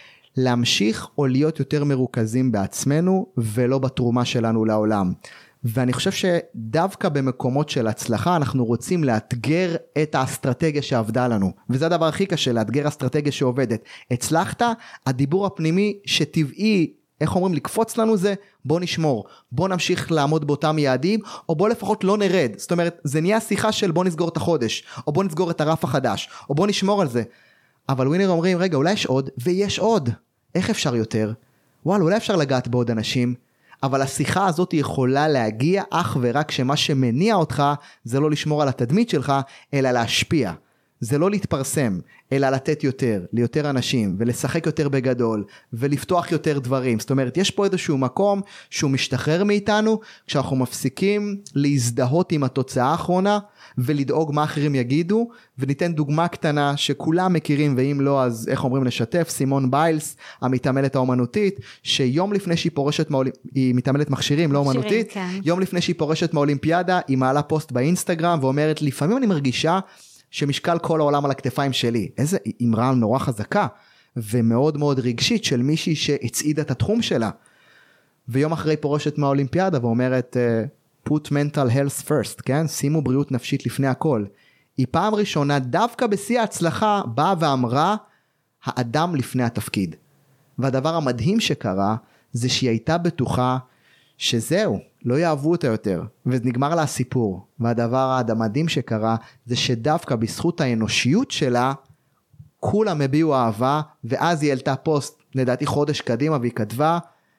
להמשיך או להיות יותר מרוכזים בעצמנו, ולא בתרומה שלנו לעולם. ואני חושב שדווקא במקומות של הצלחה, אנחנו רוצים לאתגר את האסטרטגיה שעבדה לנו. וזה הדבר הכי קשה, לאתגר אסטרטגיה שעובדת. הצלחת, הדיבור הפנימי שטבעי, איך אומרים, לקפוץ לנו זה, בוא נשמור, בוא נמשיך לעמוד באותם יעדים, או בוא לפחות לא נרד. זאת אומרת, זה נהיה שיחה של בוא נסגור את החודש, או בוא נסגור את הרף החדש, או בוא נשמור על זה. אבל ווינר אומרים, רגע, אולי יש עוד, ויש עוד. איך אפשר יותר? וואלה, אולי אפשר לגעת בעוד אנשים, אבל השיחה הזאת יכולה להגיע אך ורק שמה שמניע אותך, זה לא לשמור על התדמית שלך, אלא להשפיע. זה לא להתפרסם, אלא לתת יותר, ליותר אנשים, ולשחק יותר בגדול, ולפתוח יותר דברים. זאת אומרת, יש פה איזשהו מקום שהוא משתחרר מאיתנו, כשאנחנו מפסיקים להזדהות עם התוצאה האחרונה, ולדאוג מה אחרים יגידו, וניתן דוגמה קטנה שכולם מכירים, ואם לא, אז איך אומרים לשתף, סימון ביילס, המתעמלת האומנותית, שיום לפני שהיא פורשת, מאול... היא מתעמלת מכשירים, לא אומנותית, כן. יום לפני שהיא פורשת מאולימפיאדה, היא מעלה פוסט באינסטגרם, ואומרת, לפעמים אני מרגישה, שמשקל כל העולם על הכתפיים שלי. איזה אמרה נורא חזקה, ומאוד מאוד רגשית של מישהי שהצעידה את התחום שלה. ויום אחרי פורשת מהאולימפיאדה, ואומרת, put mental health first, כן? שימו בריאות נפשית לפני הכל. היא פעם ראשונה, דווקא בשיא ההצלחה, באה ואמרה, האדם לפני התפקיד. והדבר המדהים שקרה, זה שהיא הייתה בטוחה, שזהו, לא יאהבו אותה יותר, ונגמר לה הסיפור. והדבר המדהים שקרה, זה שדווקא בזכות האנושיות שלה, כולם הביאו אהבה, ואז היא העלתה פוסט, לדעתי חודש קדימה, והיא כתבה,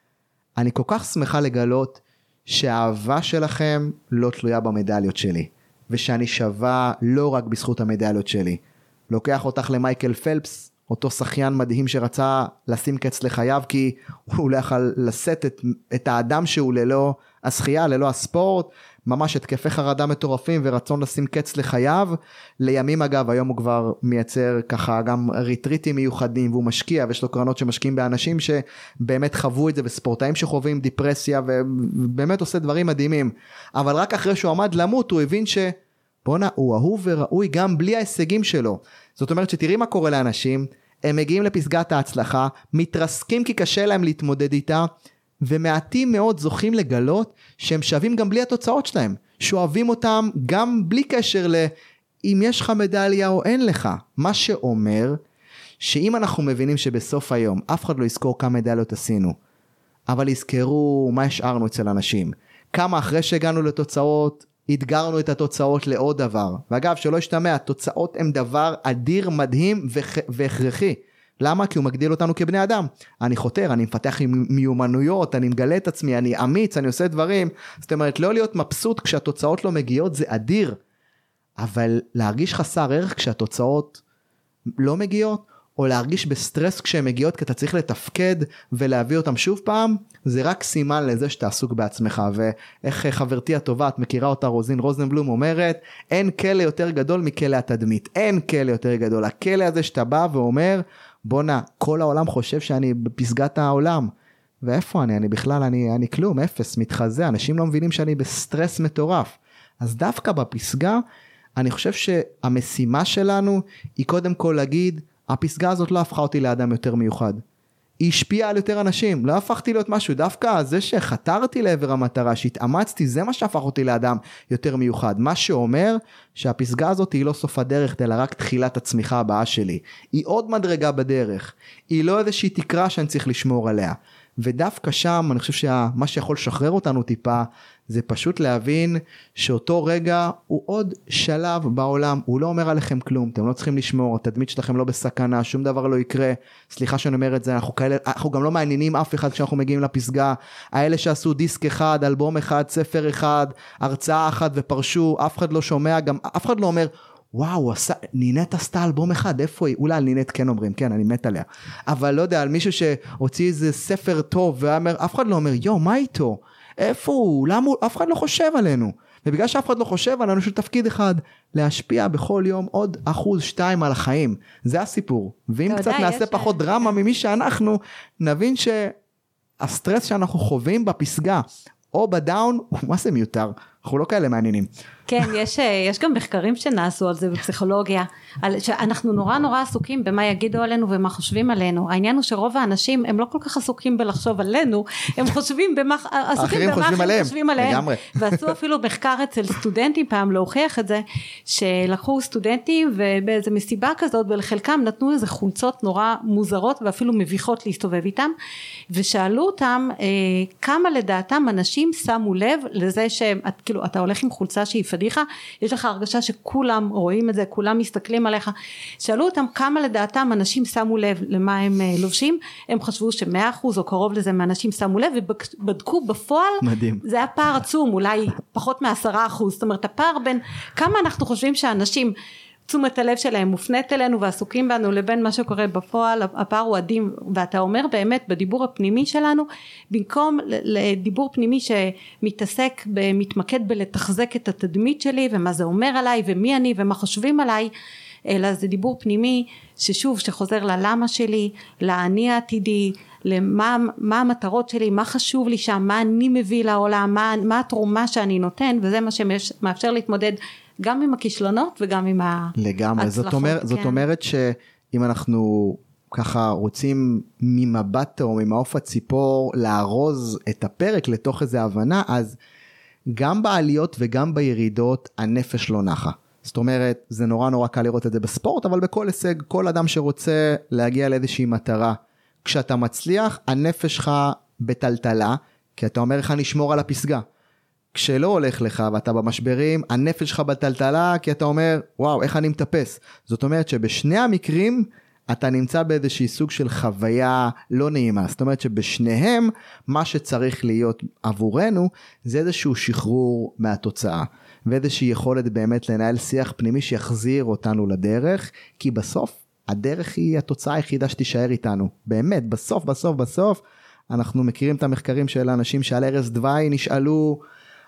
אני כל כך שמחה לגלות, שהאהבה שלכם לא תלויה במדליות שלי, ושאני שווה לא רק בזכות המדליות שלי. לוקח אותך למייקל פלפס, אותו שחיין מדהים שרצה לשים קץ לחייו, כי הוא לא יכל לשאת את, את האדם שהוא ללא השחייה, ללא הספורט. ממש התקפי חרדה מטורפים ורצון לשים קץ לחייו, לימים אגב, היום הוא כבר מייצר ככה גם ריטריטים מיוחדים, והוא משקיע, ויש לו קרנות שמשקיעים באנשים שבאמת חוו את זה, וספורטאים שחווים דיפרסיה, ובאמת עושה דברים מדהימים, אבל רק אחרי שהוא עמד למות, הוא הבין ש... בונה, הוא אהוב וראוי גם בלי ההישגים שלו. זאת אומרת שתראי מה קורה לאנשים, הם מגיעים לפסגת ההצלחה, מתרסקים כי קשה להם להתמודד איתה, ומעטים מאוד זוכים לגלות שהם שווים גם בלי התוצאות שלהם, שאוהבים אותם גם בלי קשר לאם יש לך מדליה או אין לך, מה שאומר שאם אנחנו מבינים שבסוף היום אף אחד לא יזכור כמה מדליות עשינו, אבל יזכרו מה השארנו אצל אנשים, כמה אחרי שהגענו לתוצאות, התגרנו את התוצאות לעוד דבר, ואגב שלא ישתמע, התוצאות הם דבר אדיר, מדהים והכרחי, למה? כי הוא מגדיל אותנו כבני אדם. אני חותר, אני מפתח מיומנויות, אני מגלה את עצמי, אני אמיץ, אני עושה דברים. זאת אומרת, לא להיות מבסוט כשהתוצאות לא מגיעות, זה אדיר. אבל להרגיש חסר ערך כשהתוצאות לא מגיעות, או להרגיש בסטרס כשהן מגיעות, כי אתה צריך לתפקד ולהביא אותם שוב פעם, זה רק סימן לזה שאתה עסוק בעצמך. ואיך חברתי הטובה, את מכירה אותה, רוזין רוזנבלום, אומרת, אין כלא יותר גדול מכלא התדמית. אין כלא יותר גדול. הכלא הזה שאתה בא ואומר, בונה, כל העולם חושב שאני בפסגת העולם, ואיפה אני? אני בכלל, אני, אני כלום, אפס, מתחזה, אנשים לא מבינים שאני בסטרס מטורף. אז דווקא בפסגה, אני חושב שהמשימה שלנו, היא קודם כל להגיד, הפסגה הזאת לא הפכה אותי לאדם יותר מיוחד. היא השפיעה על יותר אנשים, לא הפכתי להיות משהו, דווקא זה שחתרתי לעבר המטרה, שהתאמצתי, זה מה שהפך אותי לאדם יותר מיוחד, מה שאומר שהפסגה הזאת היא לא סוף הדרך, אלא רק תחילת הצמיחה הבאה שלי, היא עוד מדרגה בדרך, היא לא איזושהי תקרה שאני צריך לשמור עליה, ודווקא שם אני חושב שמה שיכול לשחרר אותנו טיפה, זה פשוט להבין שאותו רגע הוא עוד שלב בעולם, הוא לא אומר עליכם כלום, אתם לא צריכים לשמור, התדמית שלכם לא בסכנה, שום דבר לא יקרה, סליחה שאני אומר את זה, אנחנו, כאלה, אנחנו גם לא מעניינים אף אחד כשאנחנו מגיעים לפסגה, האלה שעשו דיסק אחד, אלבום אחד, ספר אחד, הרצאה אחת ופרשו, אף אחד לא שומע, גם אף אחד לא אומר, וואו, עשה, נינט עשתה אלבום אחד, איפה היא? אולי על נינט כן אומרים, כן, אני מת עליה, אבל לא יודע, על מישהו שהוציא איזה ספר טוב, ואמר, אף אחד לא אומר, יו, מה איתו? איפה הוא? למה הוא? אף אחד לא חושב עלינו. ובגלל שאף אחד לא חושב עלינו, של תפקיד אחד, להשפיע בכל יום עוד אחוז שתיים על החיים. זה הסיפור. ואם קצת נעשה פחות דרמה ממי שאנחנו, נבין שהסטרס שאנחנו חווים בפסגה, או בדאון, מה זה מיותר? אנחנו לא כאלה מעניינים. כן, יש, יש גם מחקרים שנעשו על זה בפסיכולוגיה, על, שאנחנו נורא נורא עסוקים במה יגידו עלינו ומה חושבים עלינו. העניין הוא שרוב האנשים הם לא כל כך עסוקים בלחשוב עלינו, הם חושבים במה, עסוקים במה חושבים עליהם, חושבים עליהם. לגמרי. ועשו אפילו מחקר אצל סטודנטים פעם להוכיח את זה, שלקחו סטודנטים ובאיזה מסיבה כזאת, ולחלקם נתנו איזה חולצות נורא מוזרות ואפילו מביכות להסתובב איתם, ושאלו אותם אה, כמה לדעתם אנשים שמו לב לזה שהם, כאילו אתה הולך עם חולצה שהיא פדיחה, יש לך הרגשה שכולם רואים את זה, כולם מסתכלים עליך. שאלו אותם כמה לדעתם אנשים שמו לב למה הם לובשים, הם חשבו שמאה אחוז או קרוב לזה מאנשים שמו לב, ובדקו בפועל, מדהים. זה היה פער עצום, אולי פחות מעשרה אחוז, זאת אומרת הפער בין כמה אנחנו חושבים שאנשים, תשומת הלב שלהם מופנית אלינו ועסוקים בנו לבין מה שקורה בפועל, הפער הוא עדים, ואתה אומר באמת בדיבור הפנימי שלנו, במקום לדיבור פנימי שמתעסק, מתמקד בלתחזק את התדמית שלי ומה זה אומר עליי ומי אני ומה חושבים עליי, אלא זה דיבור פנימי ששוב שחוזר ללמה שלי, לאני העתידי, למה מה המטרות שלי, מה חשוב לי שם, מה אני מביא לעולם, מה, מה התרומה שאני נותן, וזה מה שמאפשר להתמודד גם עם הכישלונות וגם עם ההצלחות. לגמרי, זאת, אומר, כן. זאת אומרת שאם אנחנו ככה רוצים ממבט או ממעוף הציפור לארוז את הפרק לתוך איזו הבנה, אז גם בעליות וגם בירידות הנפש לא נחה. זאת אומרת, זה נורא נורא קל לראות את זה בספורט, אבל בכל הישג, כל אדם שרוצה להגיע לאיזושהי מטרה, כשאתה מצליח, הנפש שלך בטלטלה, כי אתה אומר לך נשמור על הפסגה. כשלא הולך לך ואתה במשברים, הנפש שלך בטלטלה, כי אתה אומר, וואו, איך אני מטפס? זאת אומרת שבשני המקרים, אתה נמצא באיזושהי סוג של חוויה לא נעימה. זאת אומרת שבשניהם, מה שצריך להיות עבורנו, זה איזשהו שחרור מהתוצאה. ואיזושהי יכולת באמת לנהל שיח פנימי שיחזיר אותנו לדרך, כי בסוף, הדרך היא התוצאה היחידה שתישאר איתנו. באמת, בסוף, בסוף, בסוף, אנחנו מכירים את המחקרים של האנשים שעל ערש דווי נשאלו,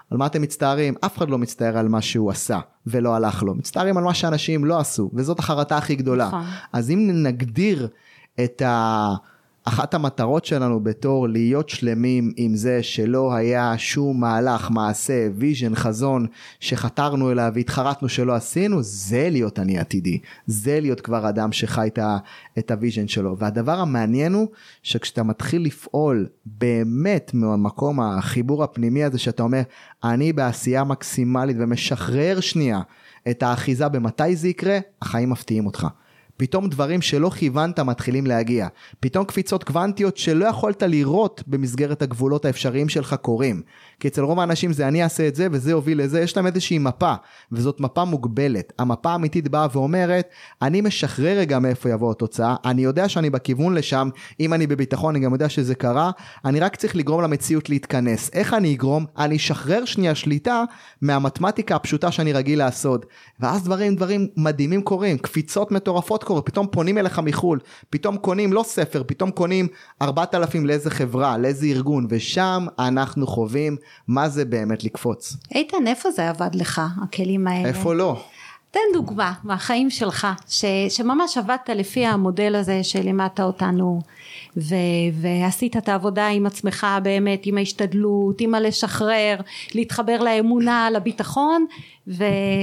על מה אתם מצטערים? אף אחד לא מצטער על מה שהוא עשה, ולא הלך לו. מצטערים על מה שאנשים לא עשו, וזאת החרטה הכי גדולה. נכון. אז אם נגדיר את ה... אחת המטרות שלנו בתור להיות שלמים עם זה שלא היה שום מהלך, מעשה, ויז'ן, חזון שחתרנו אליו והתחרטנו שלא עשינו, זה להיות אני עתידי. זה להיות כבר אדם שחי את הוויז'ן שלו. והדבר המעניין הוא שכשאתה מתחיל לפעול באמת מהמקום החיבור הפנימי הזה שאתה אומר, אני בעשייה מקסימלית ומשחרר שנייה את האחיזה במתי זה יקרה, החיים מפתיעים אותך. פתאום דברים שלא כיוונת מתחילים להגיע. פתאום קפיצות קוונטיות שלא יכולת לראות במסגרת הגבולות האפשריים שלך קורים. כי אצל רוב האנשים זה אני אעשה את זה וזה הוביל לזה. יש להם איזושהי מפה, וזאת מפה מוגבלת. המפה האמיתית באה ואומרת, אני משחרר רגע מאיפה יבוא התוצאה, אני יודע שאני בכיוון לשם, אם אני בביטחון אני גם יודע שזה קרה, אני רק צריך לגרום למציאות להתכנס. איך אני אגרום? אני אשחרר שנייה שליטה מהמתמטיקה הפשוטה שאני רגיל לעשות. ואז דברים, דברים מדהימים קורים, קפיצות מטורפות קורות, פתאום פונים אליך מחול, פתאום קונים לא ספר, פתאום קונים ארבעת אלפים לאיזה חברה, לאיזה ארגון, ושם אנחנו חווים מה זה באמת לקפוץ. איתן, איפה זה עבד לך, הכלים האלה? איפה לא? תן דוגמה מהחיים שלך, ש, שממש עבדת לפי המודל הזה שלימדת אותנו, ו, ועשית את העבודה עם עצמך באמת, עם ההשתדלות, עם הלשחרר, להתחבר לאמונה, לביטחון, ו,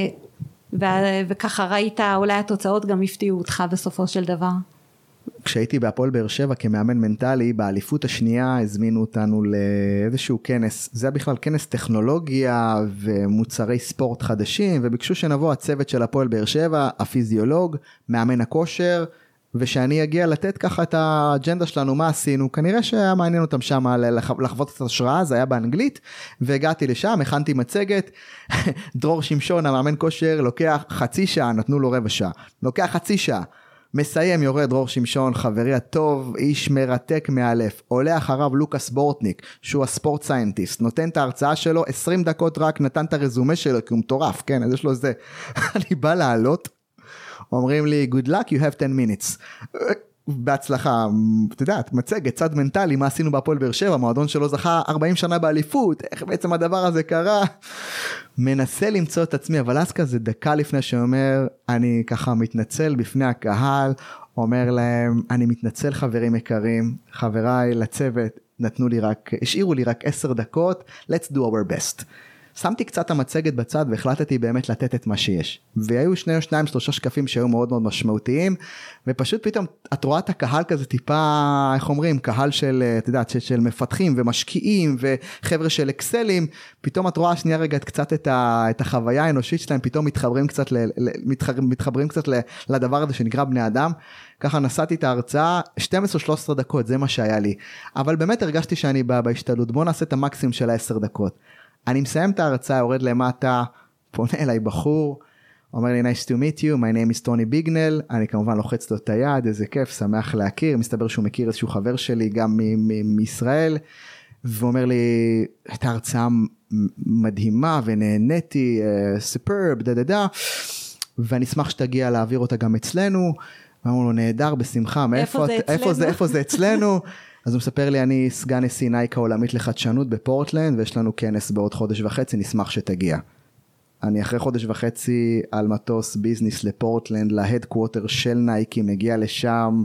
ו, וככה ראית, אולי התוצאות גם הפתיעו אותך בסופו של דבר. כשהייתי בהפועל באר שבע כמאמן מנטלי, באליפות השנייה הזמינו אותנו לאיזשהו כנס, זה היה בכלל כנס טכנולוגיה ומוצרי ספורט חדשים, וביקשו שנבוא הצוות של הפועל באר שבע, הפיזיולוג, מאמן הכושר, ושאני אגיע לתת ככה את האג'נדה שלנו, מה עשינו, כנראה שהיה מעניין אותם שם לחוות את השראה, זה היה באנגלית, והגעתי לשם, הכנתי מצגת, דרור שמשון, המאמן כושר, לוקח חצי שעה, נתנו לו רבע שעה, לוקח חצי שעה, מסיים, יורד דרור שמשון, חברי הטוב, איש מרתק מאלף, עולה אחריו לוקאס בורטניק, שהוא הספורט סיינטיסט, נותן את ההרצאה שלו, עשרים דקות רק נתן את הרזומה שלו, כי הוא מטורף, כן, אז יש לו זה, אני בא לעלות, אומרים לי, good luck, you have ten minutes, בהצלחה, אתה יודעת, מצגת, צד מנטלי, מה עשינו בהפועל באר שבע, מועדון שלא זכה ארבעים שנה באליפות, איך בעצם הדבר הזה קרה, מנסה למצוא את עצמי, אבל אז כזה דקה לפני שאומר, אני ככה מתנצל בפני הקהל, אומר להם, אני מתנצל חברים יקרים, חבריי לצוות, נתנו לי רק, השאירו לי רק עשר דקות, let's do our best. שמתי קצת המצגת בצד והחלטתי באמת לתת את מה שיש. והיו שני או שניים, שלושה שקפים שהיו מאוד מאוד משמעותיים, ופשוט פתאום את רואה את הקהל כזה טיפה, איך אומרים, קהל של, את יודעת, של, של מפתחים ומשקיעים וחבר'ה של אקסלים, פתאום את רואה שנייה רגע קצת את, ה, את החוויה האנושית שלהם, פתאום מתחברים קצת, ל, מתחברים, מתחברים קצת לדבר הזה שנקרא בני אדם. ככה נסעתי את ההרצאה, שתים עשרה שלוש עשרה דקות, זה מה שהיה לי. אבל באמת הרגשתי שאני בא בהשתדלות, בוא נעשה את המקסימום של ה-עשר דקות. אני מסיים את ההרצאה, יורד למטה, פונה אליי בחור, אומר לי, nice to meet you, my name is Tony Bignell, אני כמובן לוחץ לו את היד, איזה כיף, שמח להכיר, מסתבר שהוא מכיר איזשהו חבר שלי גם מישראל, ואומר לי, הייתה הרצאה מדהימה ונהניתי, superb, דה דה דה, ואני אשמח שתגיע להעביר אותה גם אצלנו, ואמרו לו, נהדר, בשמחה, איפה זה אצלנו? איפה זה, איפה זה אצלנו? אז הוא מספר לי, אני סגן נשיא נייקה עולמית לחדשנות בפורטלנד, ויש לנו כנס בעוד חודש וחצי, נשמח שתגיע. אני אחרי חודש וחצי על מטוס ביזנס לפורטלנד, להדקווטר של נייקי, מגיע לשם,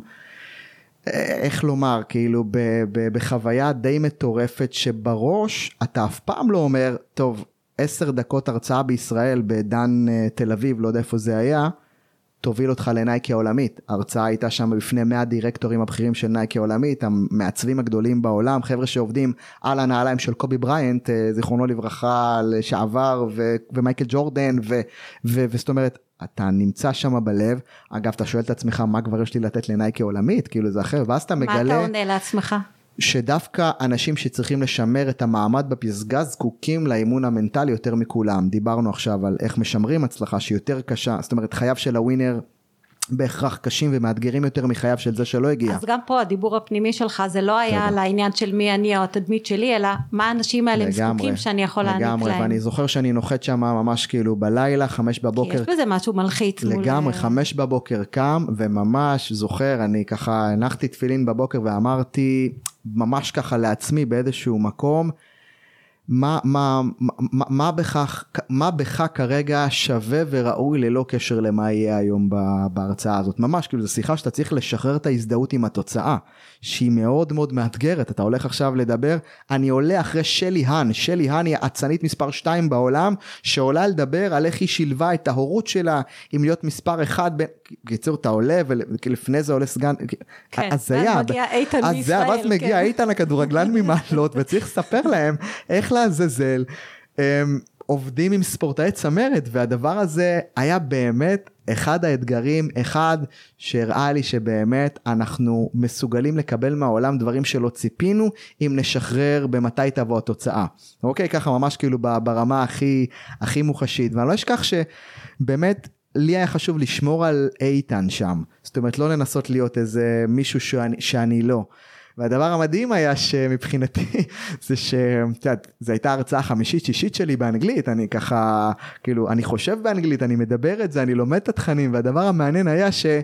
איך לומר, כאילו ב- ב- בחוויה די מטורפת, שבראש אתה אף פעם לא אומר, טוב, עשר דקות הרצאה בישראל, בדן תל אביב, לא יודע איפה זה היה, תוביל אותך לנייקי העולמית. ההרצאה הייתה שם בפני מאה דירקטורים הבכירים של נייקי העולמית, המעצבים הגדולים בעולם, חבר'ה שעובדים על הנעליים של קובי בריינט, זיכרונו לברכה, לשעבר, ו- ומייקל ג'ורדן, ו- ו- וזאת אומרת, אתה נמצא שם בלב, אגב, אתה שואל את עצמך, מה כבר יש לי לתת לנייקי העולמית? כאילו זה אחר, ואז אתה מגלה... מה אתה עונה לעצמך? שדווקא אנשים שצריכים לשמר את המעמד בפסגה זקוקים לאימון המנטלי יותר מכולם. דיברנו עכשיו על איך משמרים הצלחה שהיא יותר קשה, זאת אומרת חייו של הווינר בהכרח קשים ומאתגרים יותר מחייו של זה שלא הגיע. אז גם פה הדיבור הפנימי שלך זה לא היה על העניין של מי אני או התדמית שלי, אלא מה האנשים האלה הם זקוקים שאני יכול להעניק להם. לגמרי, ואני זוכר שאני נוחת שם ממש כאילו בלילה, חמש בבוקר. כי יש בזה משהו מלחיץ. לגמרי, חמש בבוקר קם, וממש זוכר, אני ככה הנחתי תפילין בבוקר ואמרתי, ממש ככה לעצמי באיזשהו מקום, מה, מה, מה, מה בכך, מה בכך כרגע שווה וראוי ללא קשר למה יהיה היום בהרצאה הזאת. ממש, כאילו, זו שיחה שאתה צריך לשחרר את ההזדהות עם התוצאה, שהיא מאוד מאוד מאתגרת. אתה הולך עכשיו לדבר, אני עולה אחרי שלי האן, שלי האן היא עצנית מספר שתיים בעולם, שעולה לדבר על איך היא שילבה את ההורות שלה, עם להיות מספר אחד, בקיצור, אתה עולה, ולפני זה עולה סגן, כן, אז היה, מגיע איתן אז זה אבל מגיע איתן הכדורגלן ממעלות, וצריך לספר להם איך לעזאזל, עובדים עם ספורטאי צמרת, והדבר הזה היה באמת אחד האתגרים, אחד שהראה לי שבאמת אנחנו מסוגלים לקבל מהעולם דברים שלא ציפינו, אם נשחרר במתי תבוא התוצאה. אוקיי, ככה ממש כאילו ברמה הכי, הכי מוחשית, ואני לא אשכח שבאמת לי היה חשוב לשמור על איתן שם, זאת אומרת לא לנסות להיות איזה מישהו שאני, שאני לא. והדבר המדהים היה שמבחינתי, זה שזו הייתה הרצאה חמישית, שישית שלי באנגלית, אני ככה, כאילו, אני חושב באנגלית, אני מדבר את זה, אני לומד את התכנים, והדבר המעניין היה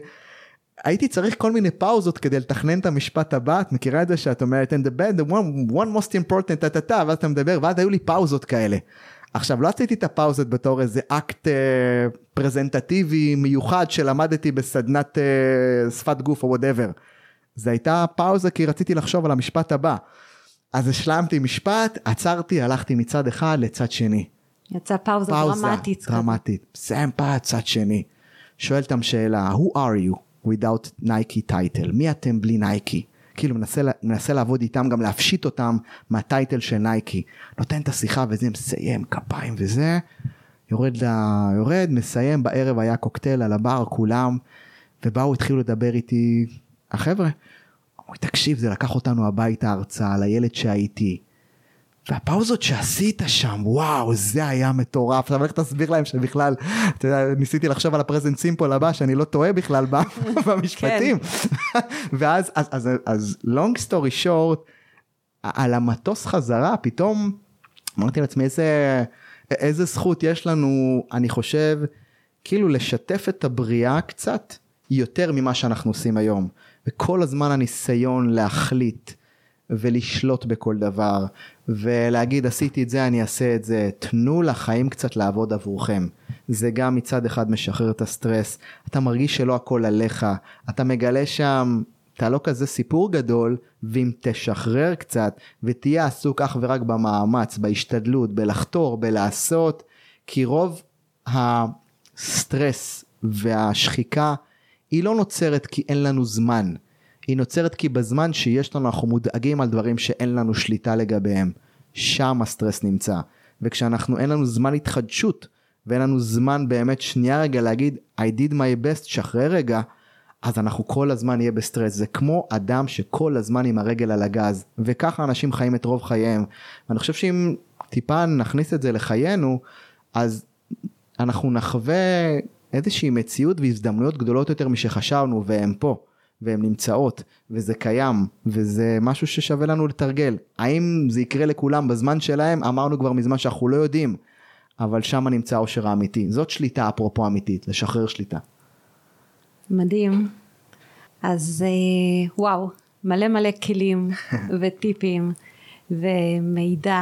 שהייתי צריך כל מיני פאוזות כדי לתכנן את המשפט הבא, את מכירה את זה שאת אומרת, and the bad, the one, one most important, תתתה, ואז אתה מדבר, ואז היו לי פאוזות כאלה. עכשיו, לא עשיתי את הפאוזות בתור איזה אקט אה, פרזנטטיבי מיוחד שלמדתי בסדנת אה, שפת גוף או whatever. זה הייתה פאוזה כי רציתי לחשוב על המשפט הבא. אז השלמתי משפט, עצרתי, הלכתי מצד אחד לצד שני. יצא פאוזה, פאוזה דרמטית. דרמטית. סיים פעם צד שני. שואל אותם שאלה, who are you without Nike title? מי אתם בלי נייקי? כאילו מנסה, מנסה לעבוד איתם, גם להפשיט אותם מהטייטל של נייקי. נותן את השיחה וזה מסיים, כפיים וזה. יורד, לה, יורד, מסיים, בערב היה קוקטייל על הבר, כולם, ובאו התחילו לדבר איתי, החבר'ה, אמרו, תקשיב, זה לקח אותנו הביתה הרצאה, על הילד שהייתי, והפאוזות שעשית שם, וואו, זה היה מטורף. עכשיו איך תסביר להם שבכלל, אתה יודע, ניסיתי לחשוב על הפרזנט סימפול הבא, שאני לא טועה בכלל במשפטים. ואז, אז, אז, אז, long story short, על המטוס חזרה, פתאום, אמרתי לעצמי, איזה, איזה זכות יש לנו, אני חושב, כאילו לשתף את הבריאה קצת, יותר ממה שאנחנו עושים היום. וכל הזמן הניסיון להחליט, ולשלוט בכל דבר, ולהגיד עשיתי את זה, אני אעשה את זה, תנו לחיים קצת לעבוד עבורכם. זה גם מצד אחד משחרר את הסטרס, אתה מרגיש שלא הכל עליך, אתה מגלה שם, אתה לא כזה סיפור גדול, ואם תשחרר קצת, ותהיה עסוק אך ורק במאמץ, בהשתדלות, בלחתור, בלעשות, כי רוב הסטרס והשחיקה, היא לא נוצרת כי אין לנו זמן, היא נוצרת כי בזמן שיש לנו אנחנו מודאגים על דברים שאין לנו שליטה לגביהם, שם הסטרס נמצא, וכשאנחנו אין לנו זמן התחדשות, ואין לנו זמן באמת שנייה רגע להגיד I did my best, שחרר רגע, אז אנחנו כל הזמן נהיה בסטרס, זה כמו אדם שכל הזמן עם הרגל על הגז, וככה אנשים חיים את רוב חייהם, ואני חושב שאם טיפה נכניס את זה לחיינו, אז אנחנו נחווה איזושהי מציאות והזדמנויות גדולות יותר משחשבנו, והם פה, והם נמצאות, וזה קיים, וזה משהו ששווה לנו לתרגל. האם זה יקרה לכולם בזמן שלהם? אמרנו כבר מזמן שאנחנו לא יודעים, אבל שם נמצא האושר האמיתי. זאת שליטה אפרופו אמיתית, לשחרר שליטה. מדהים. אז וואו, מלא מלא כלים וטיפים ומידע,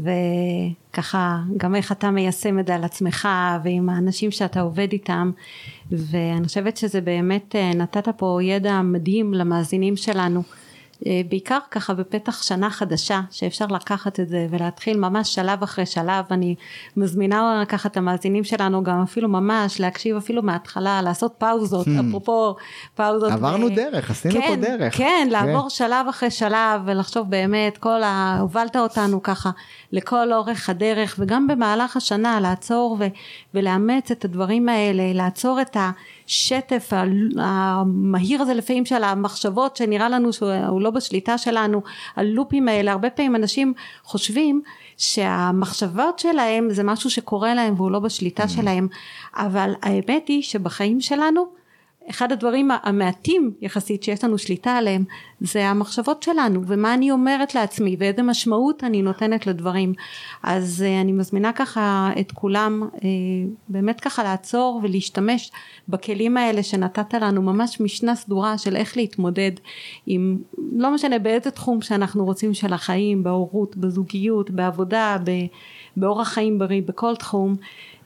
וככה גם איך אתה מיישם את זה על עצמך ועם האנשים שאתה עובד איתם, ואני חושבת שזה באמת נתת פה ידע מדהים למאזינים שלנו, בעיקר ככה בפתח שנה חדשה שאפשר לקחת את זה ולהתחיל ממש שלב אחרי שלב. אני מזמינה לקחת את המאזינים שלנו גם אפילו ממש להקשיב אפילו מההתחלה, לעשות פאוזות, אפרופו פאוזות. עברנו דרך, עשינו פה דרך. כן, לעבור שלב אחרי שלב ולחשוב באמת, כל ה... הובלת אותנו ככה לכל אורך הדרך, וגם במהלך השנה לעצור ו... ולאמץ את הדברים האלה, לעצור את השטף המהיר הזה לפעמים של המחשבות שנראה לנו שהוא לא בשליטה שלנו, הלופים האלה. הרבה פעמים אנשים חושבים שהמחשבות שלהם זה משהו שקורה להם והוא לא בשליטה שלהם, אבל האמת היא שבחיים שלנו אחד הדברים המעטים יחסית שיש לנו שליטה עליהם, זה המחשבות שלנו, ומה אני אומרת לעצמי, ואיזה משמעות אני נותנת לדברים. אז אני מזמינה ככה את כולם, באמת ככה לעצור ולהשתמש בכלים האלה שנתת לנו, ממש משנה סדורה של איך להתמודד עם, לא משנה באיזה תחום שאנחנו רוצים של החיים, בהורות, בזוגיות, בעבודה, באורח חיים בריא, בכל תחום.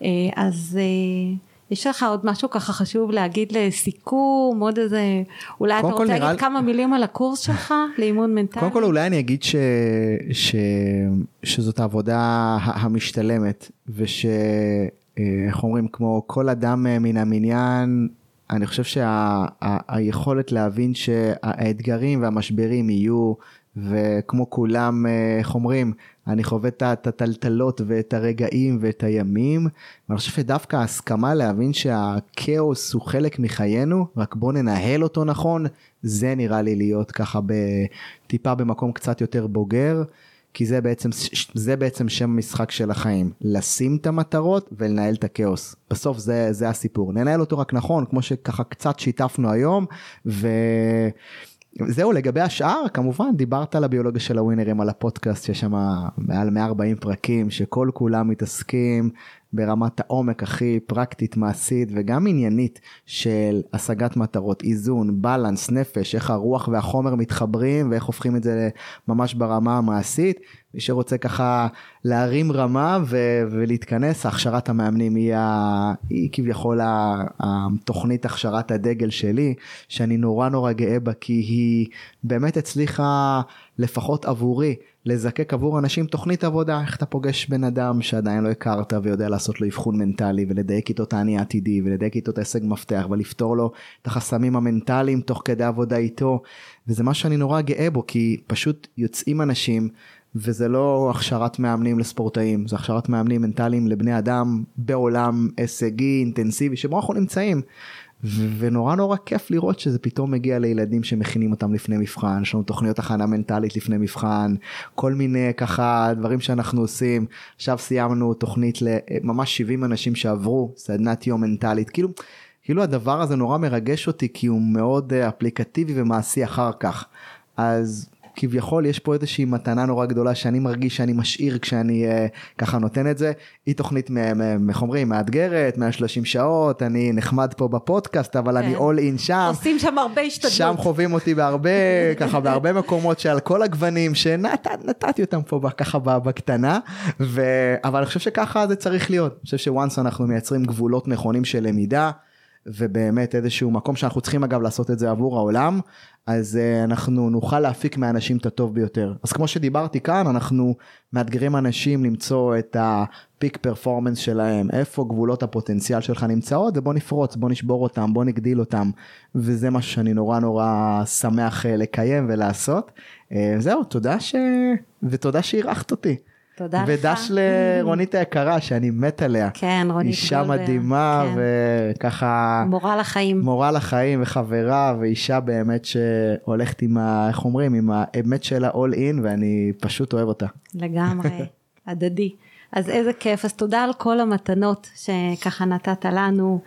אז יש לך עוד משהו ככה חשוב להגיד לסיכום, עוד איזה, אולי אתה רוצה להגיד נראה... כמה מילים על הקורס שלך לאימון מנטלי? קודם כל אולי אני אגיד ש... ש... שזאת העבודה המשתלמת, וש... איך אומרים, כמו כל אדם מן המניין, אני חושב שהיכולת שה... להבין שהאתגרים והמשברים יהיו, וכמו כולם, איך אומרים, אני חווה את הטלטלות ואת הרגעים ואת הימים, ואני חושב שדווקא ההסכמה להבין שהכאוס הוא חלק מחיינו, רק בוא ננהל אותו נכון, זה נראה לי להיות ככה טיפה במקום קצת יותר בוגר, כי זה בעצם, זה בעצם שם המשחק של החיים, לשים את המטרות ולנהל את הכאוס. בסוף זה, זה הסיפור. ננהל אותו רק נכון, כמו שככה קצת שיתפנו היום, ו... זהו, לגבי השאר, כמובן, דיברת על הביולוגיה של הווינרים, על הפודקאסט, שיש שם מעל מאה וארבעים פרקים, שכל כולם מתעסקים ברמת העומק הכי פרקטית, מעשית, וגם עניינית של השגת מטרות, איזון, בלנס, נפש, איך הרוח והחומר מתחברים, ואיך הופכים את זה ממש ברמה המעשית. מי שרוצה ככה להרים רמה ו- ולהתכנס, הכשרת המאמנים היא, ה- היא כביכול התוכנית הכשרת הדגל שלי, שאני נורא נורא גאה בה, כי היא באמת הצליחה לפחות עבורי, לזקק עבור אנשים תוכנית עבודה, איך אתה פוגש בן אדם שעדיין לא הכרת ויודע לעשות לו אבחון מנטלי, ולדייק איתו את העני העתידי, ולדייק איתו את ההישג מפתח, ולפתור לו את החסמים המנטליים תוך כדי עבודה איתו, וזה מה שאני נורא גאה בו, כי פשוט יוצאים אנשים, וזה לא הכשרת מאמנים לספורטאים, זה הכשרת מאמנים מנטליים לבני אדם, בעולם הישגי, אינטנסיבי, שבו אנחנו נמצאים, ונורא נורא כיף לראות שזה פתאום מגיע לילדים שמכינים אותם לפני מבחן, יש לנו תוכניות הכנה מנטלית לפני מבחן, כל מיני ככה דברים שאנחנו עושים. עכשיו סיימנו תוכנית לממש שבעים אנשים שעברו סדנת יום מנטלית, כאילו, כאילו הדבר הזה נורא מרגש אותי, כי הוא מאוד אפליקטיבי ומעשי אחר כך. אז כביכול יש פה איזושהי מתנה נורא גדולה שאני מרגיש שאני משאיר כשאני uh, ככה נותן את זה. היא תוכנית מחומרים, מאתגרת, מאה ושלושים שעות, אני נחמד פה בפודקאסט, אבל כן. אני all in שם. עושים שם הרבה השתדלות. שם חווים אותי בהרבה, ככה בהרבה מקומות שעל כל הגוונים שנתתי אותם פה ככה בקטנה, ו... אבל אני חושב שככה זה צריך להיות. אני חושב שוואנס אנחנו מייצרים גבולות נכונים של למידה, ובאמת איזשהו מקום שאנחנו צריכים אגב לעשות את זה עבור העולם, אז uh, אנחנו נוכל להפיק מהאנשים את הטוב ביותר. אז כמו שדיברתי כאן, אנחנו מאתגרים אנשים למצוא את הפיק פרפורמנס שלהם, איפה גבולות הפוטנציאל שלך נמצאות, ובוא נפרוץ, בוא נשבור אותם, בוא נגדיל אותם, וזה משהו שאני נורא נורא שמח uh, לקיים ולעשות. Uh, זהו, תודה ש... ותודה שהירחת אותי. תודה לך. ודש לרונית היקרה, שאני מת עליה. כן, רונית אישה גולדר. מדהימה, כן. וככה... מורה לחיים. מורה לחיים וחברה, ואישה באמת שהולכת עם ה... איך אומרים? עם האמת שלה all in, ואני פשוט אוהב אותה. לגמרי, הדדי. אז איזה כיף, אז תודה על כל המתנות שככה נתת לנו,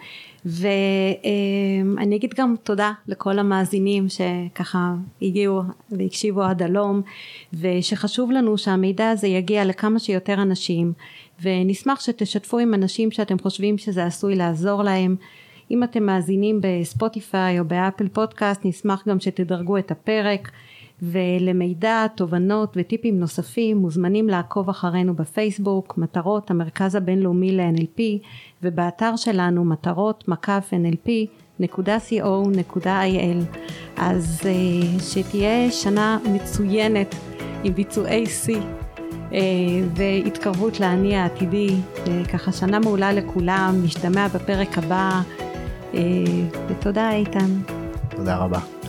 ואני אגיד גם תודה לכל המאזינים שככה הגיעו והקשיבו עד הלום, ושחשוב לנו שהמידע הזה יגיע לכמה שיותר אנשים, ונשמח שתשתפו עם אנשים שאתם חושבים שזה עשוי לעזור להם. אם אתם מאזינים בספוטיפיי או באפל פודקאסט, נשמח גם שתדרגו את הפרק, ולמידע, תובנות וטיפים נוספים מוזמנים לעקוב אחרינו בפייסבוק, מטרות המרכז הבינלאומי ל-אן אל פי, ובאתר שלנו מטרות מקף אן אל פי נקודה קו נקודה איי אל. אז שתהיה שנה מצוינת עם ביצועי C והתקרבות לעני העתידי, ככה שנה מעולה לכולם, נשתמע בפרק הבא, ותודה איתן. תודה רבה.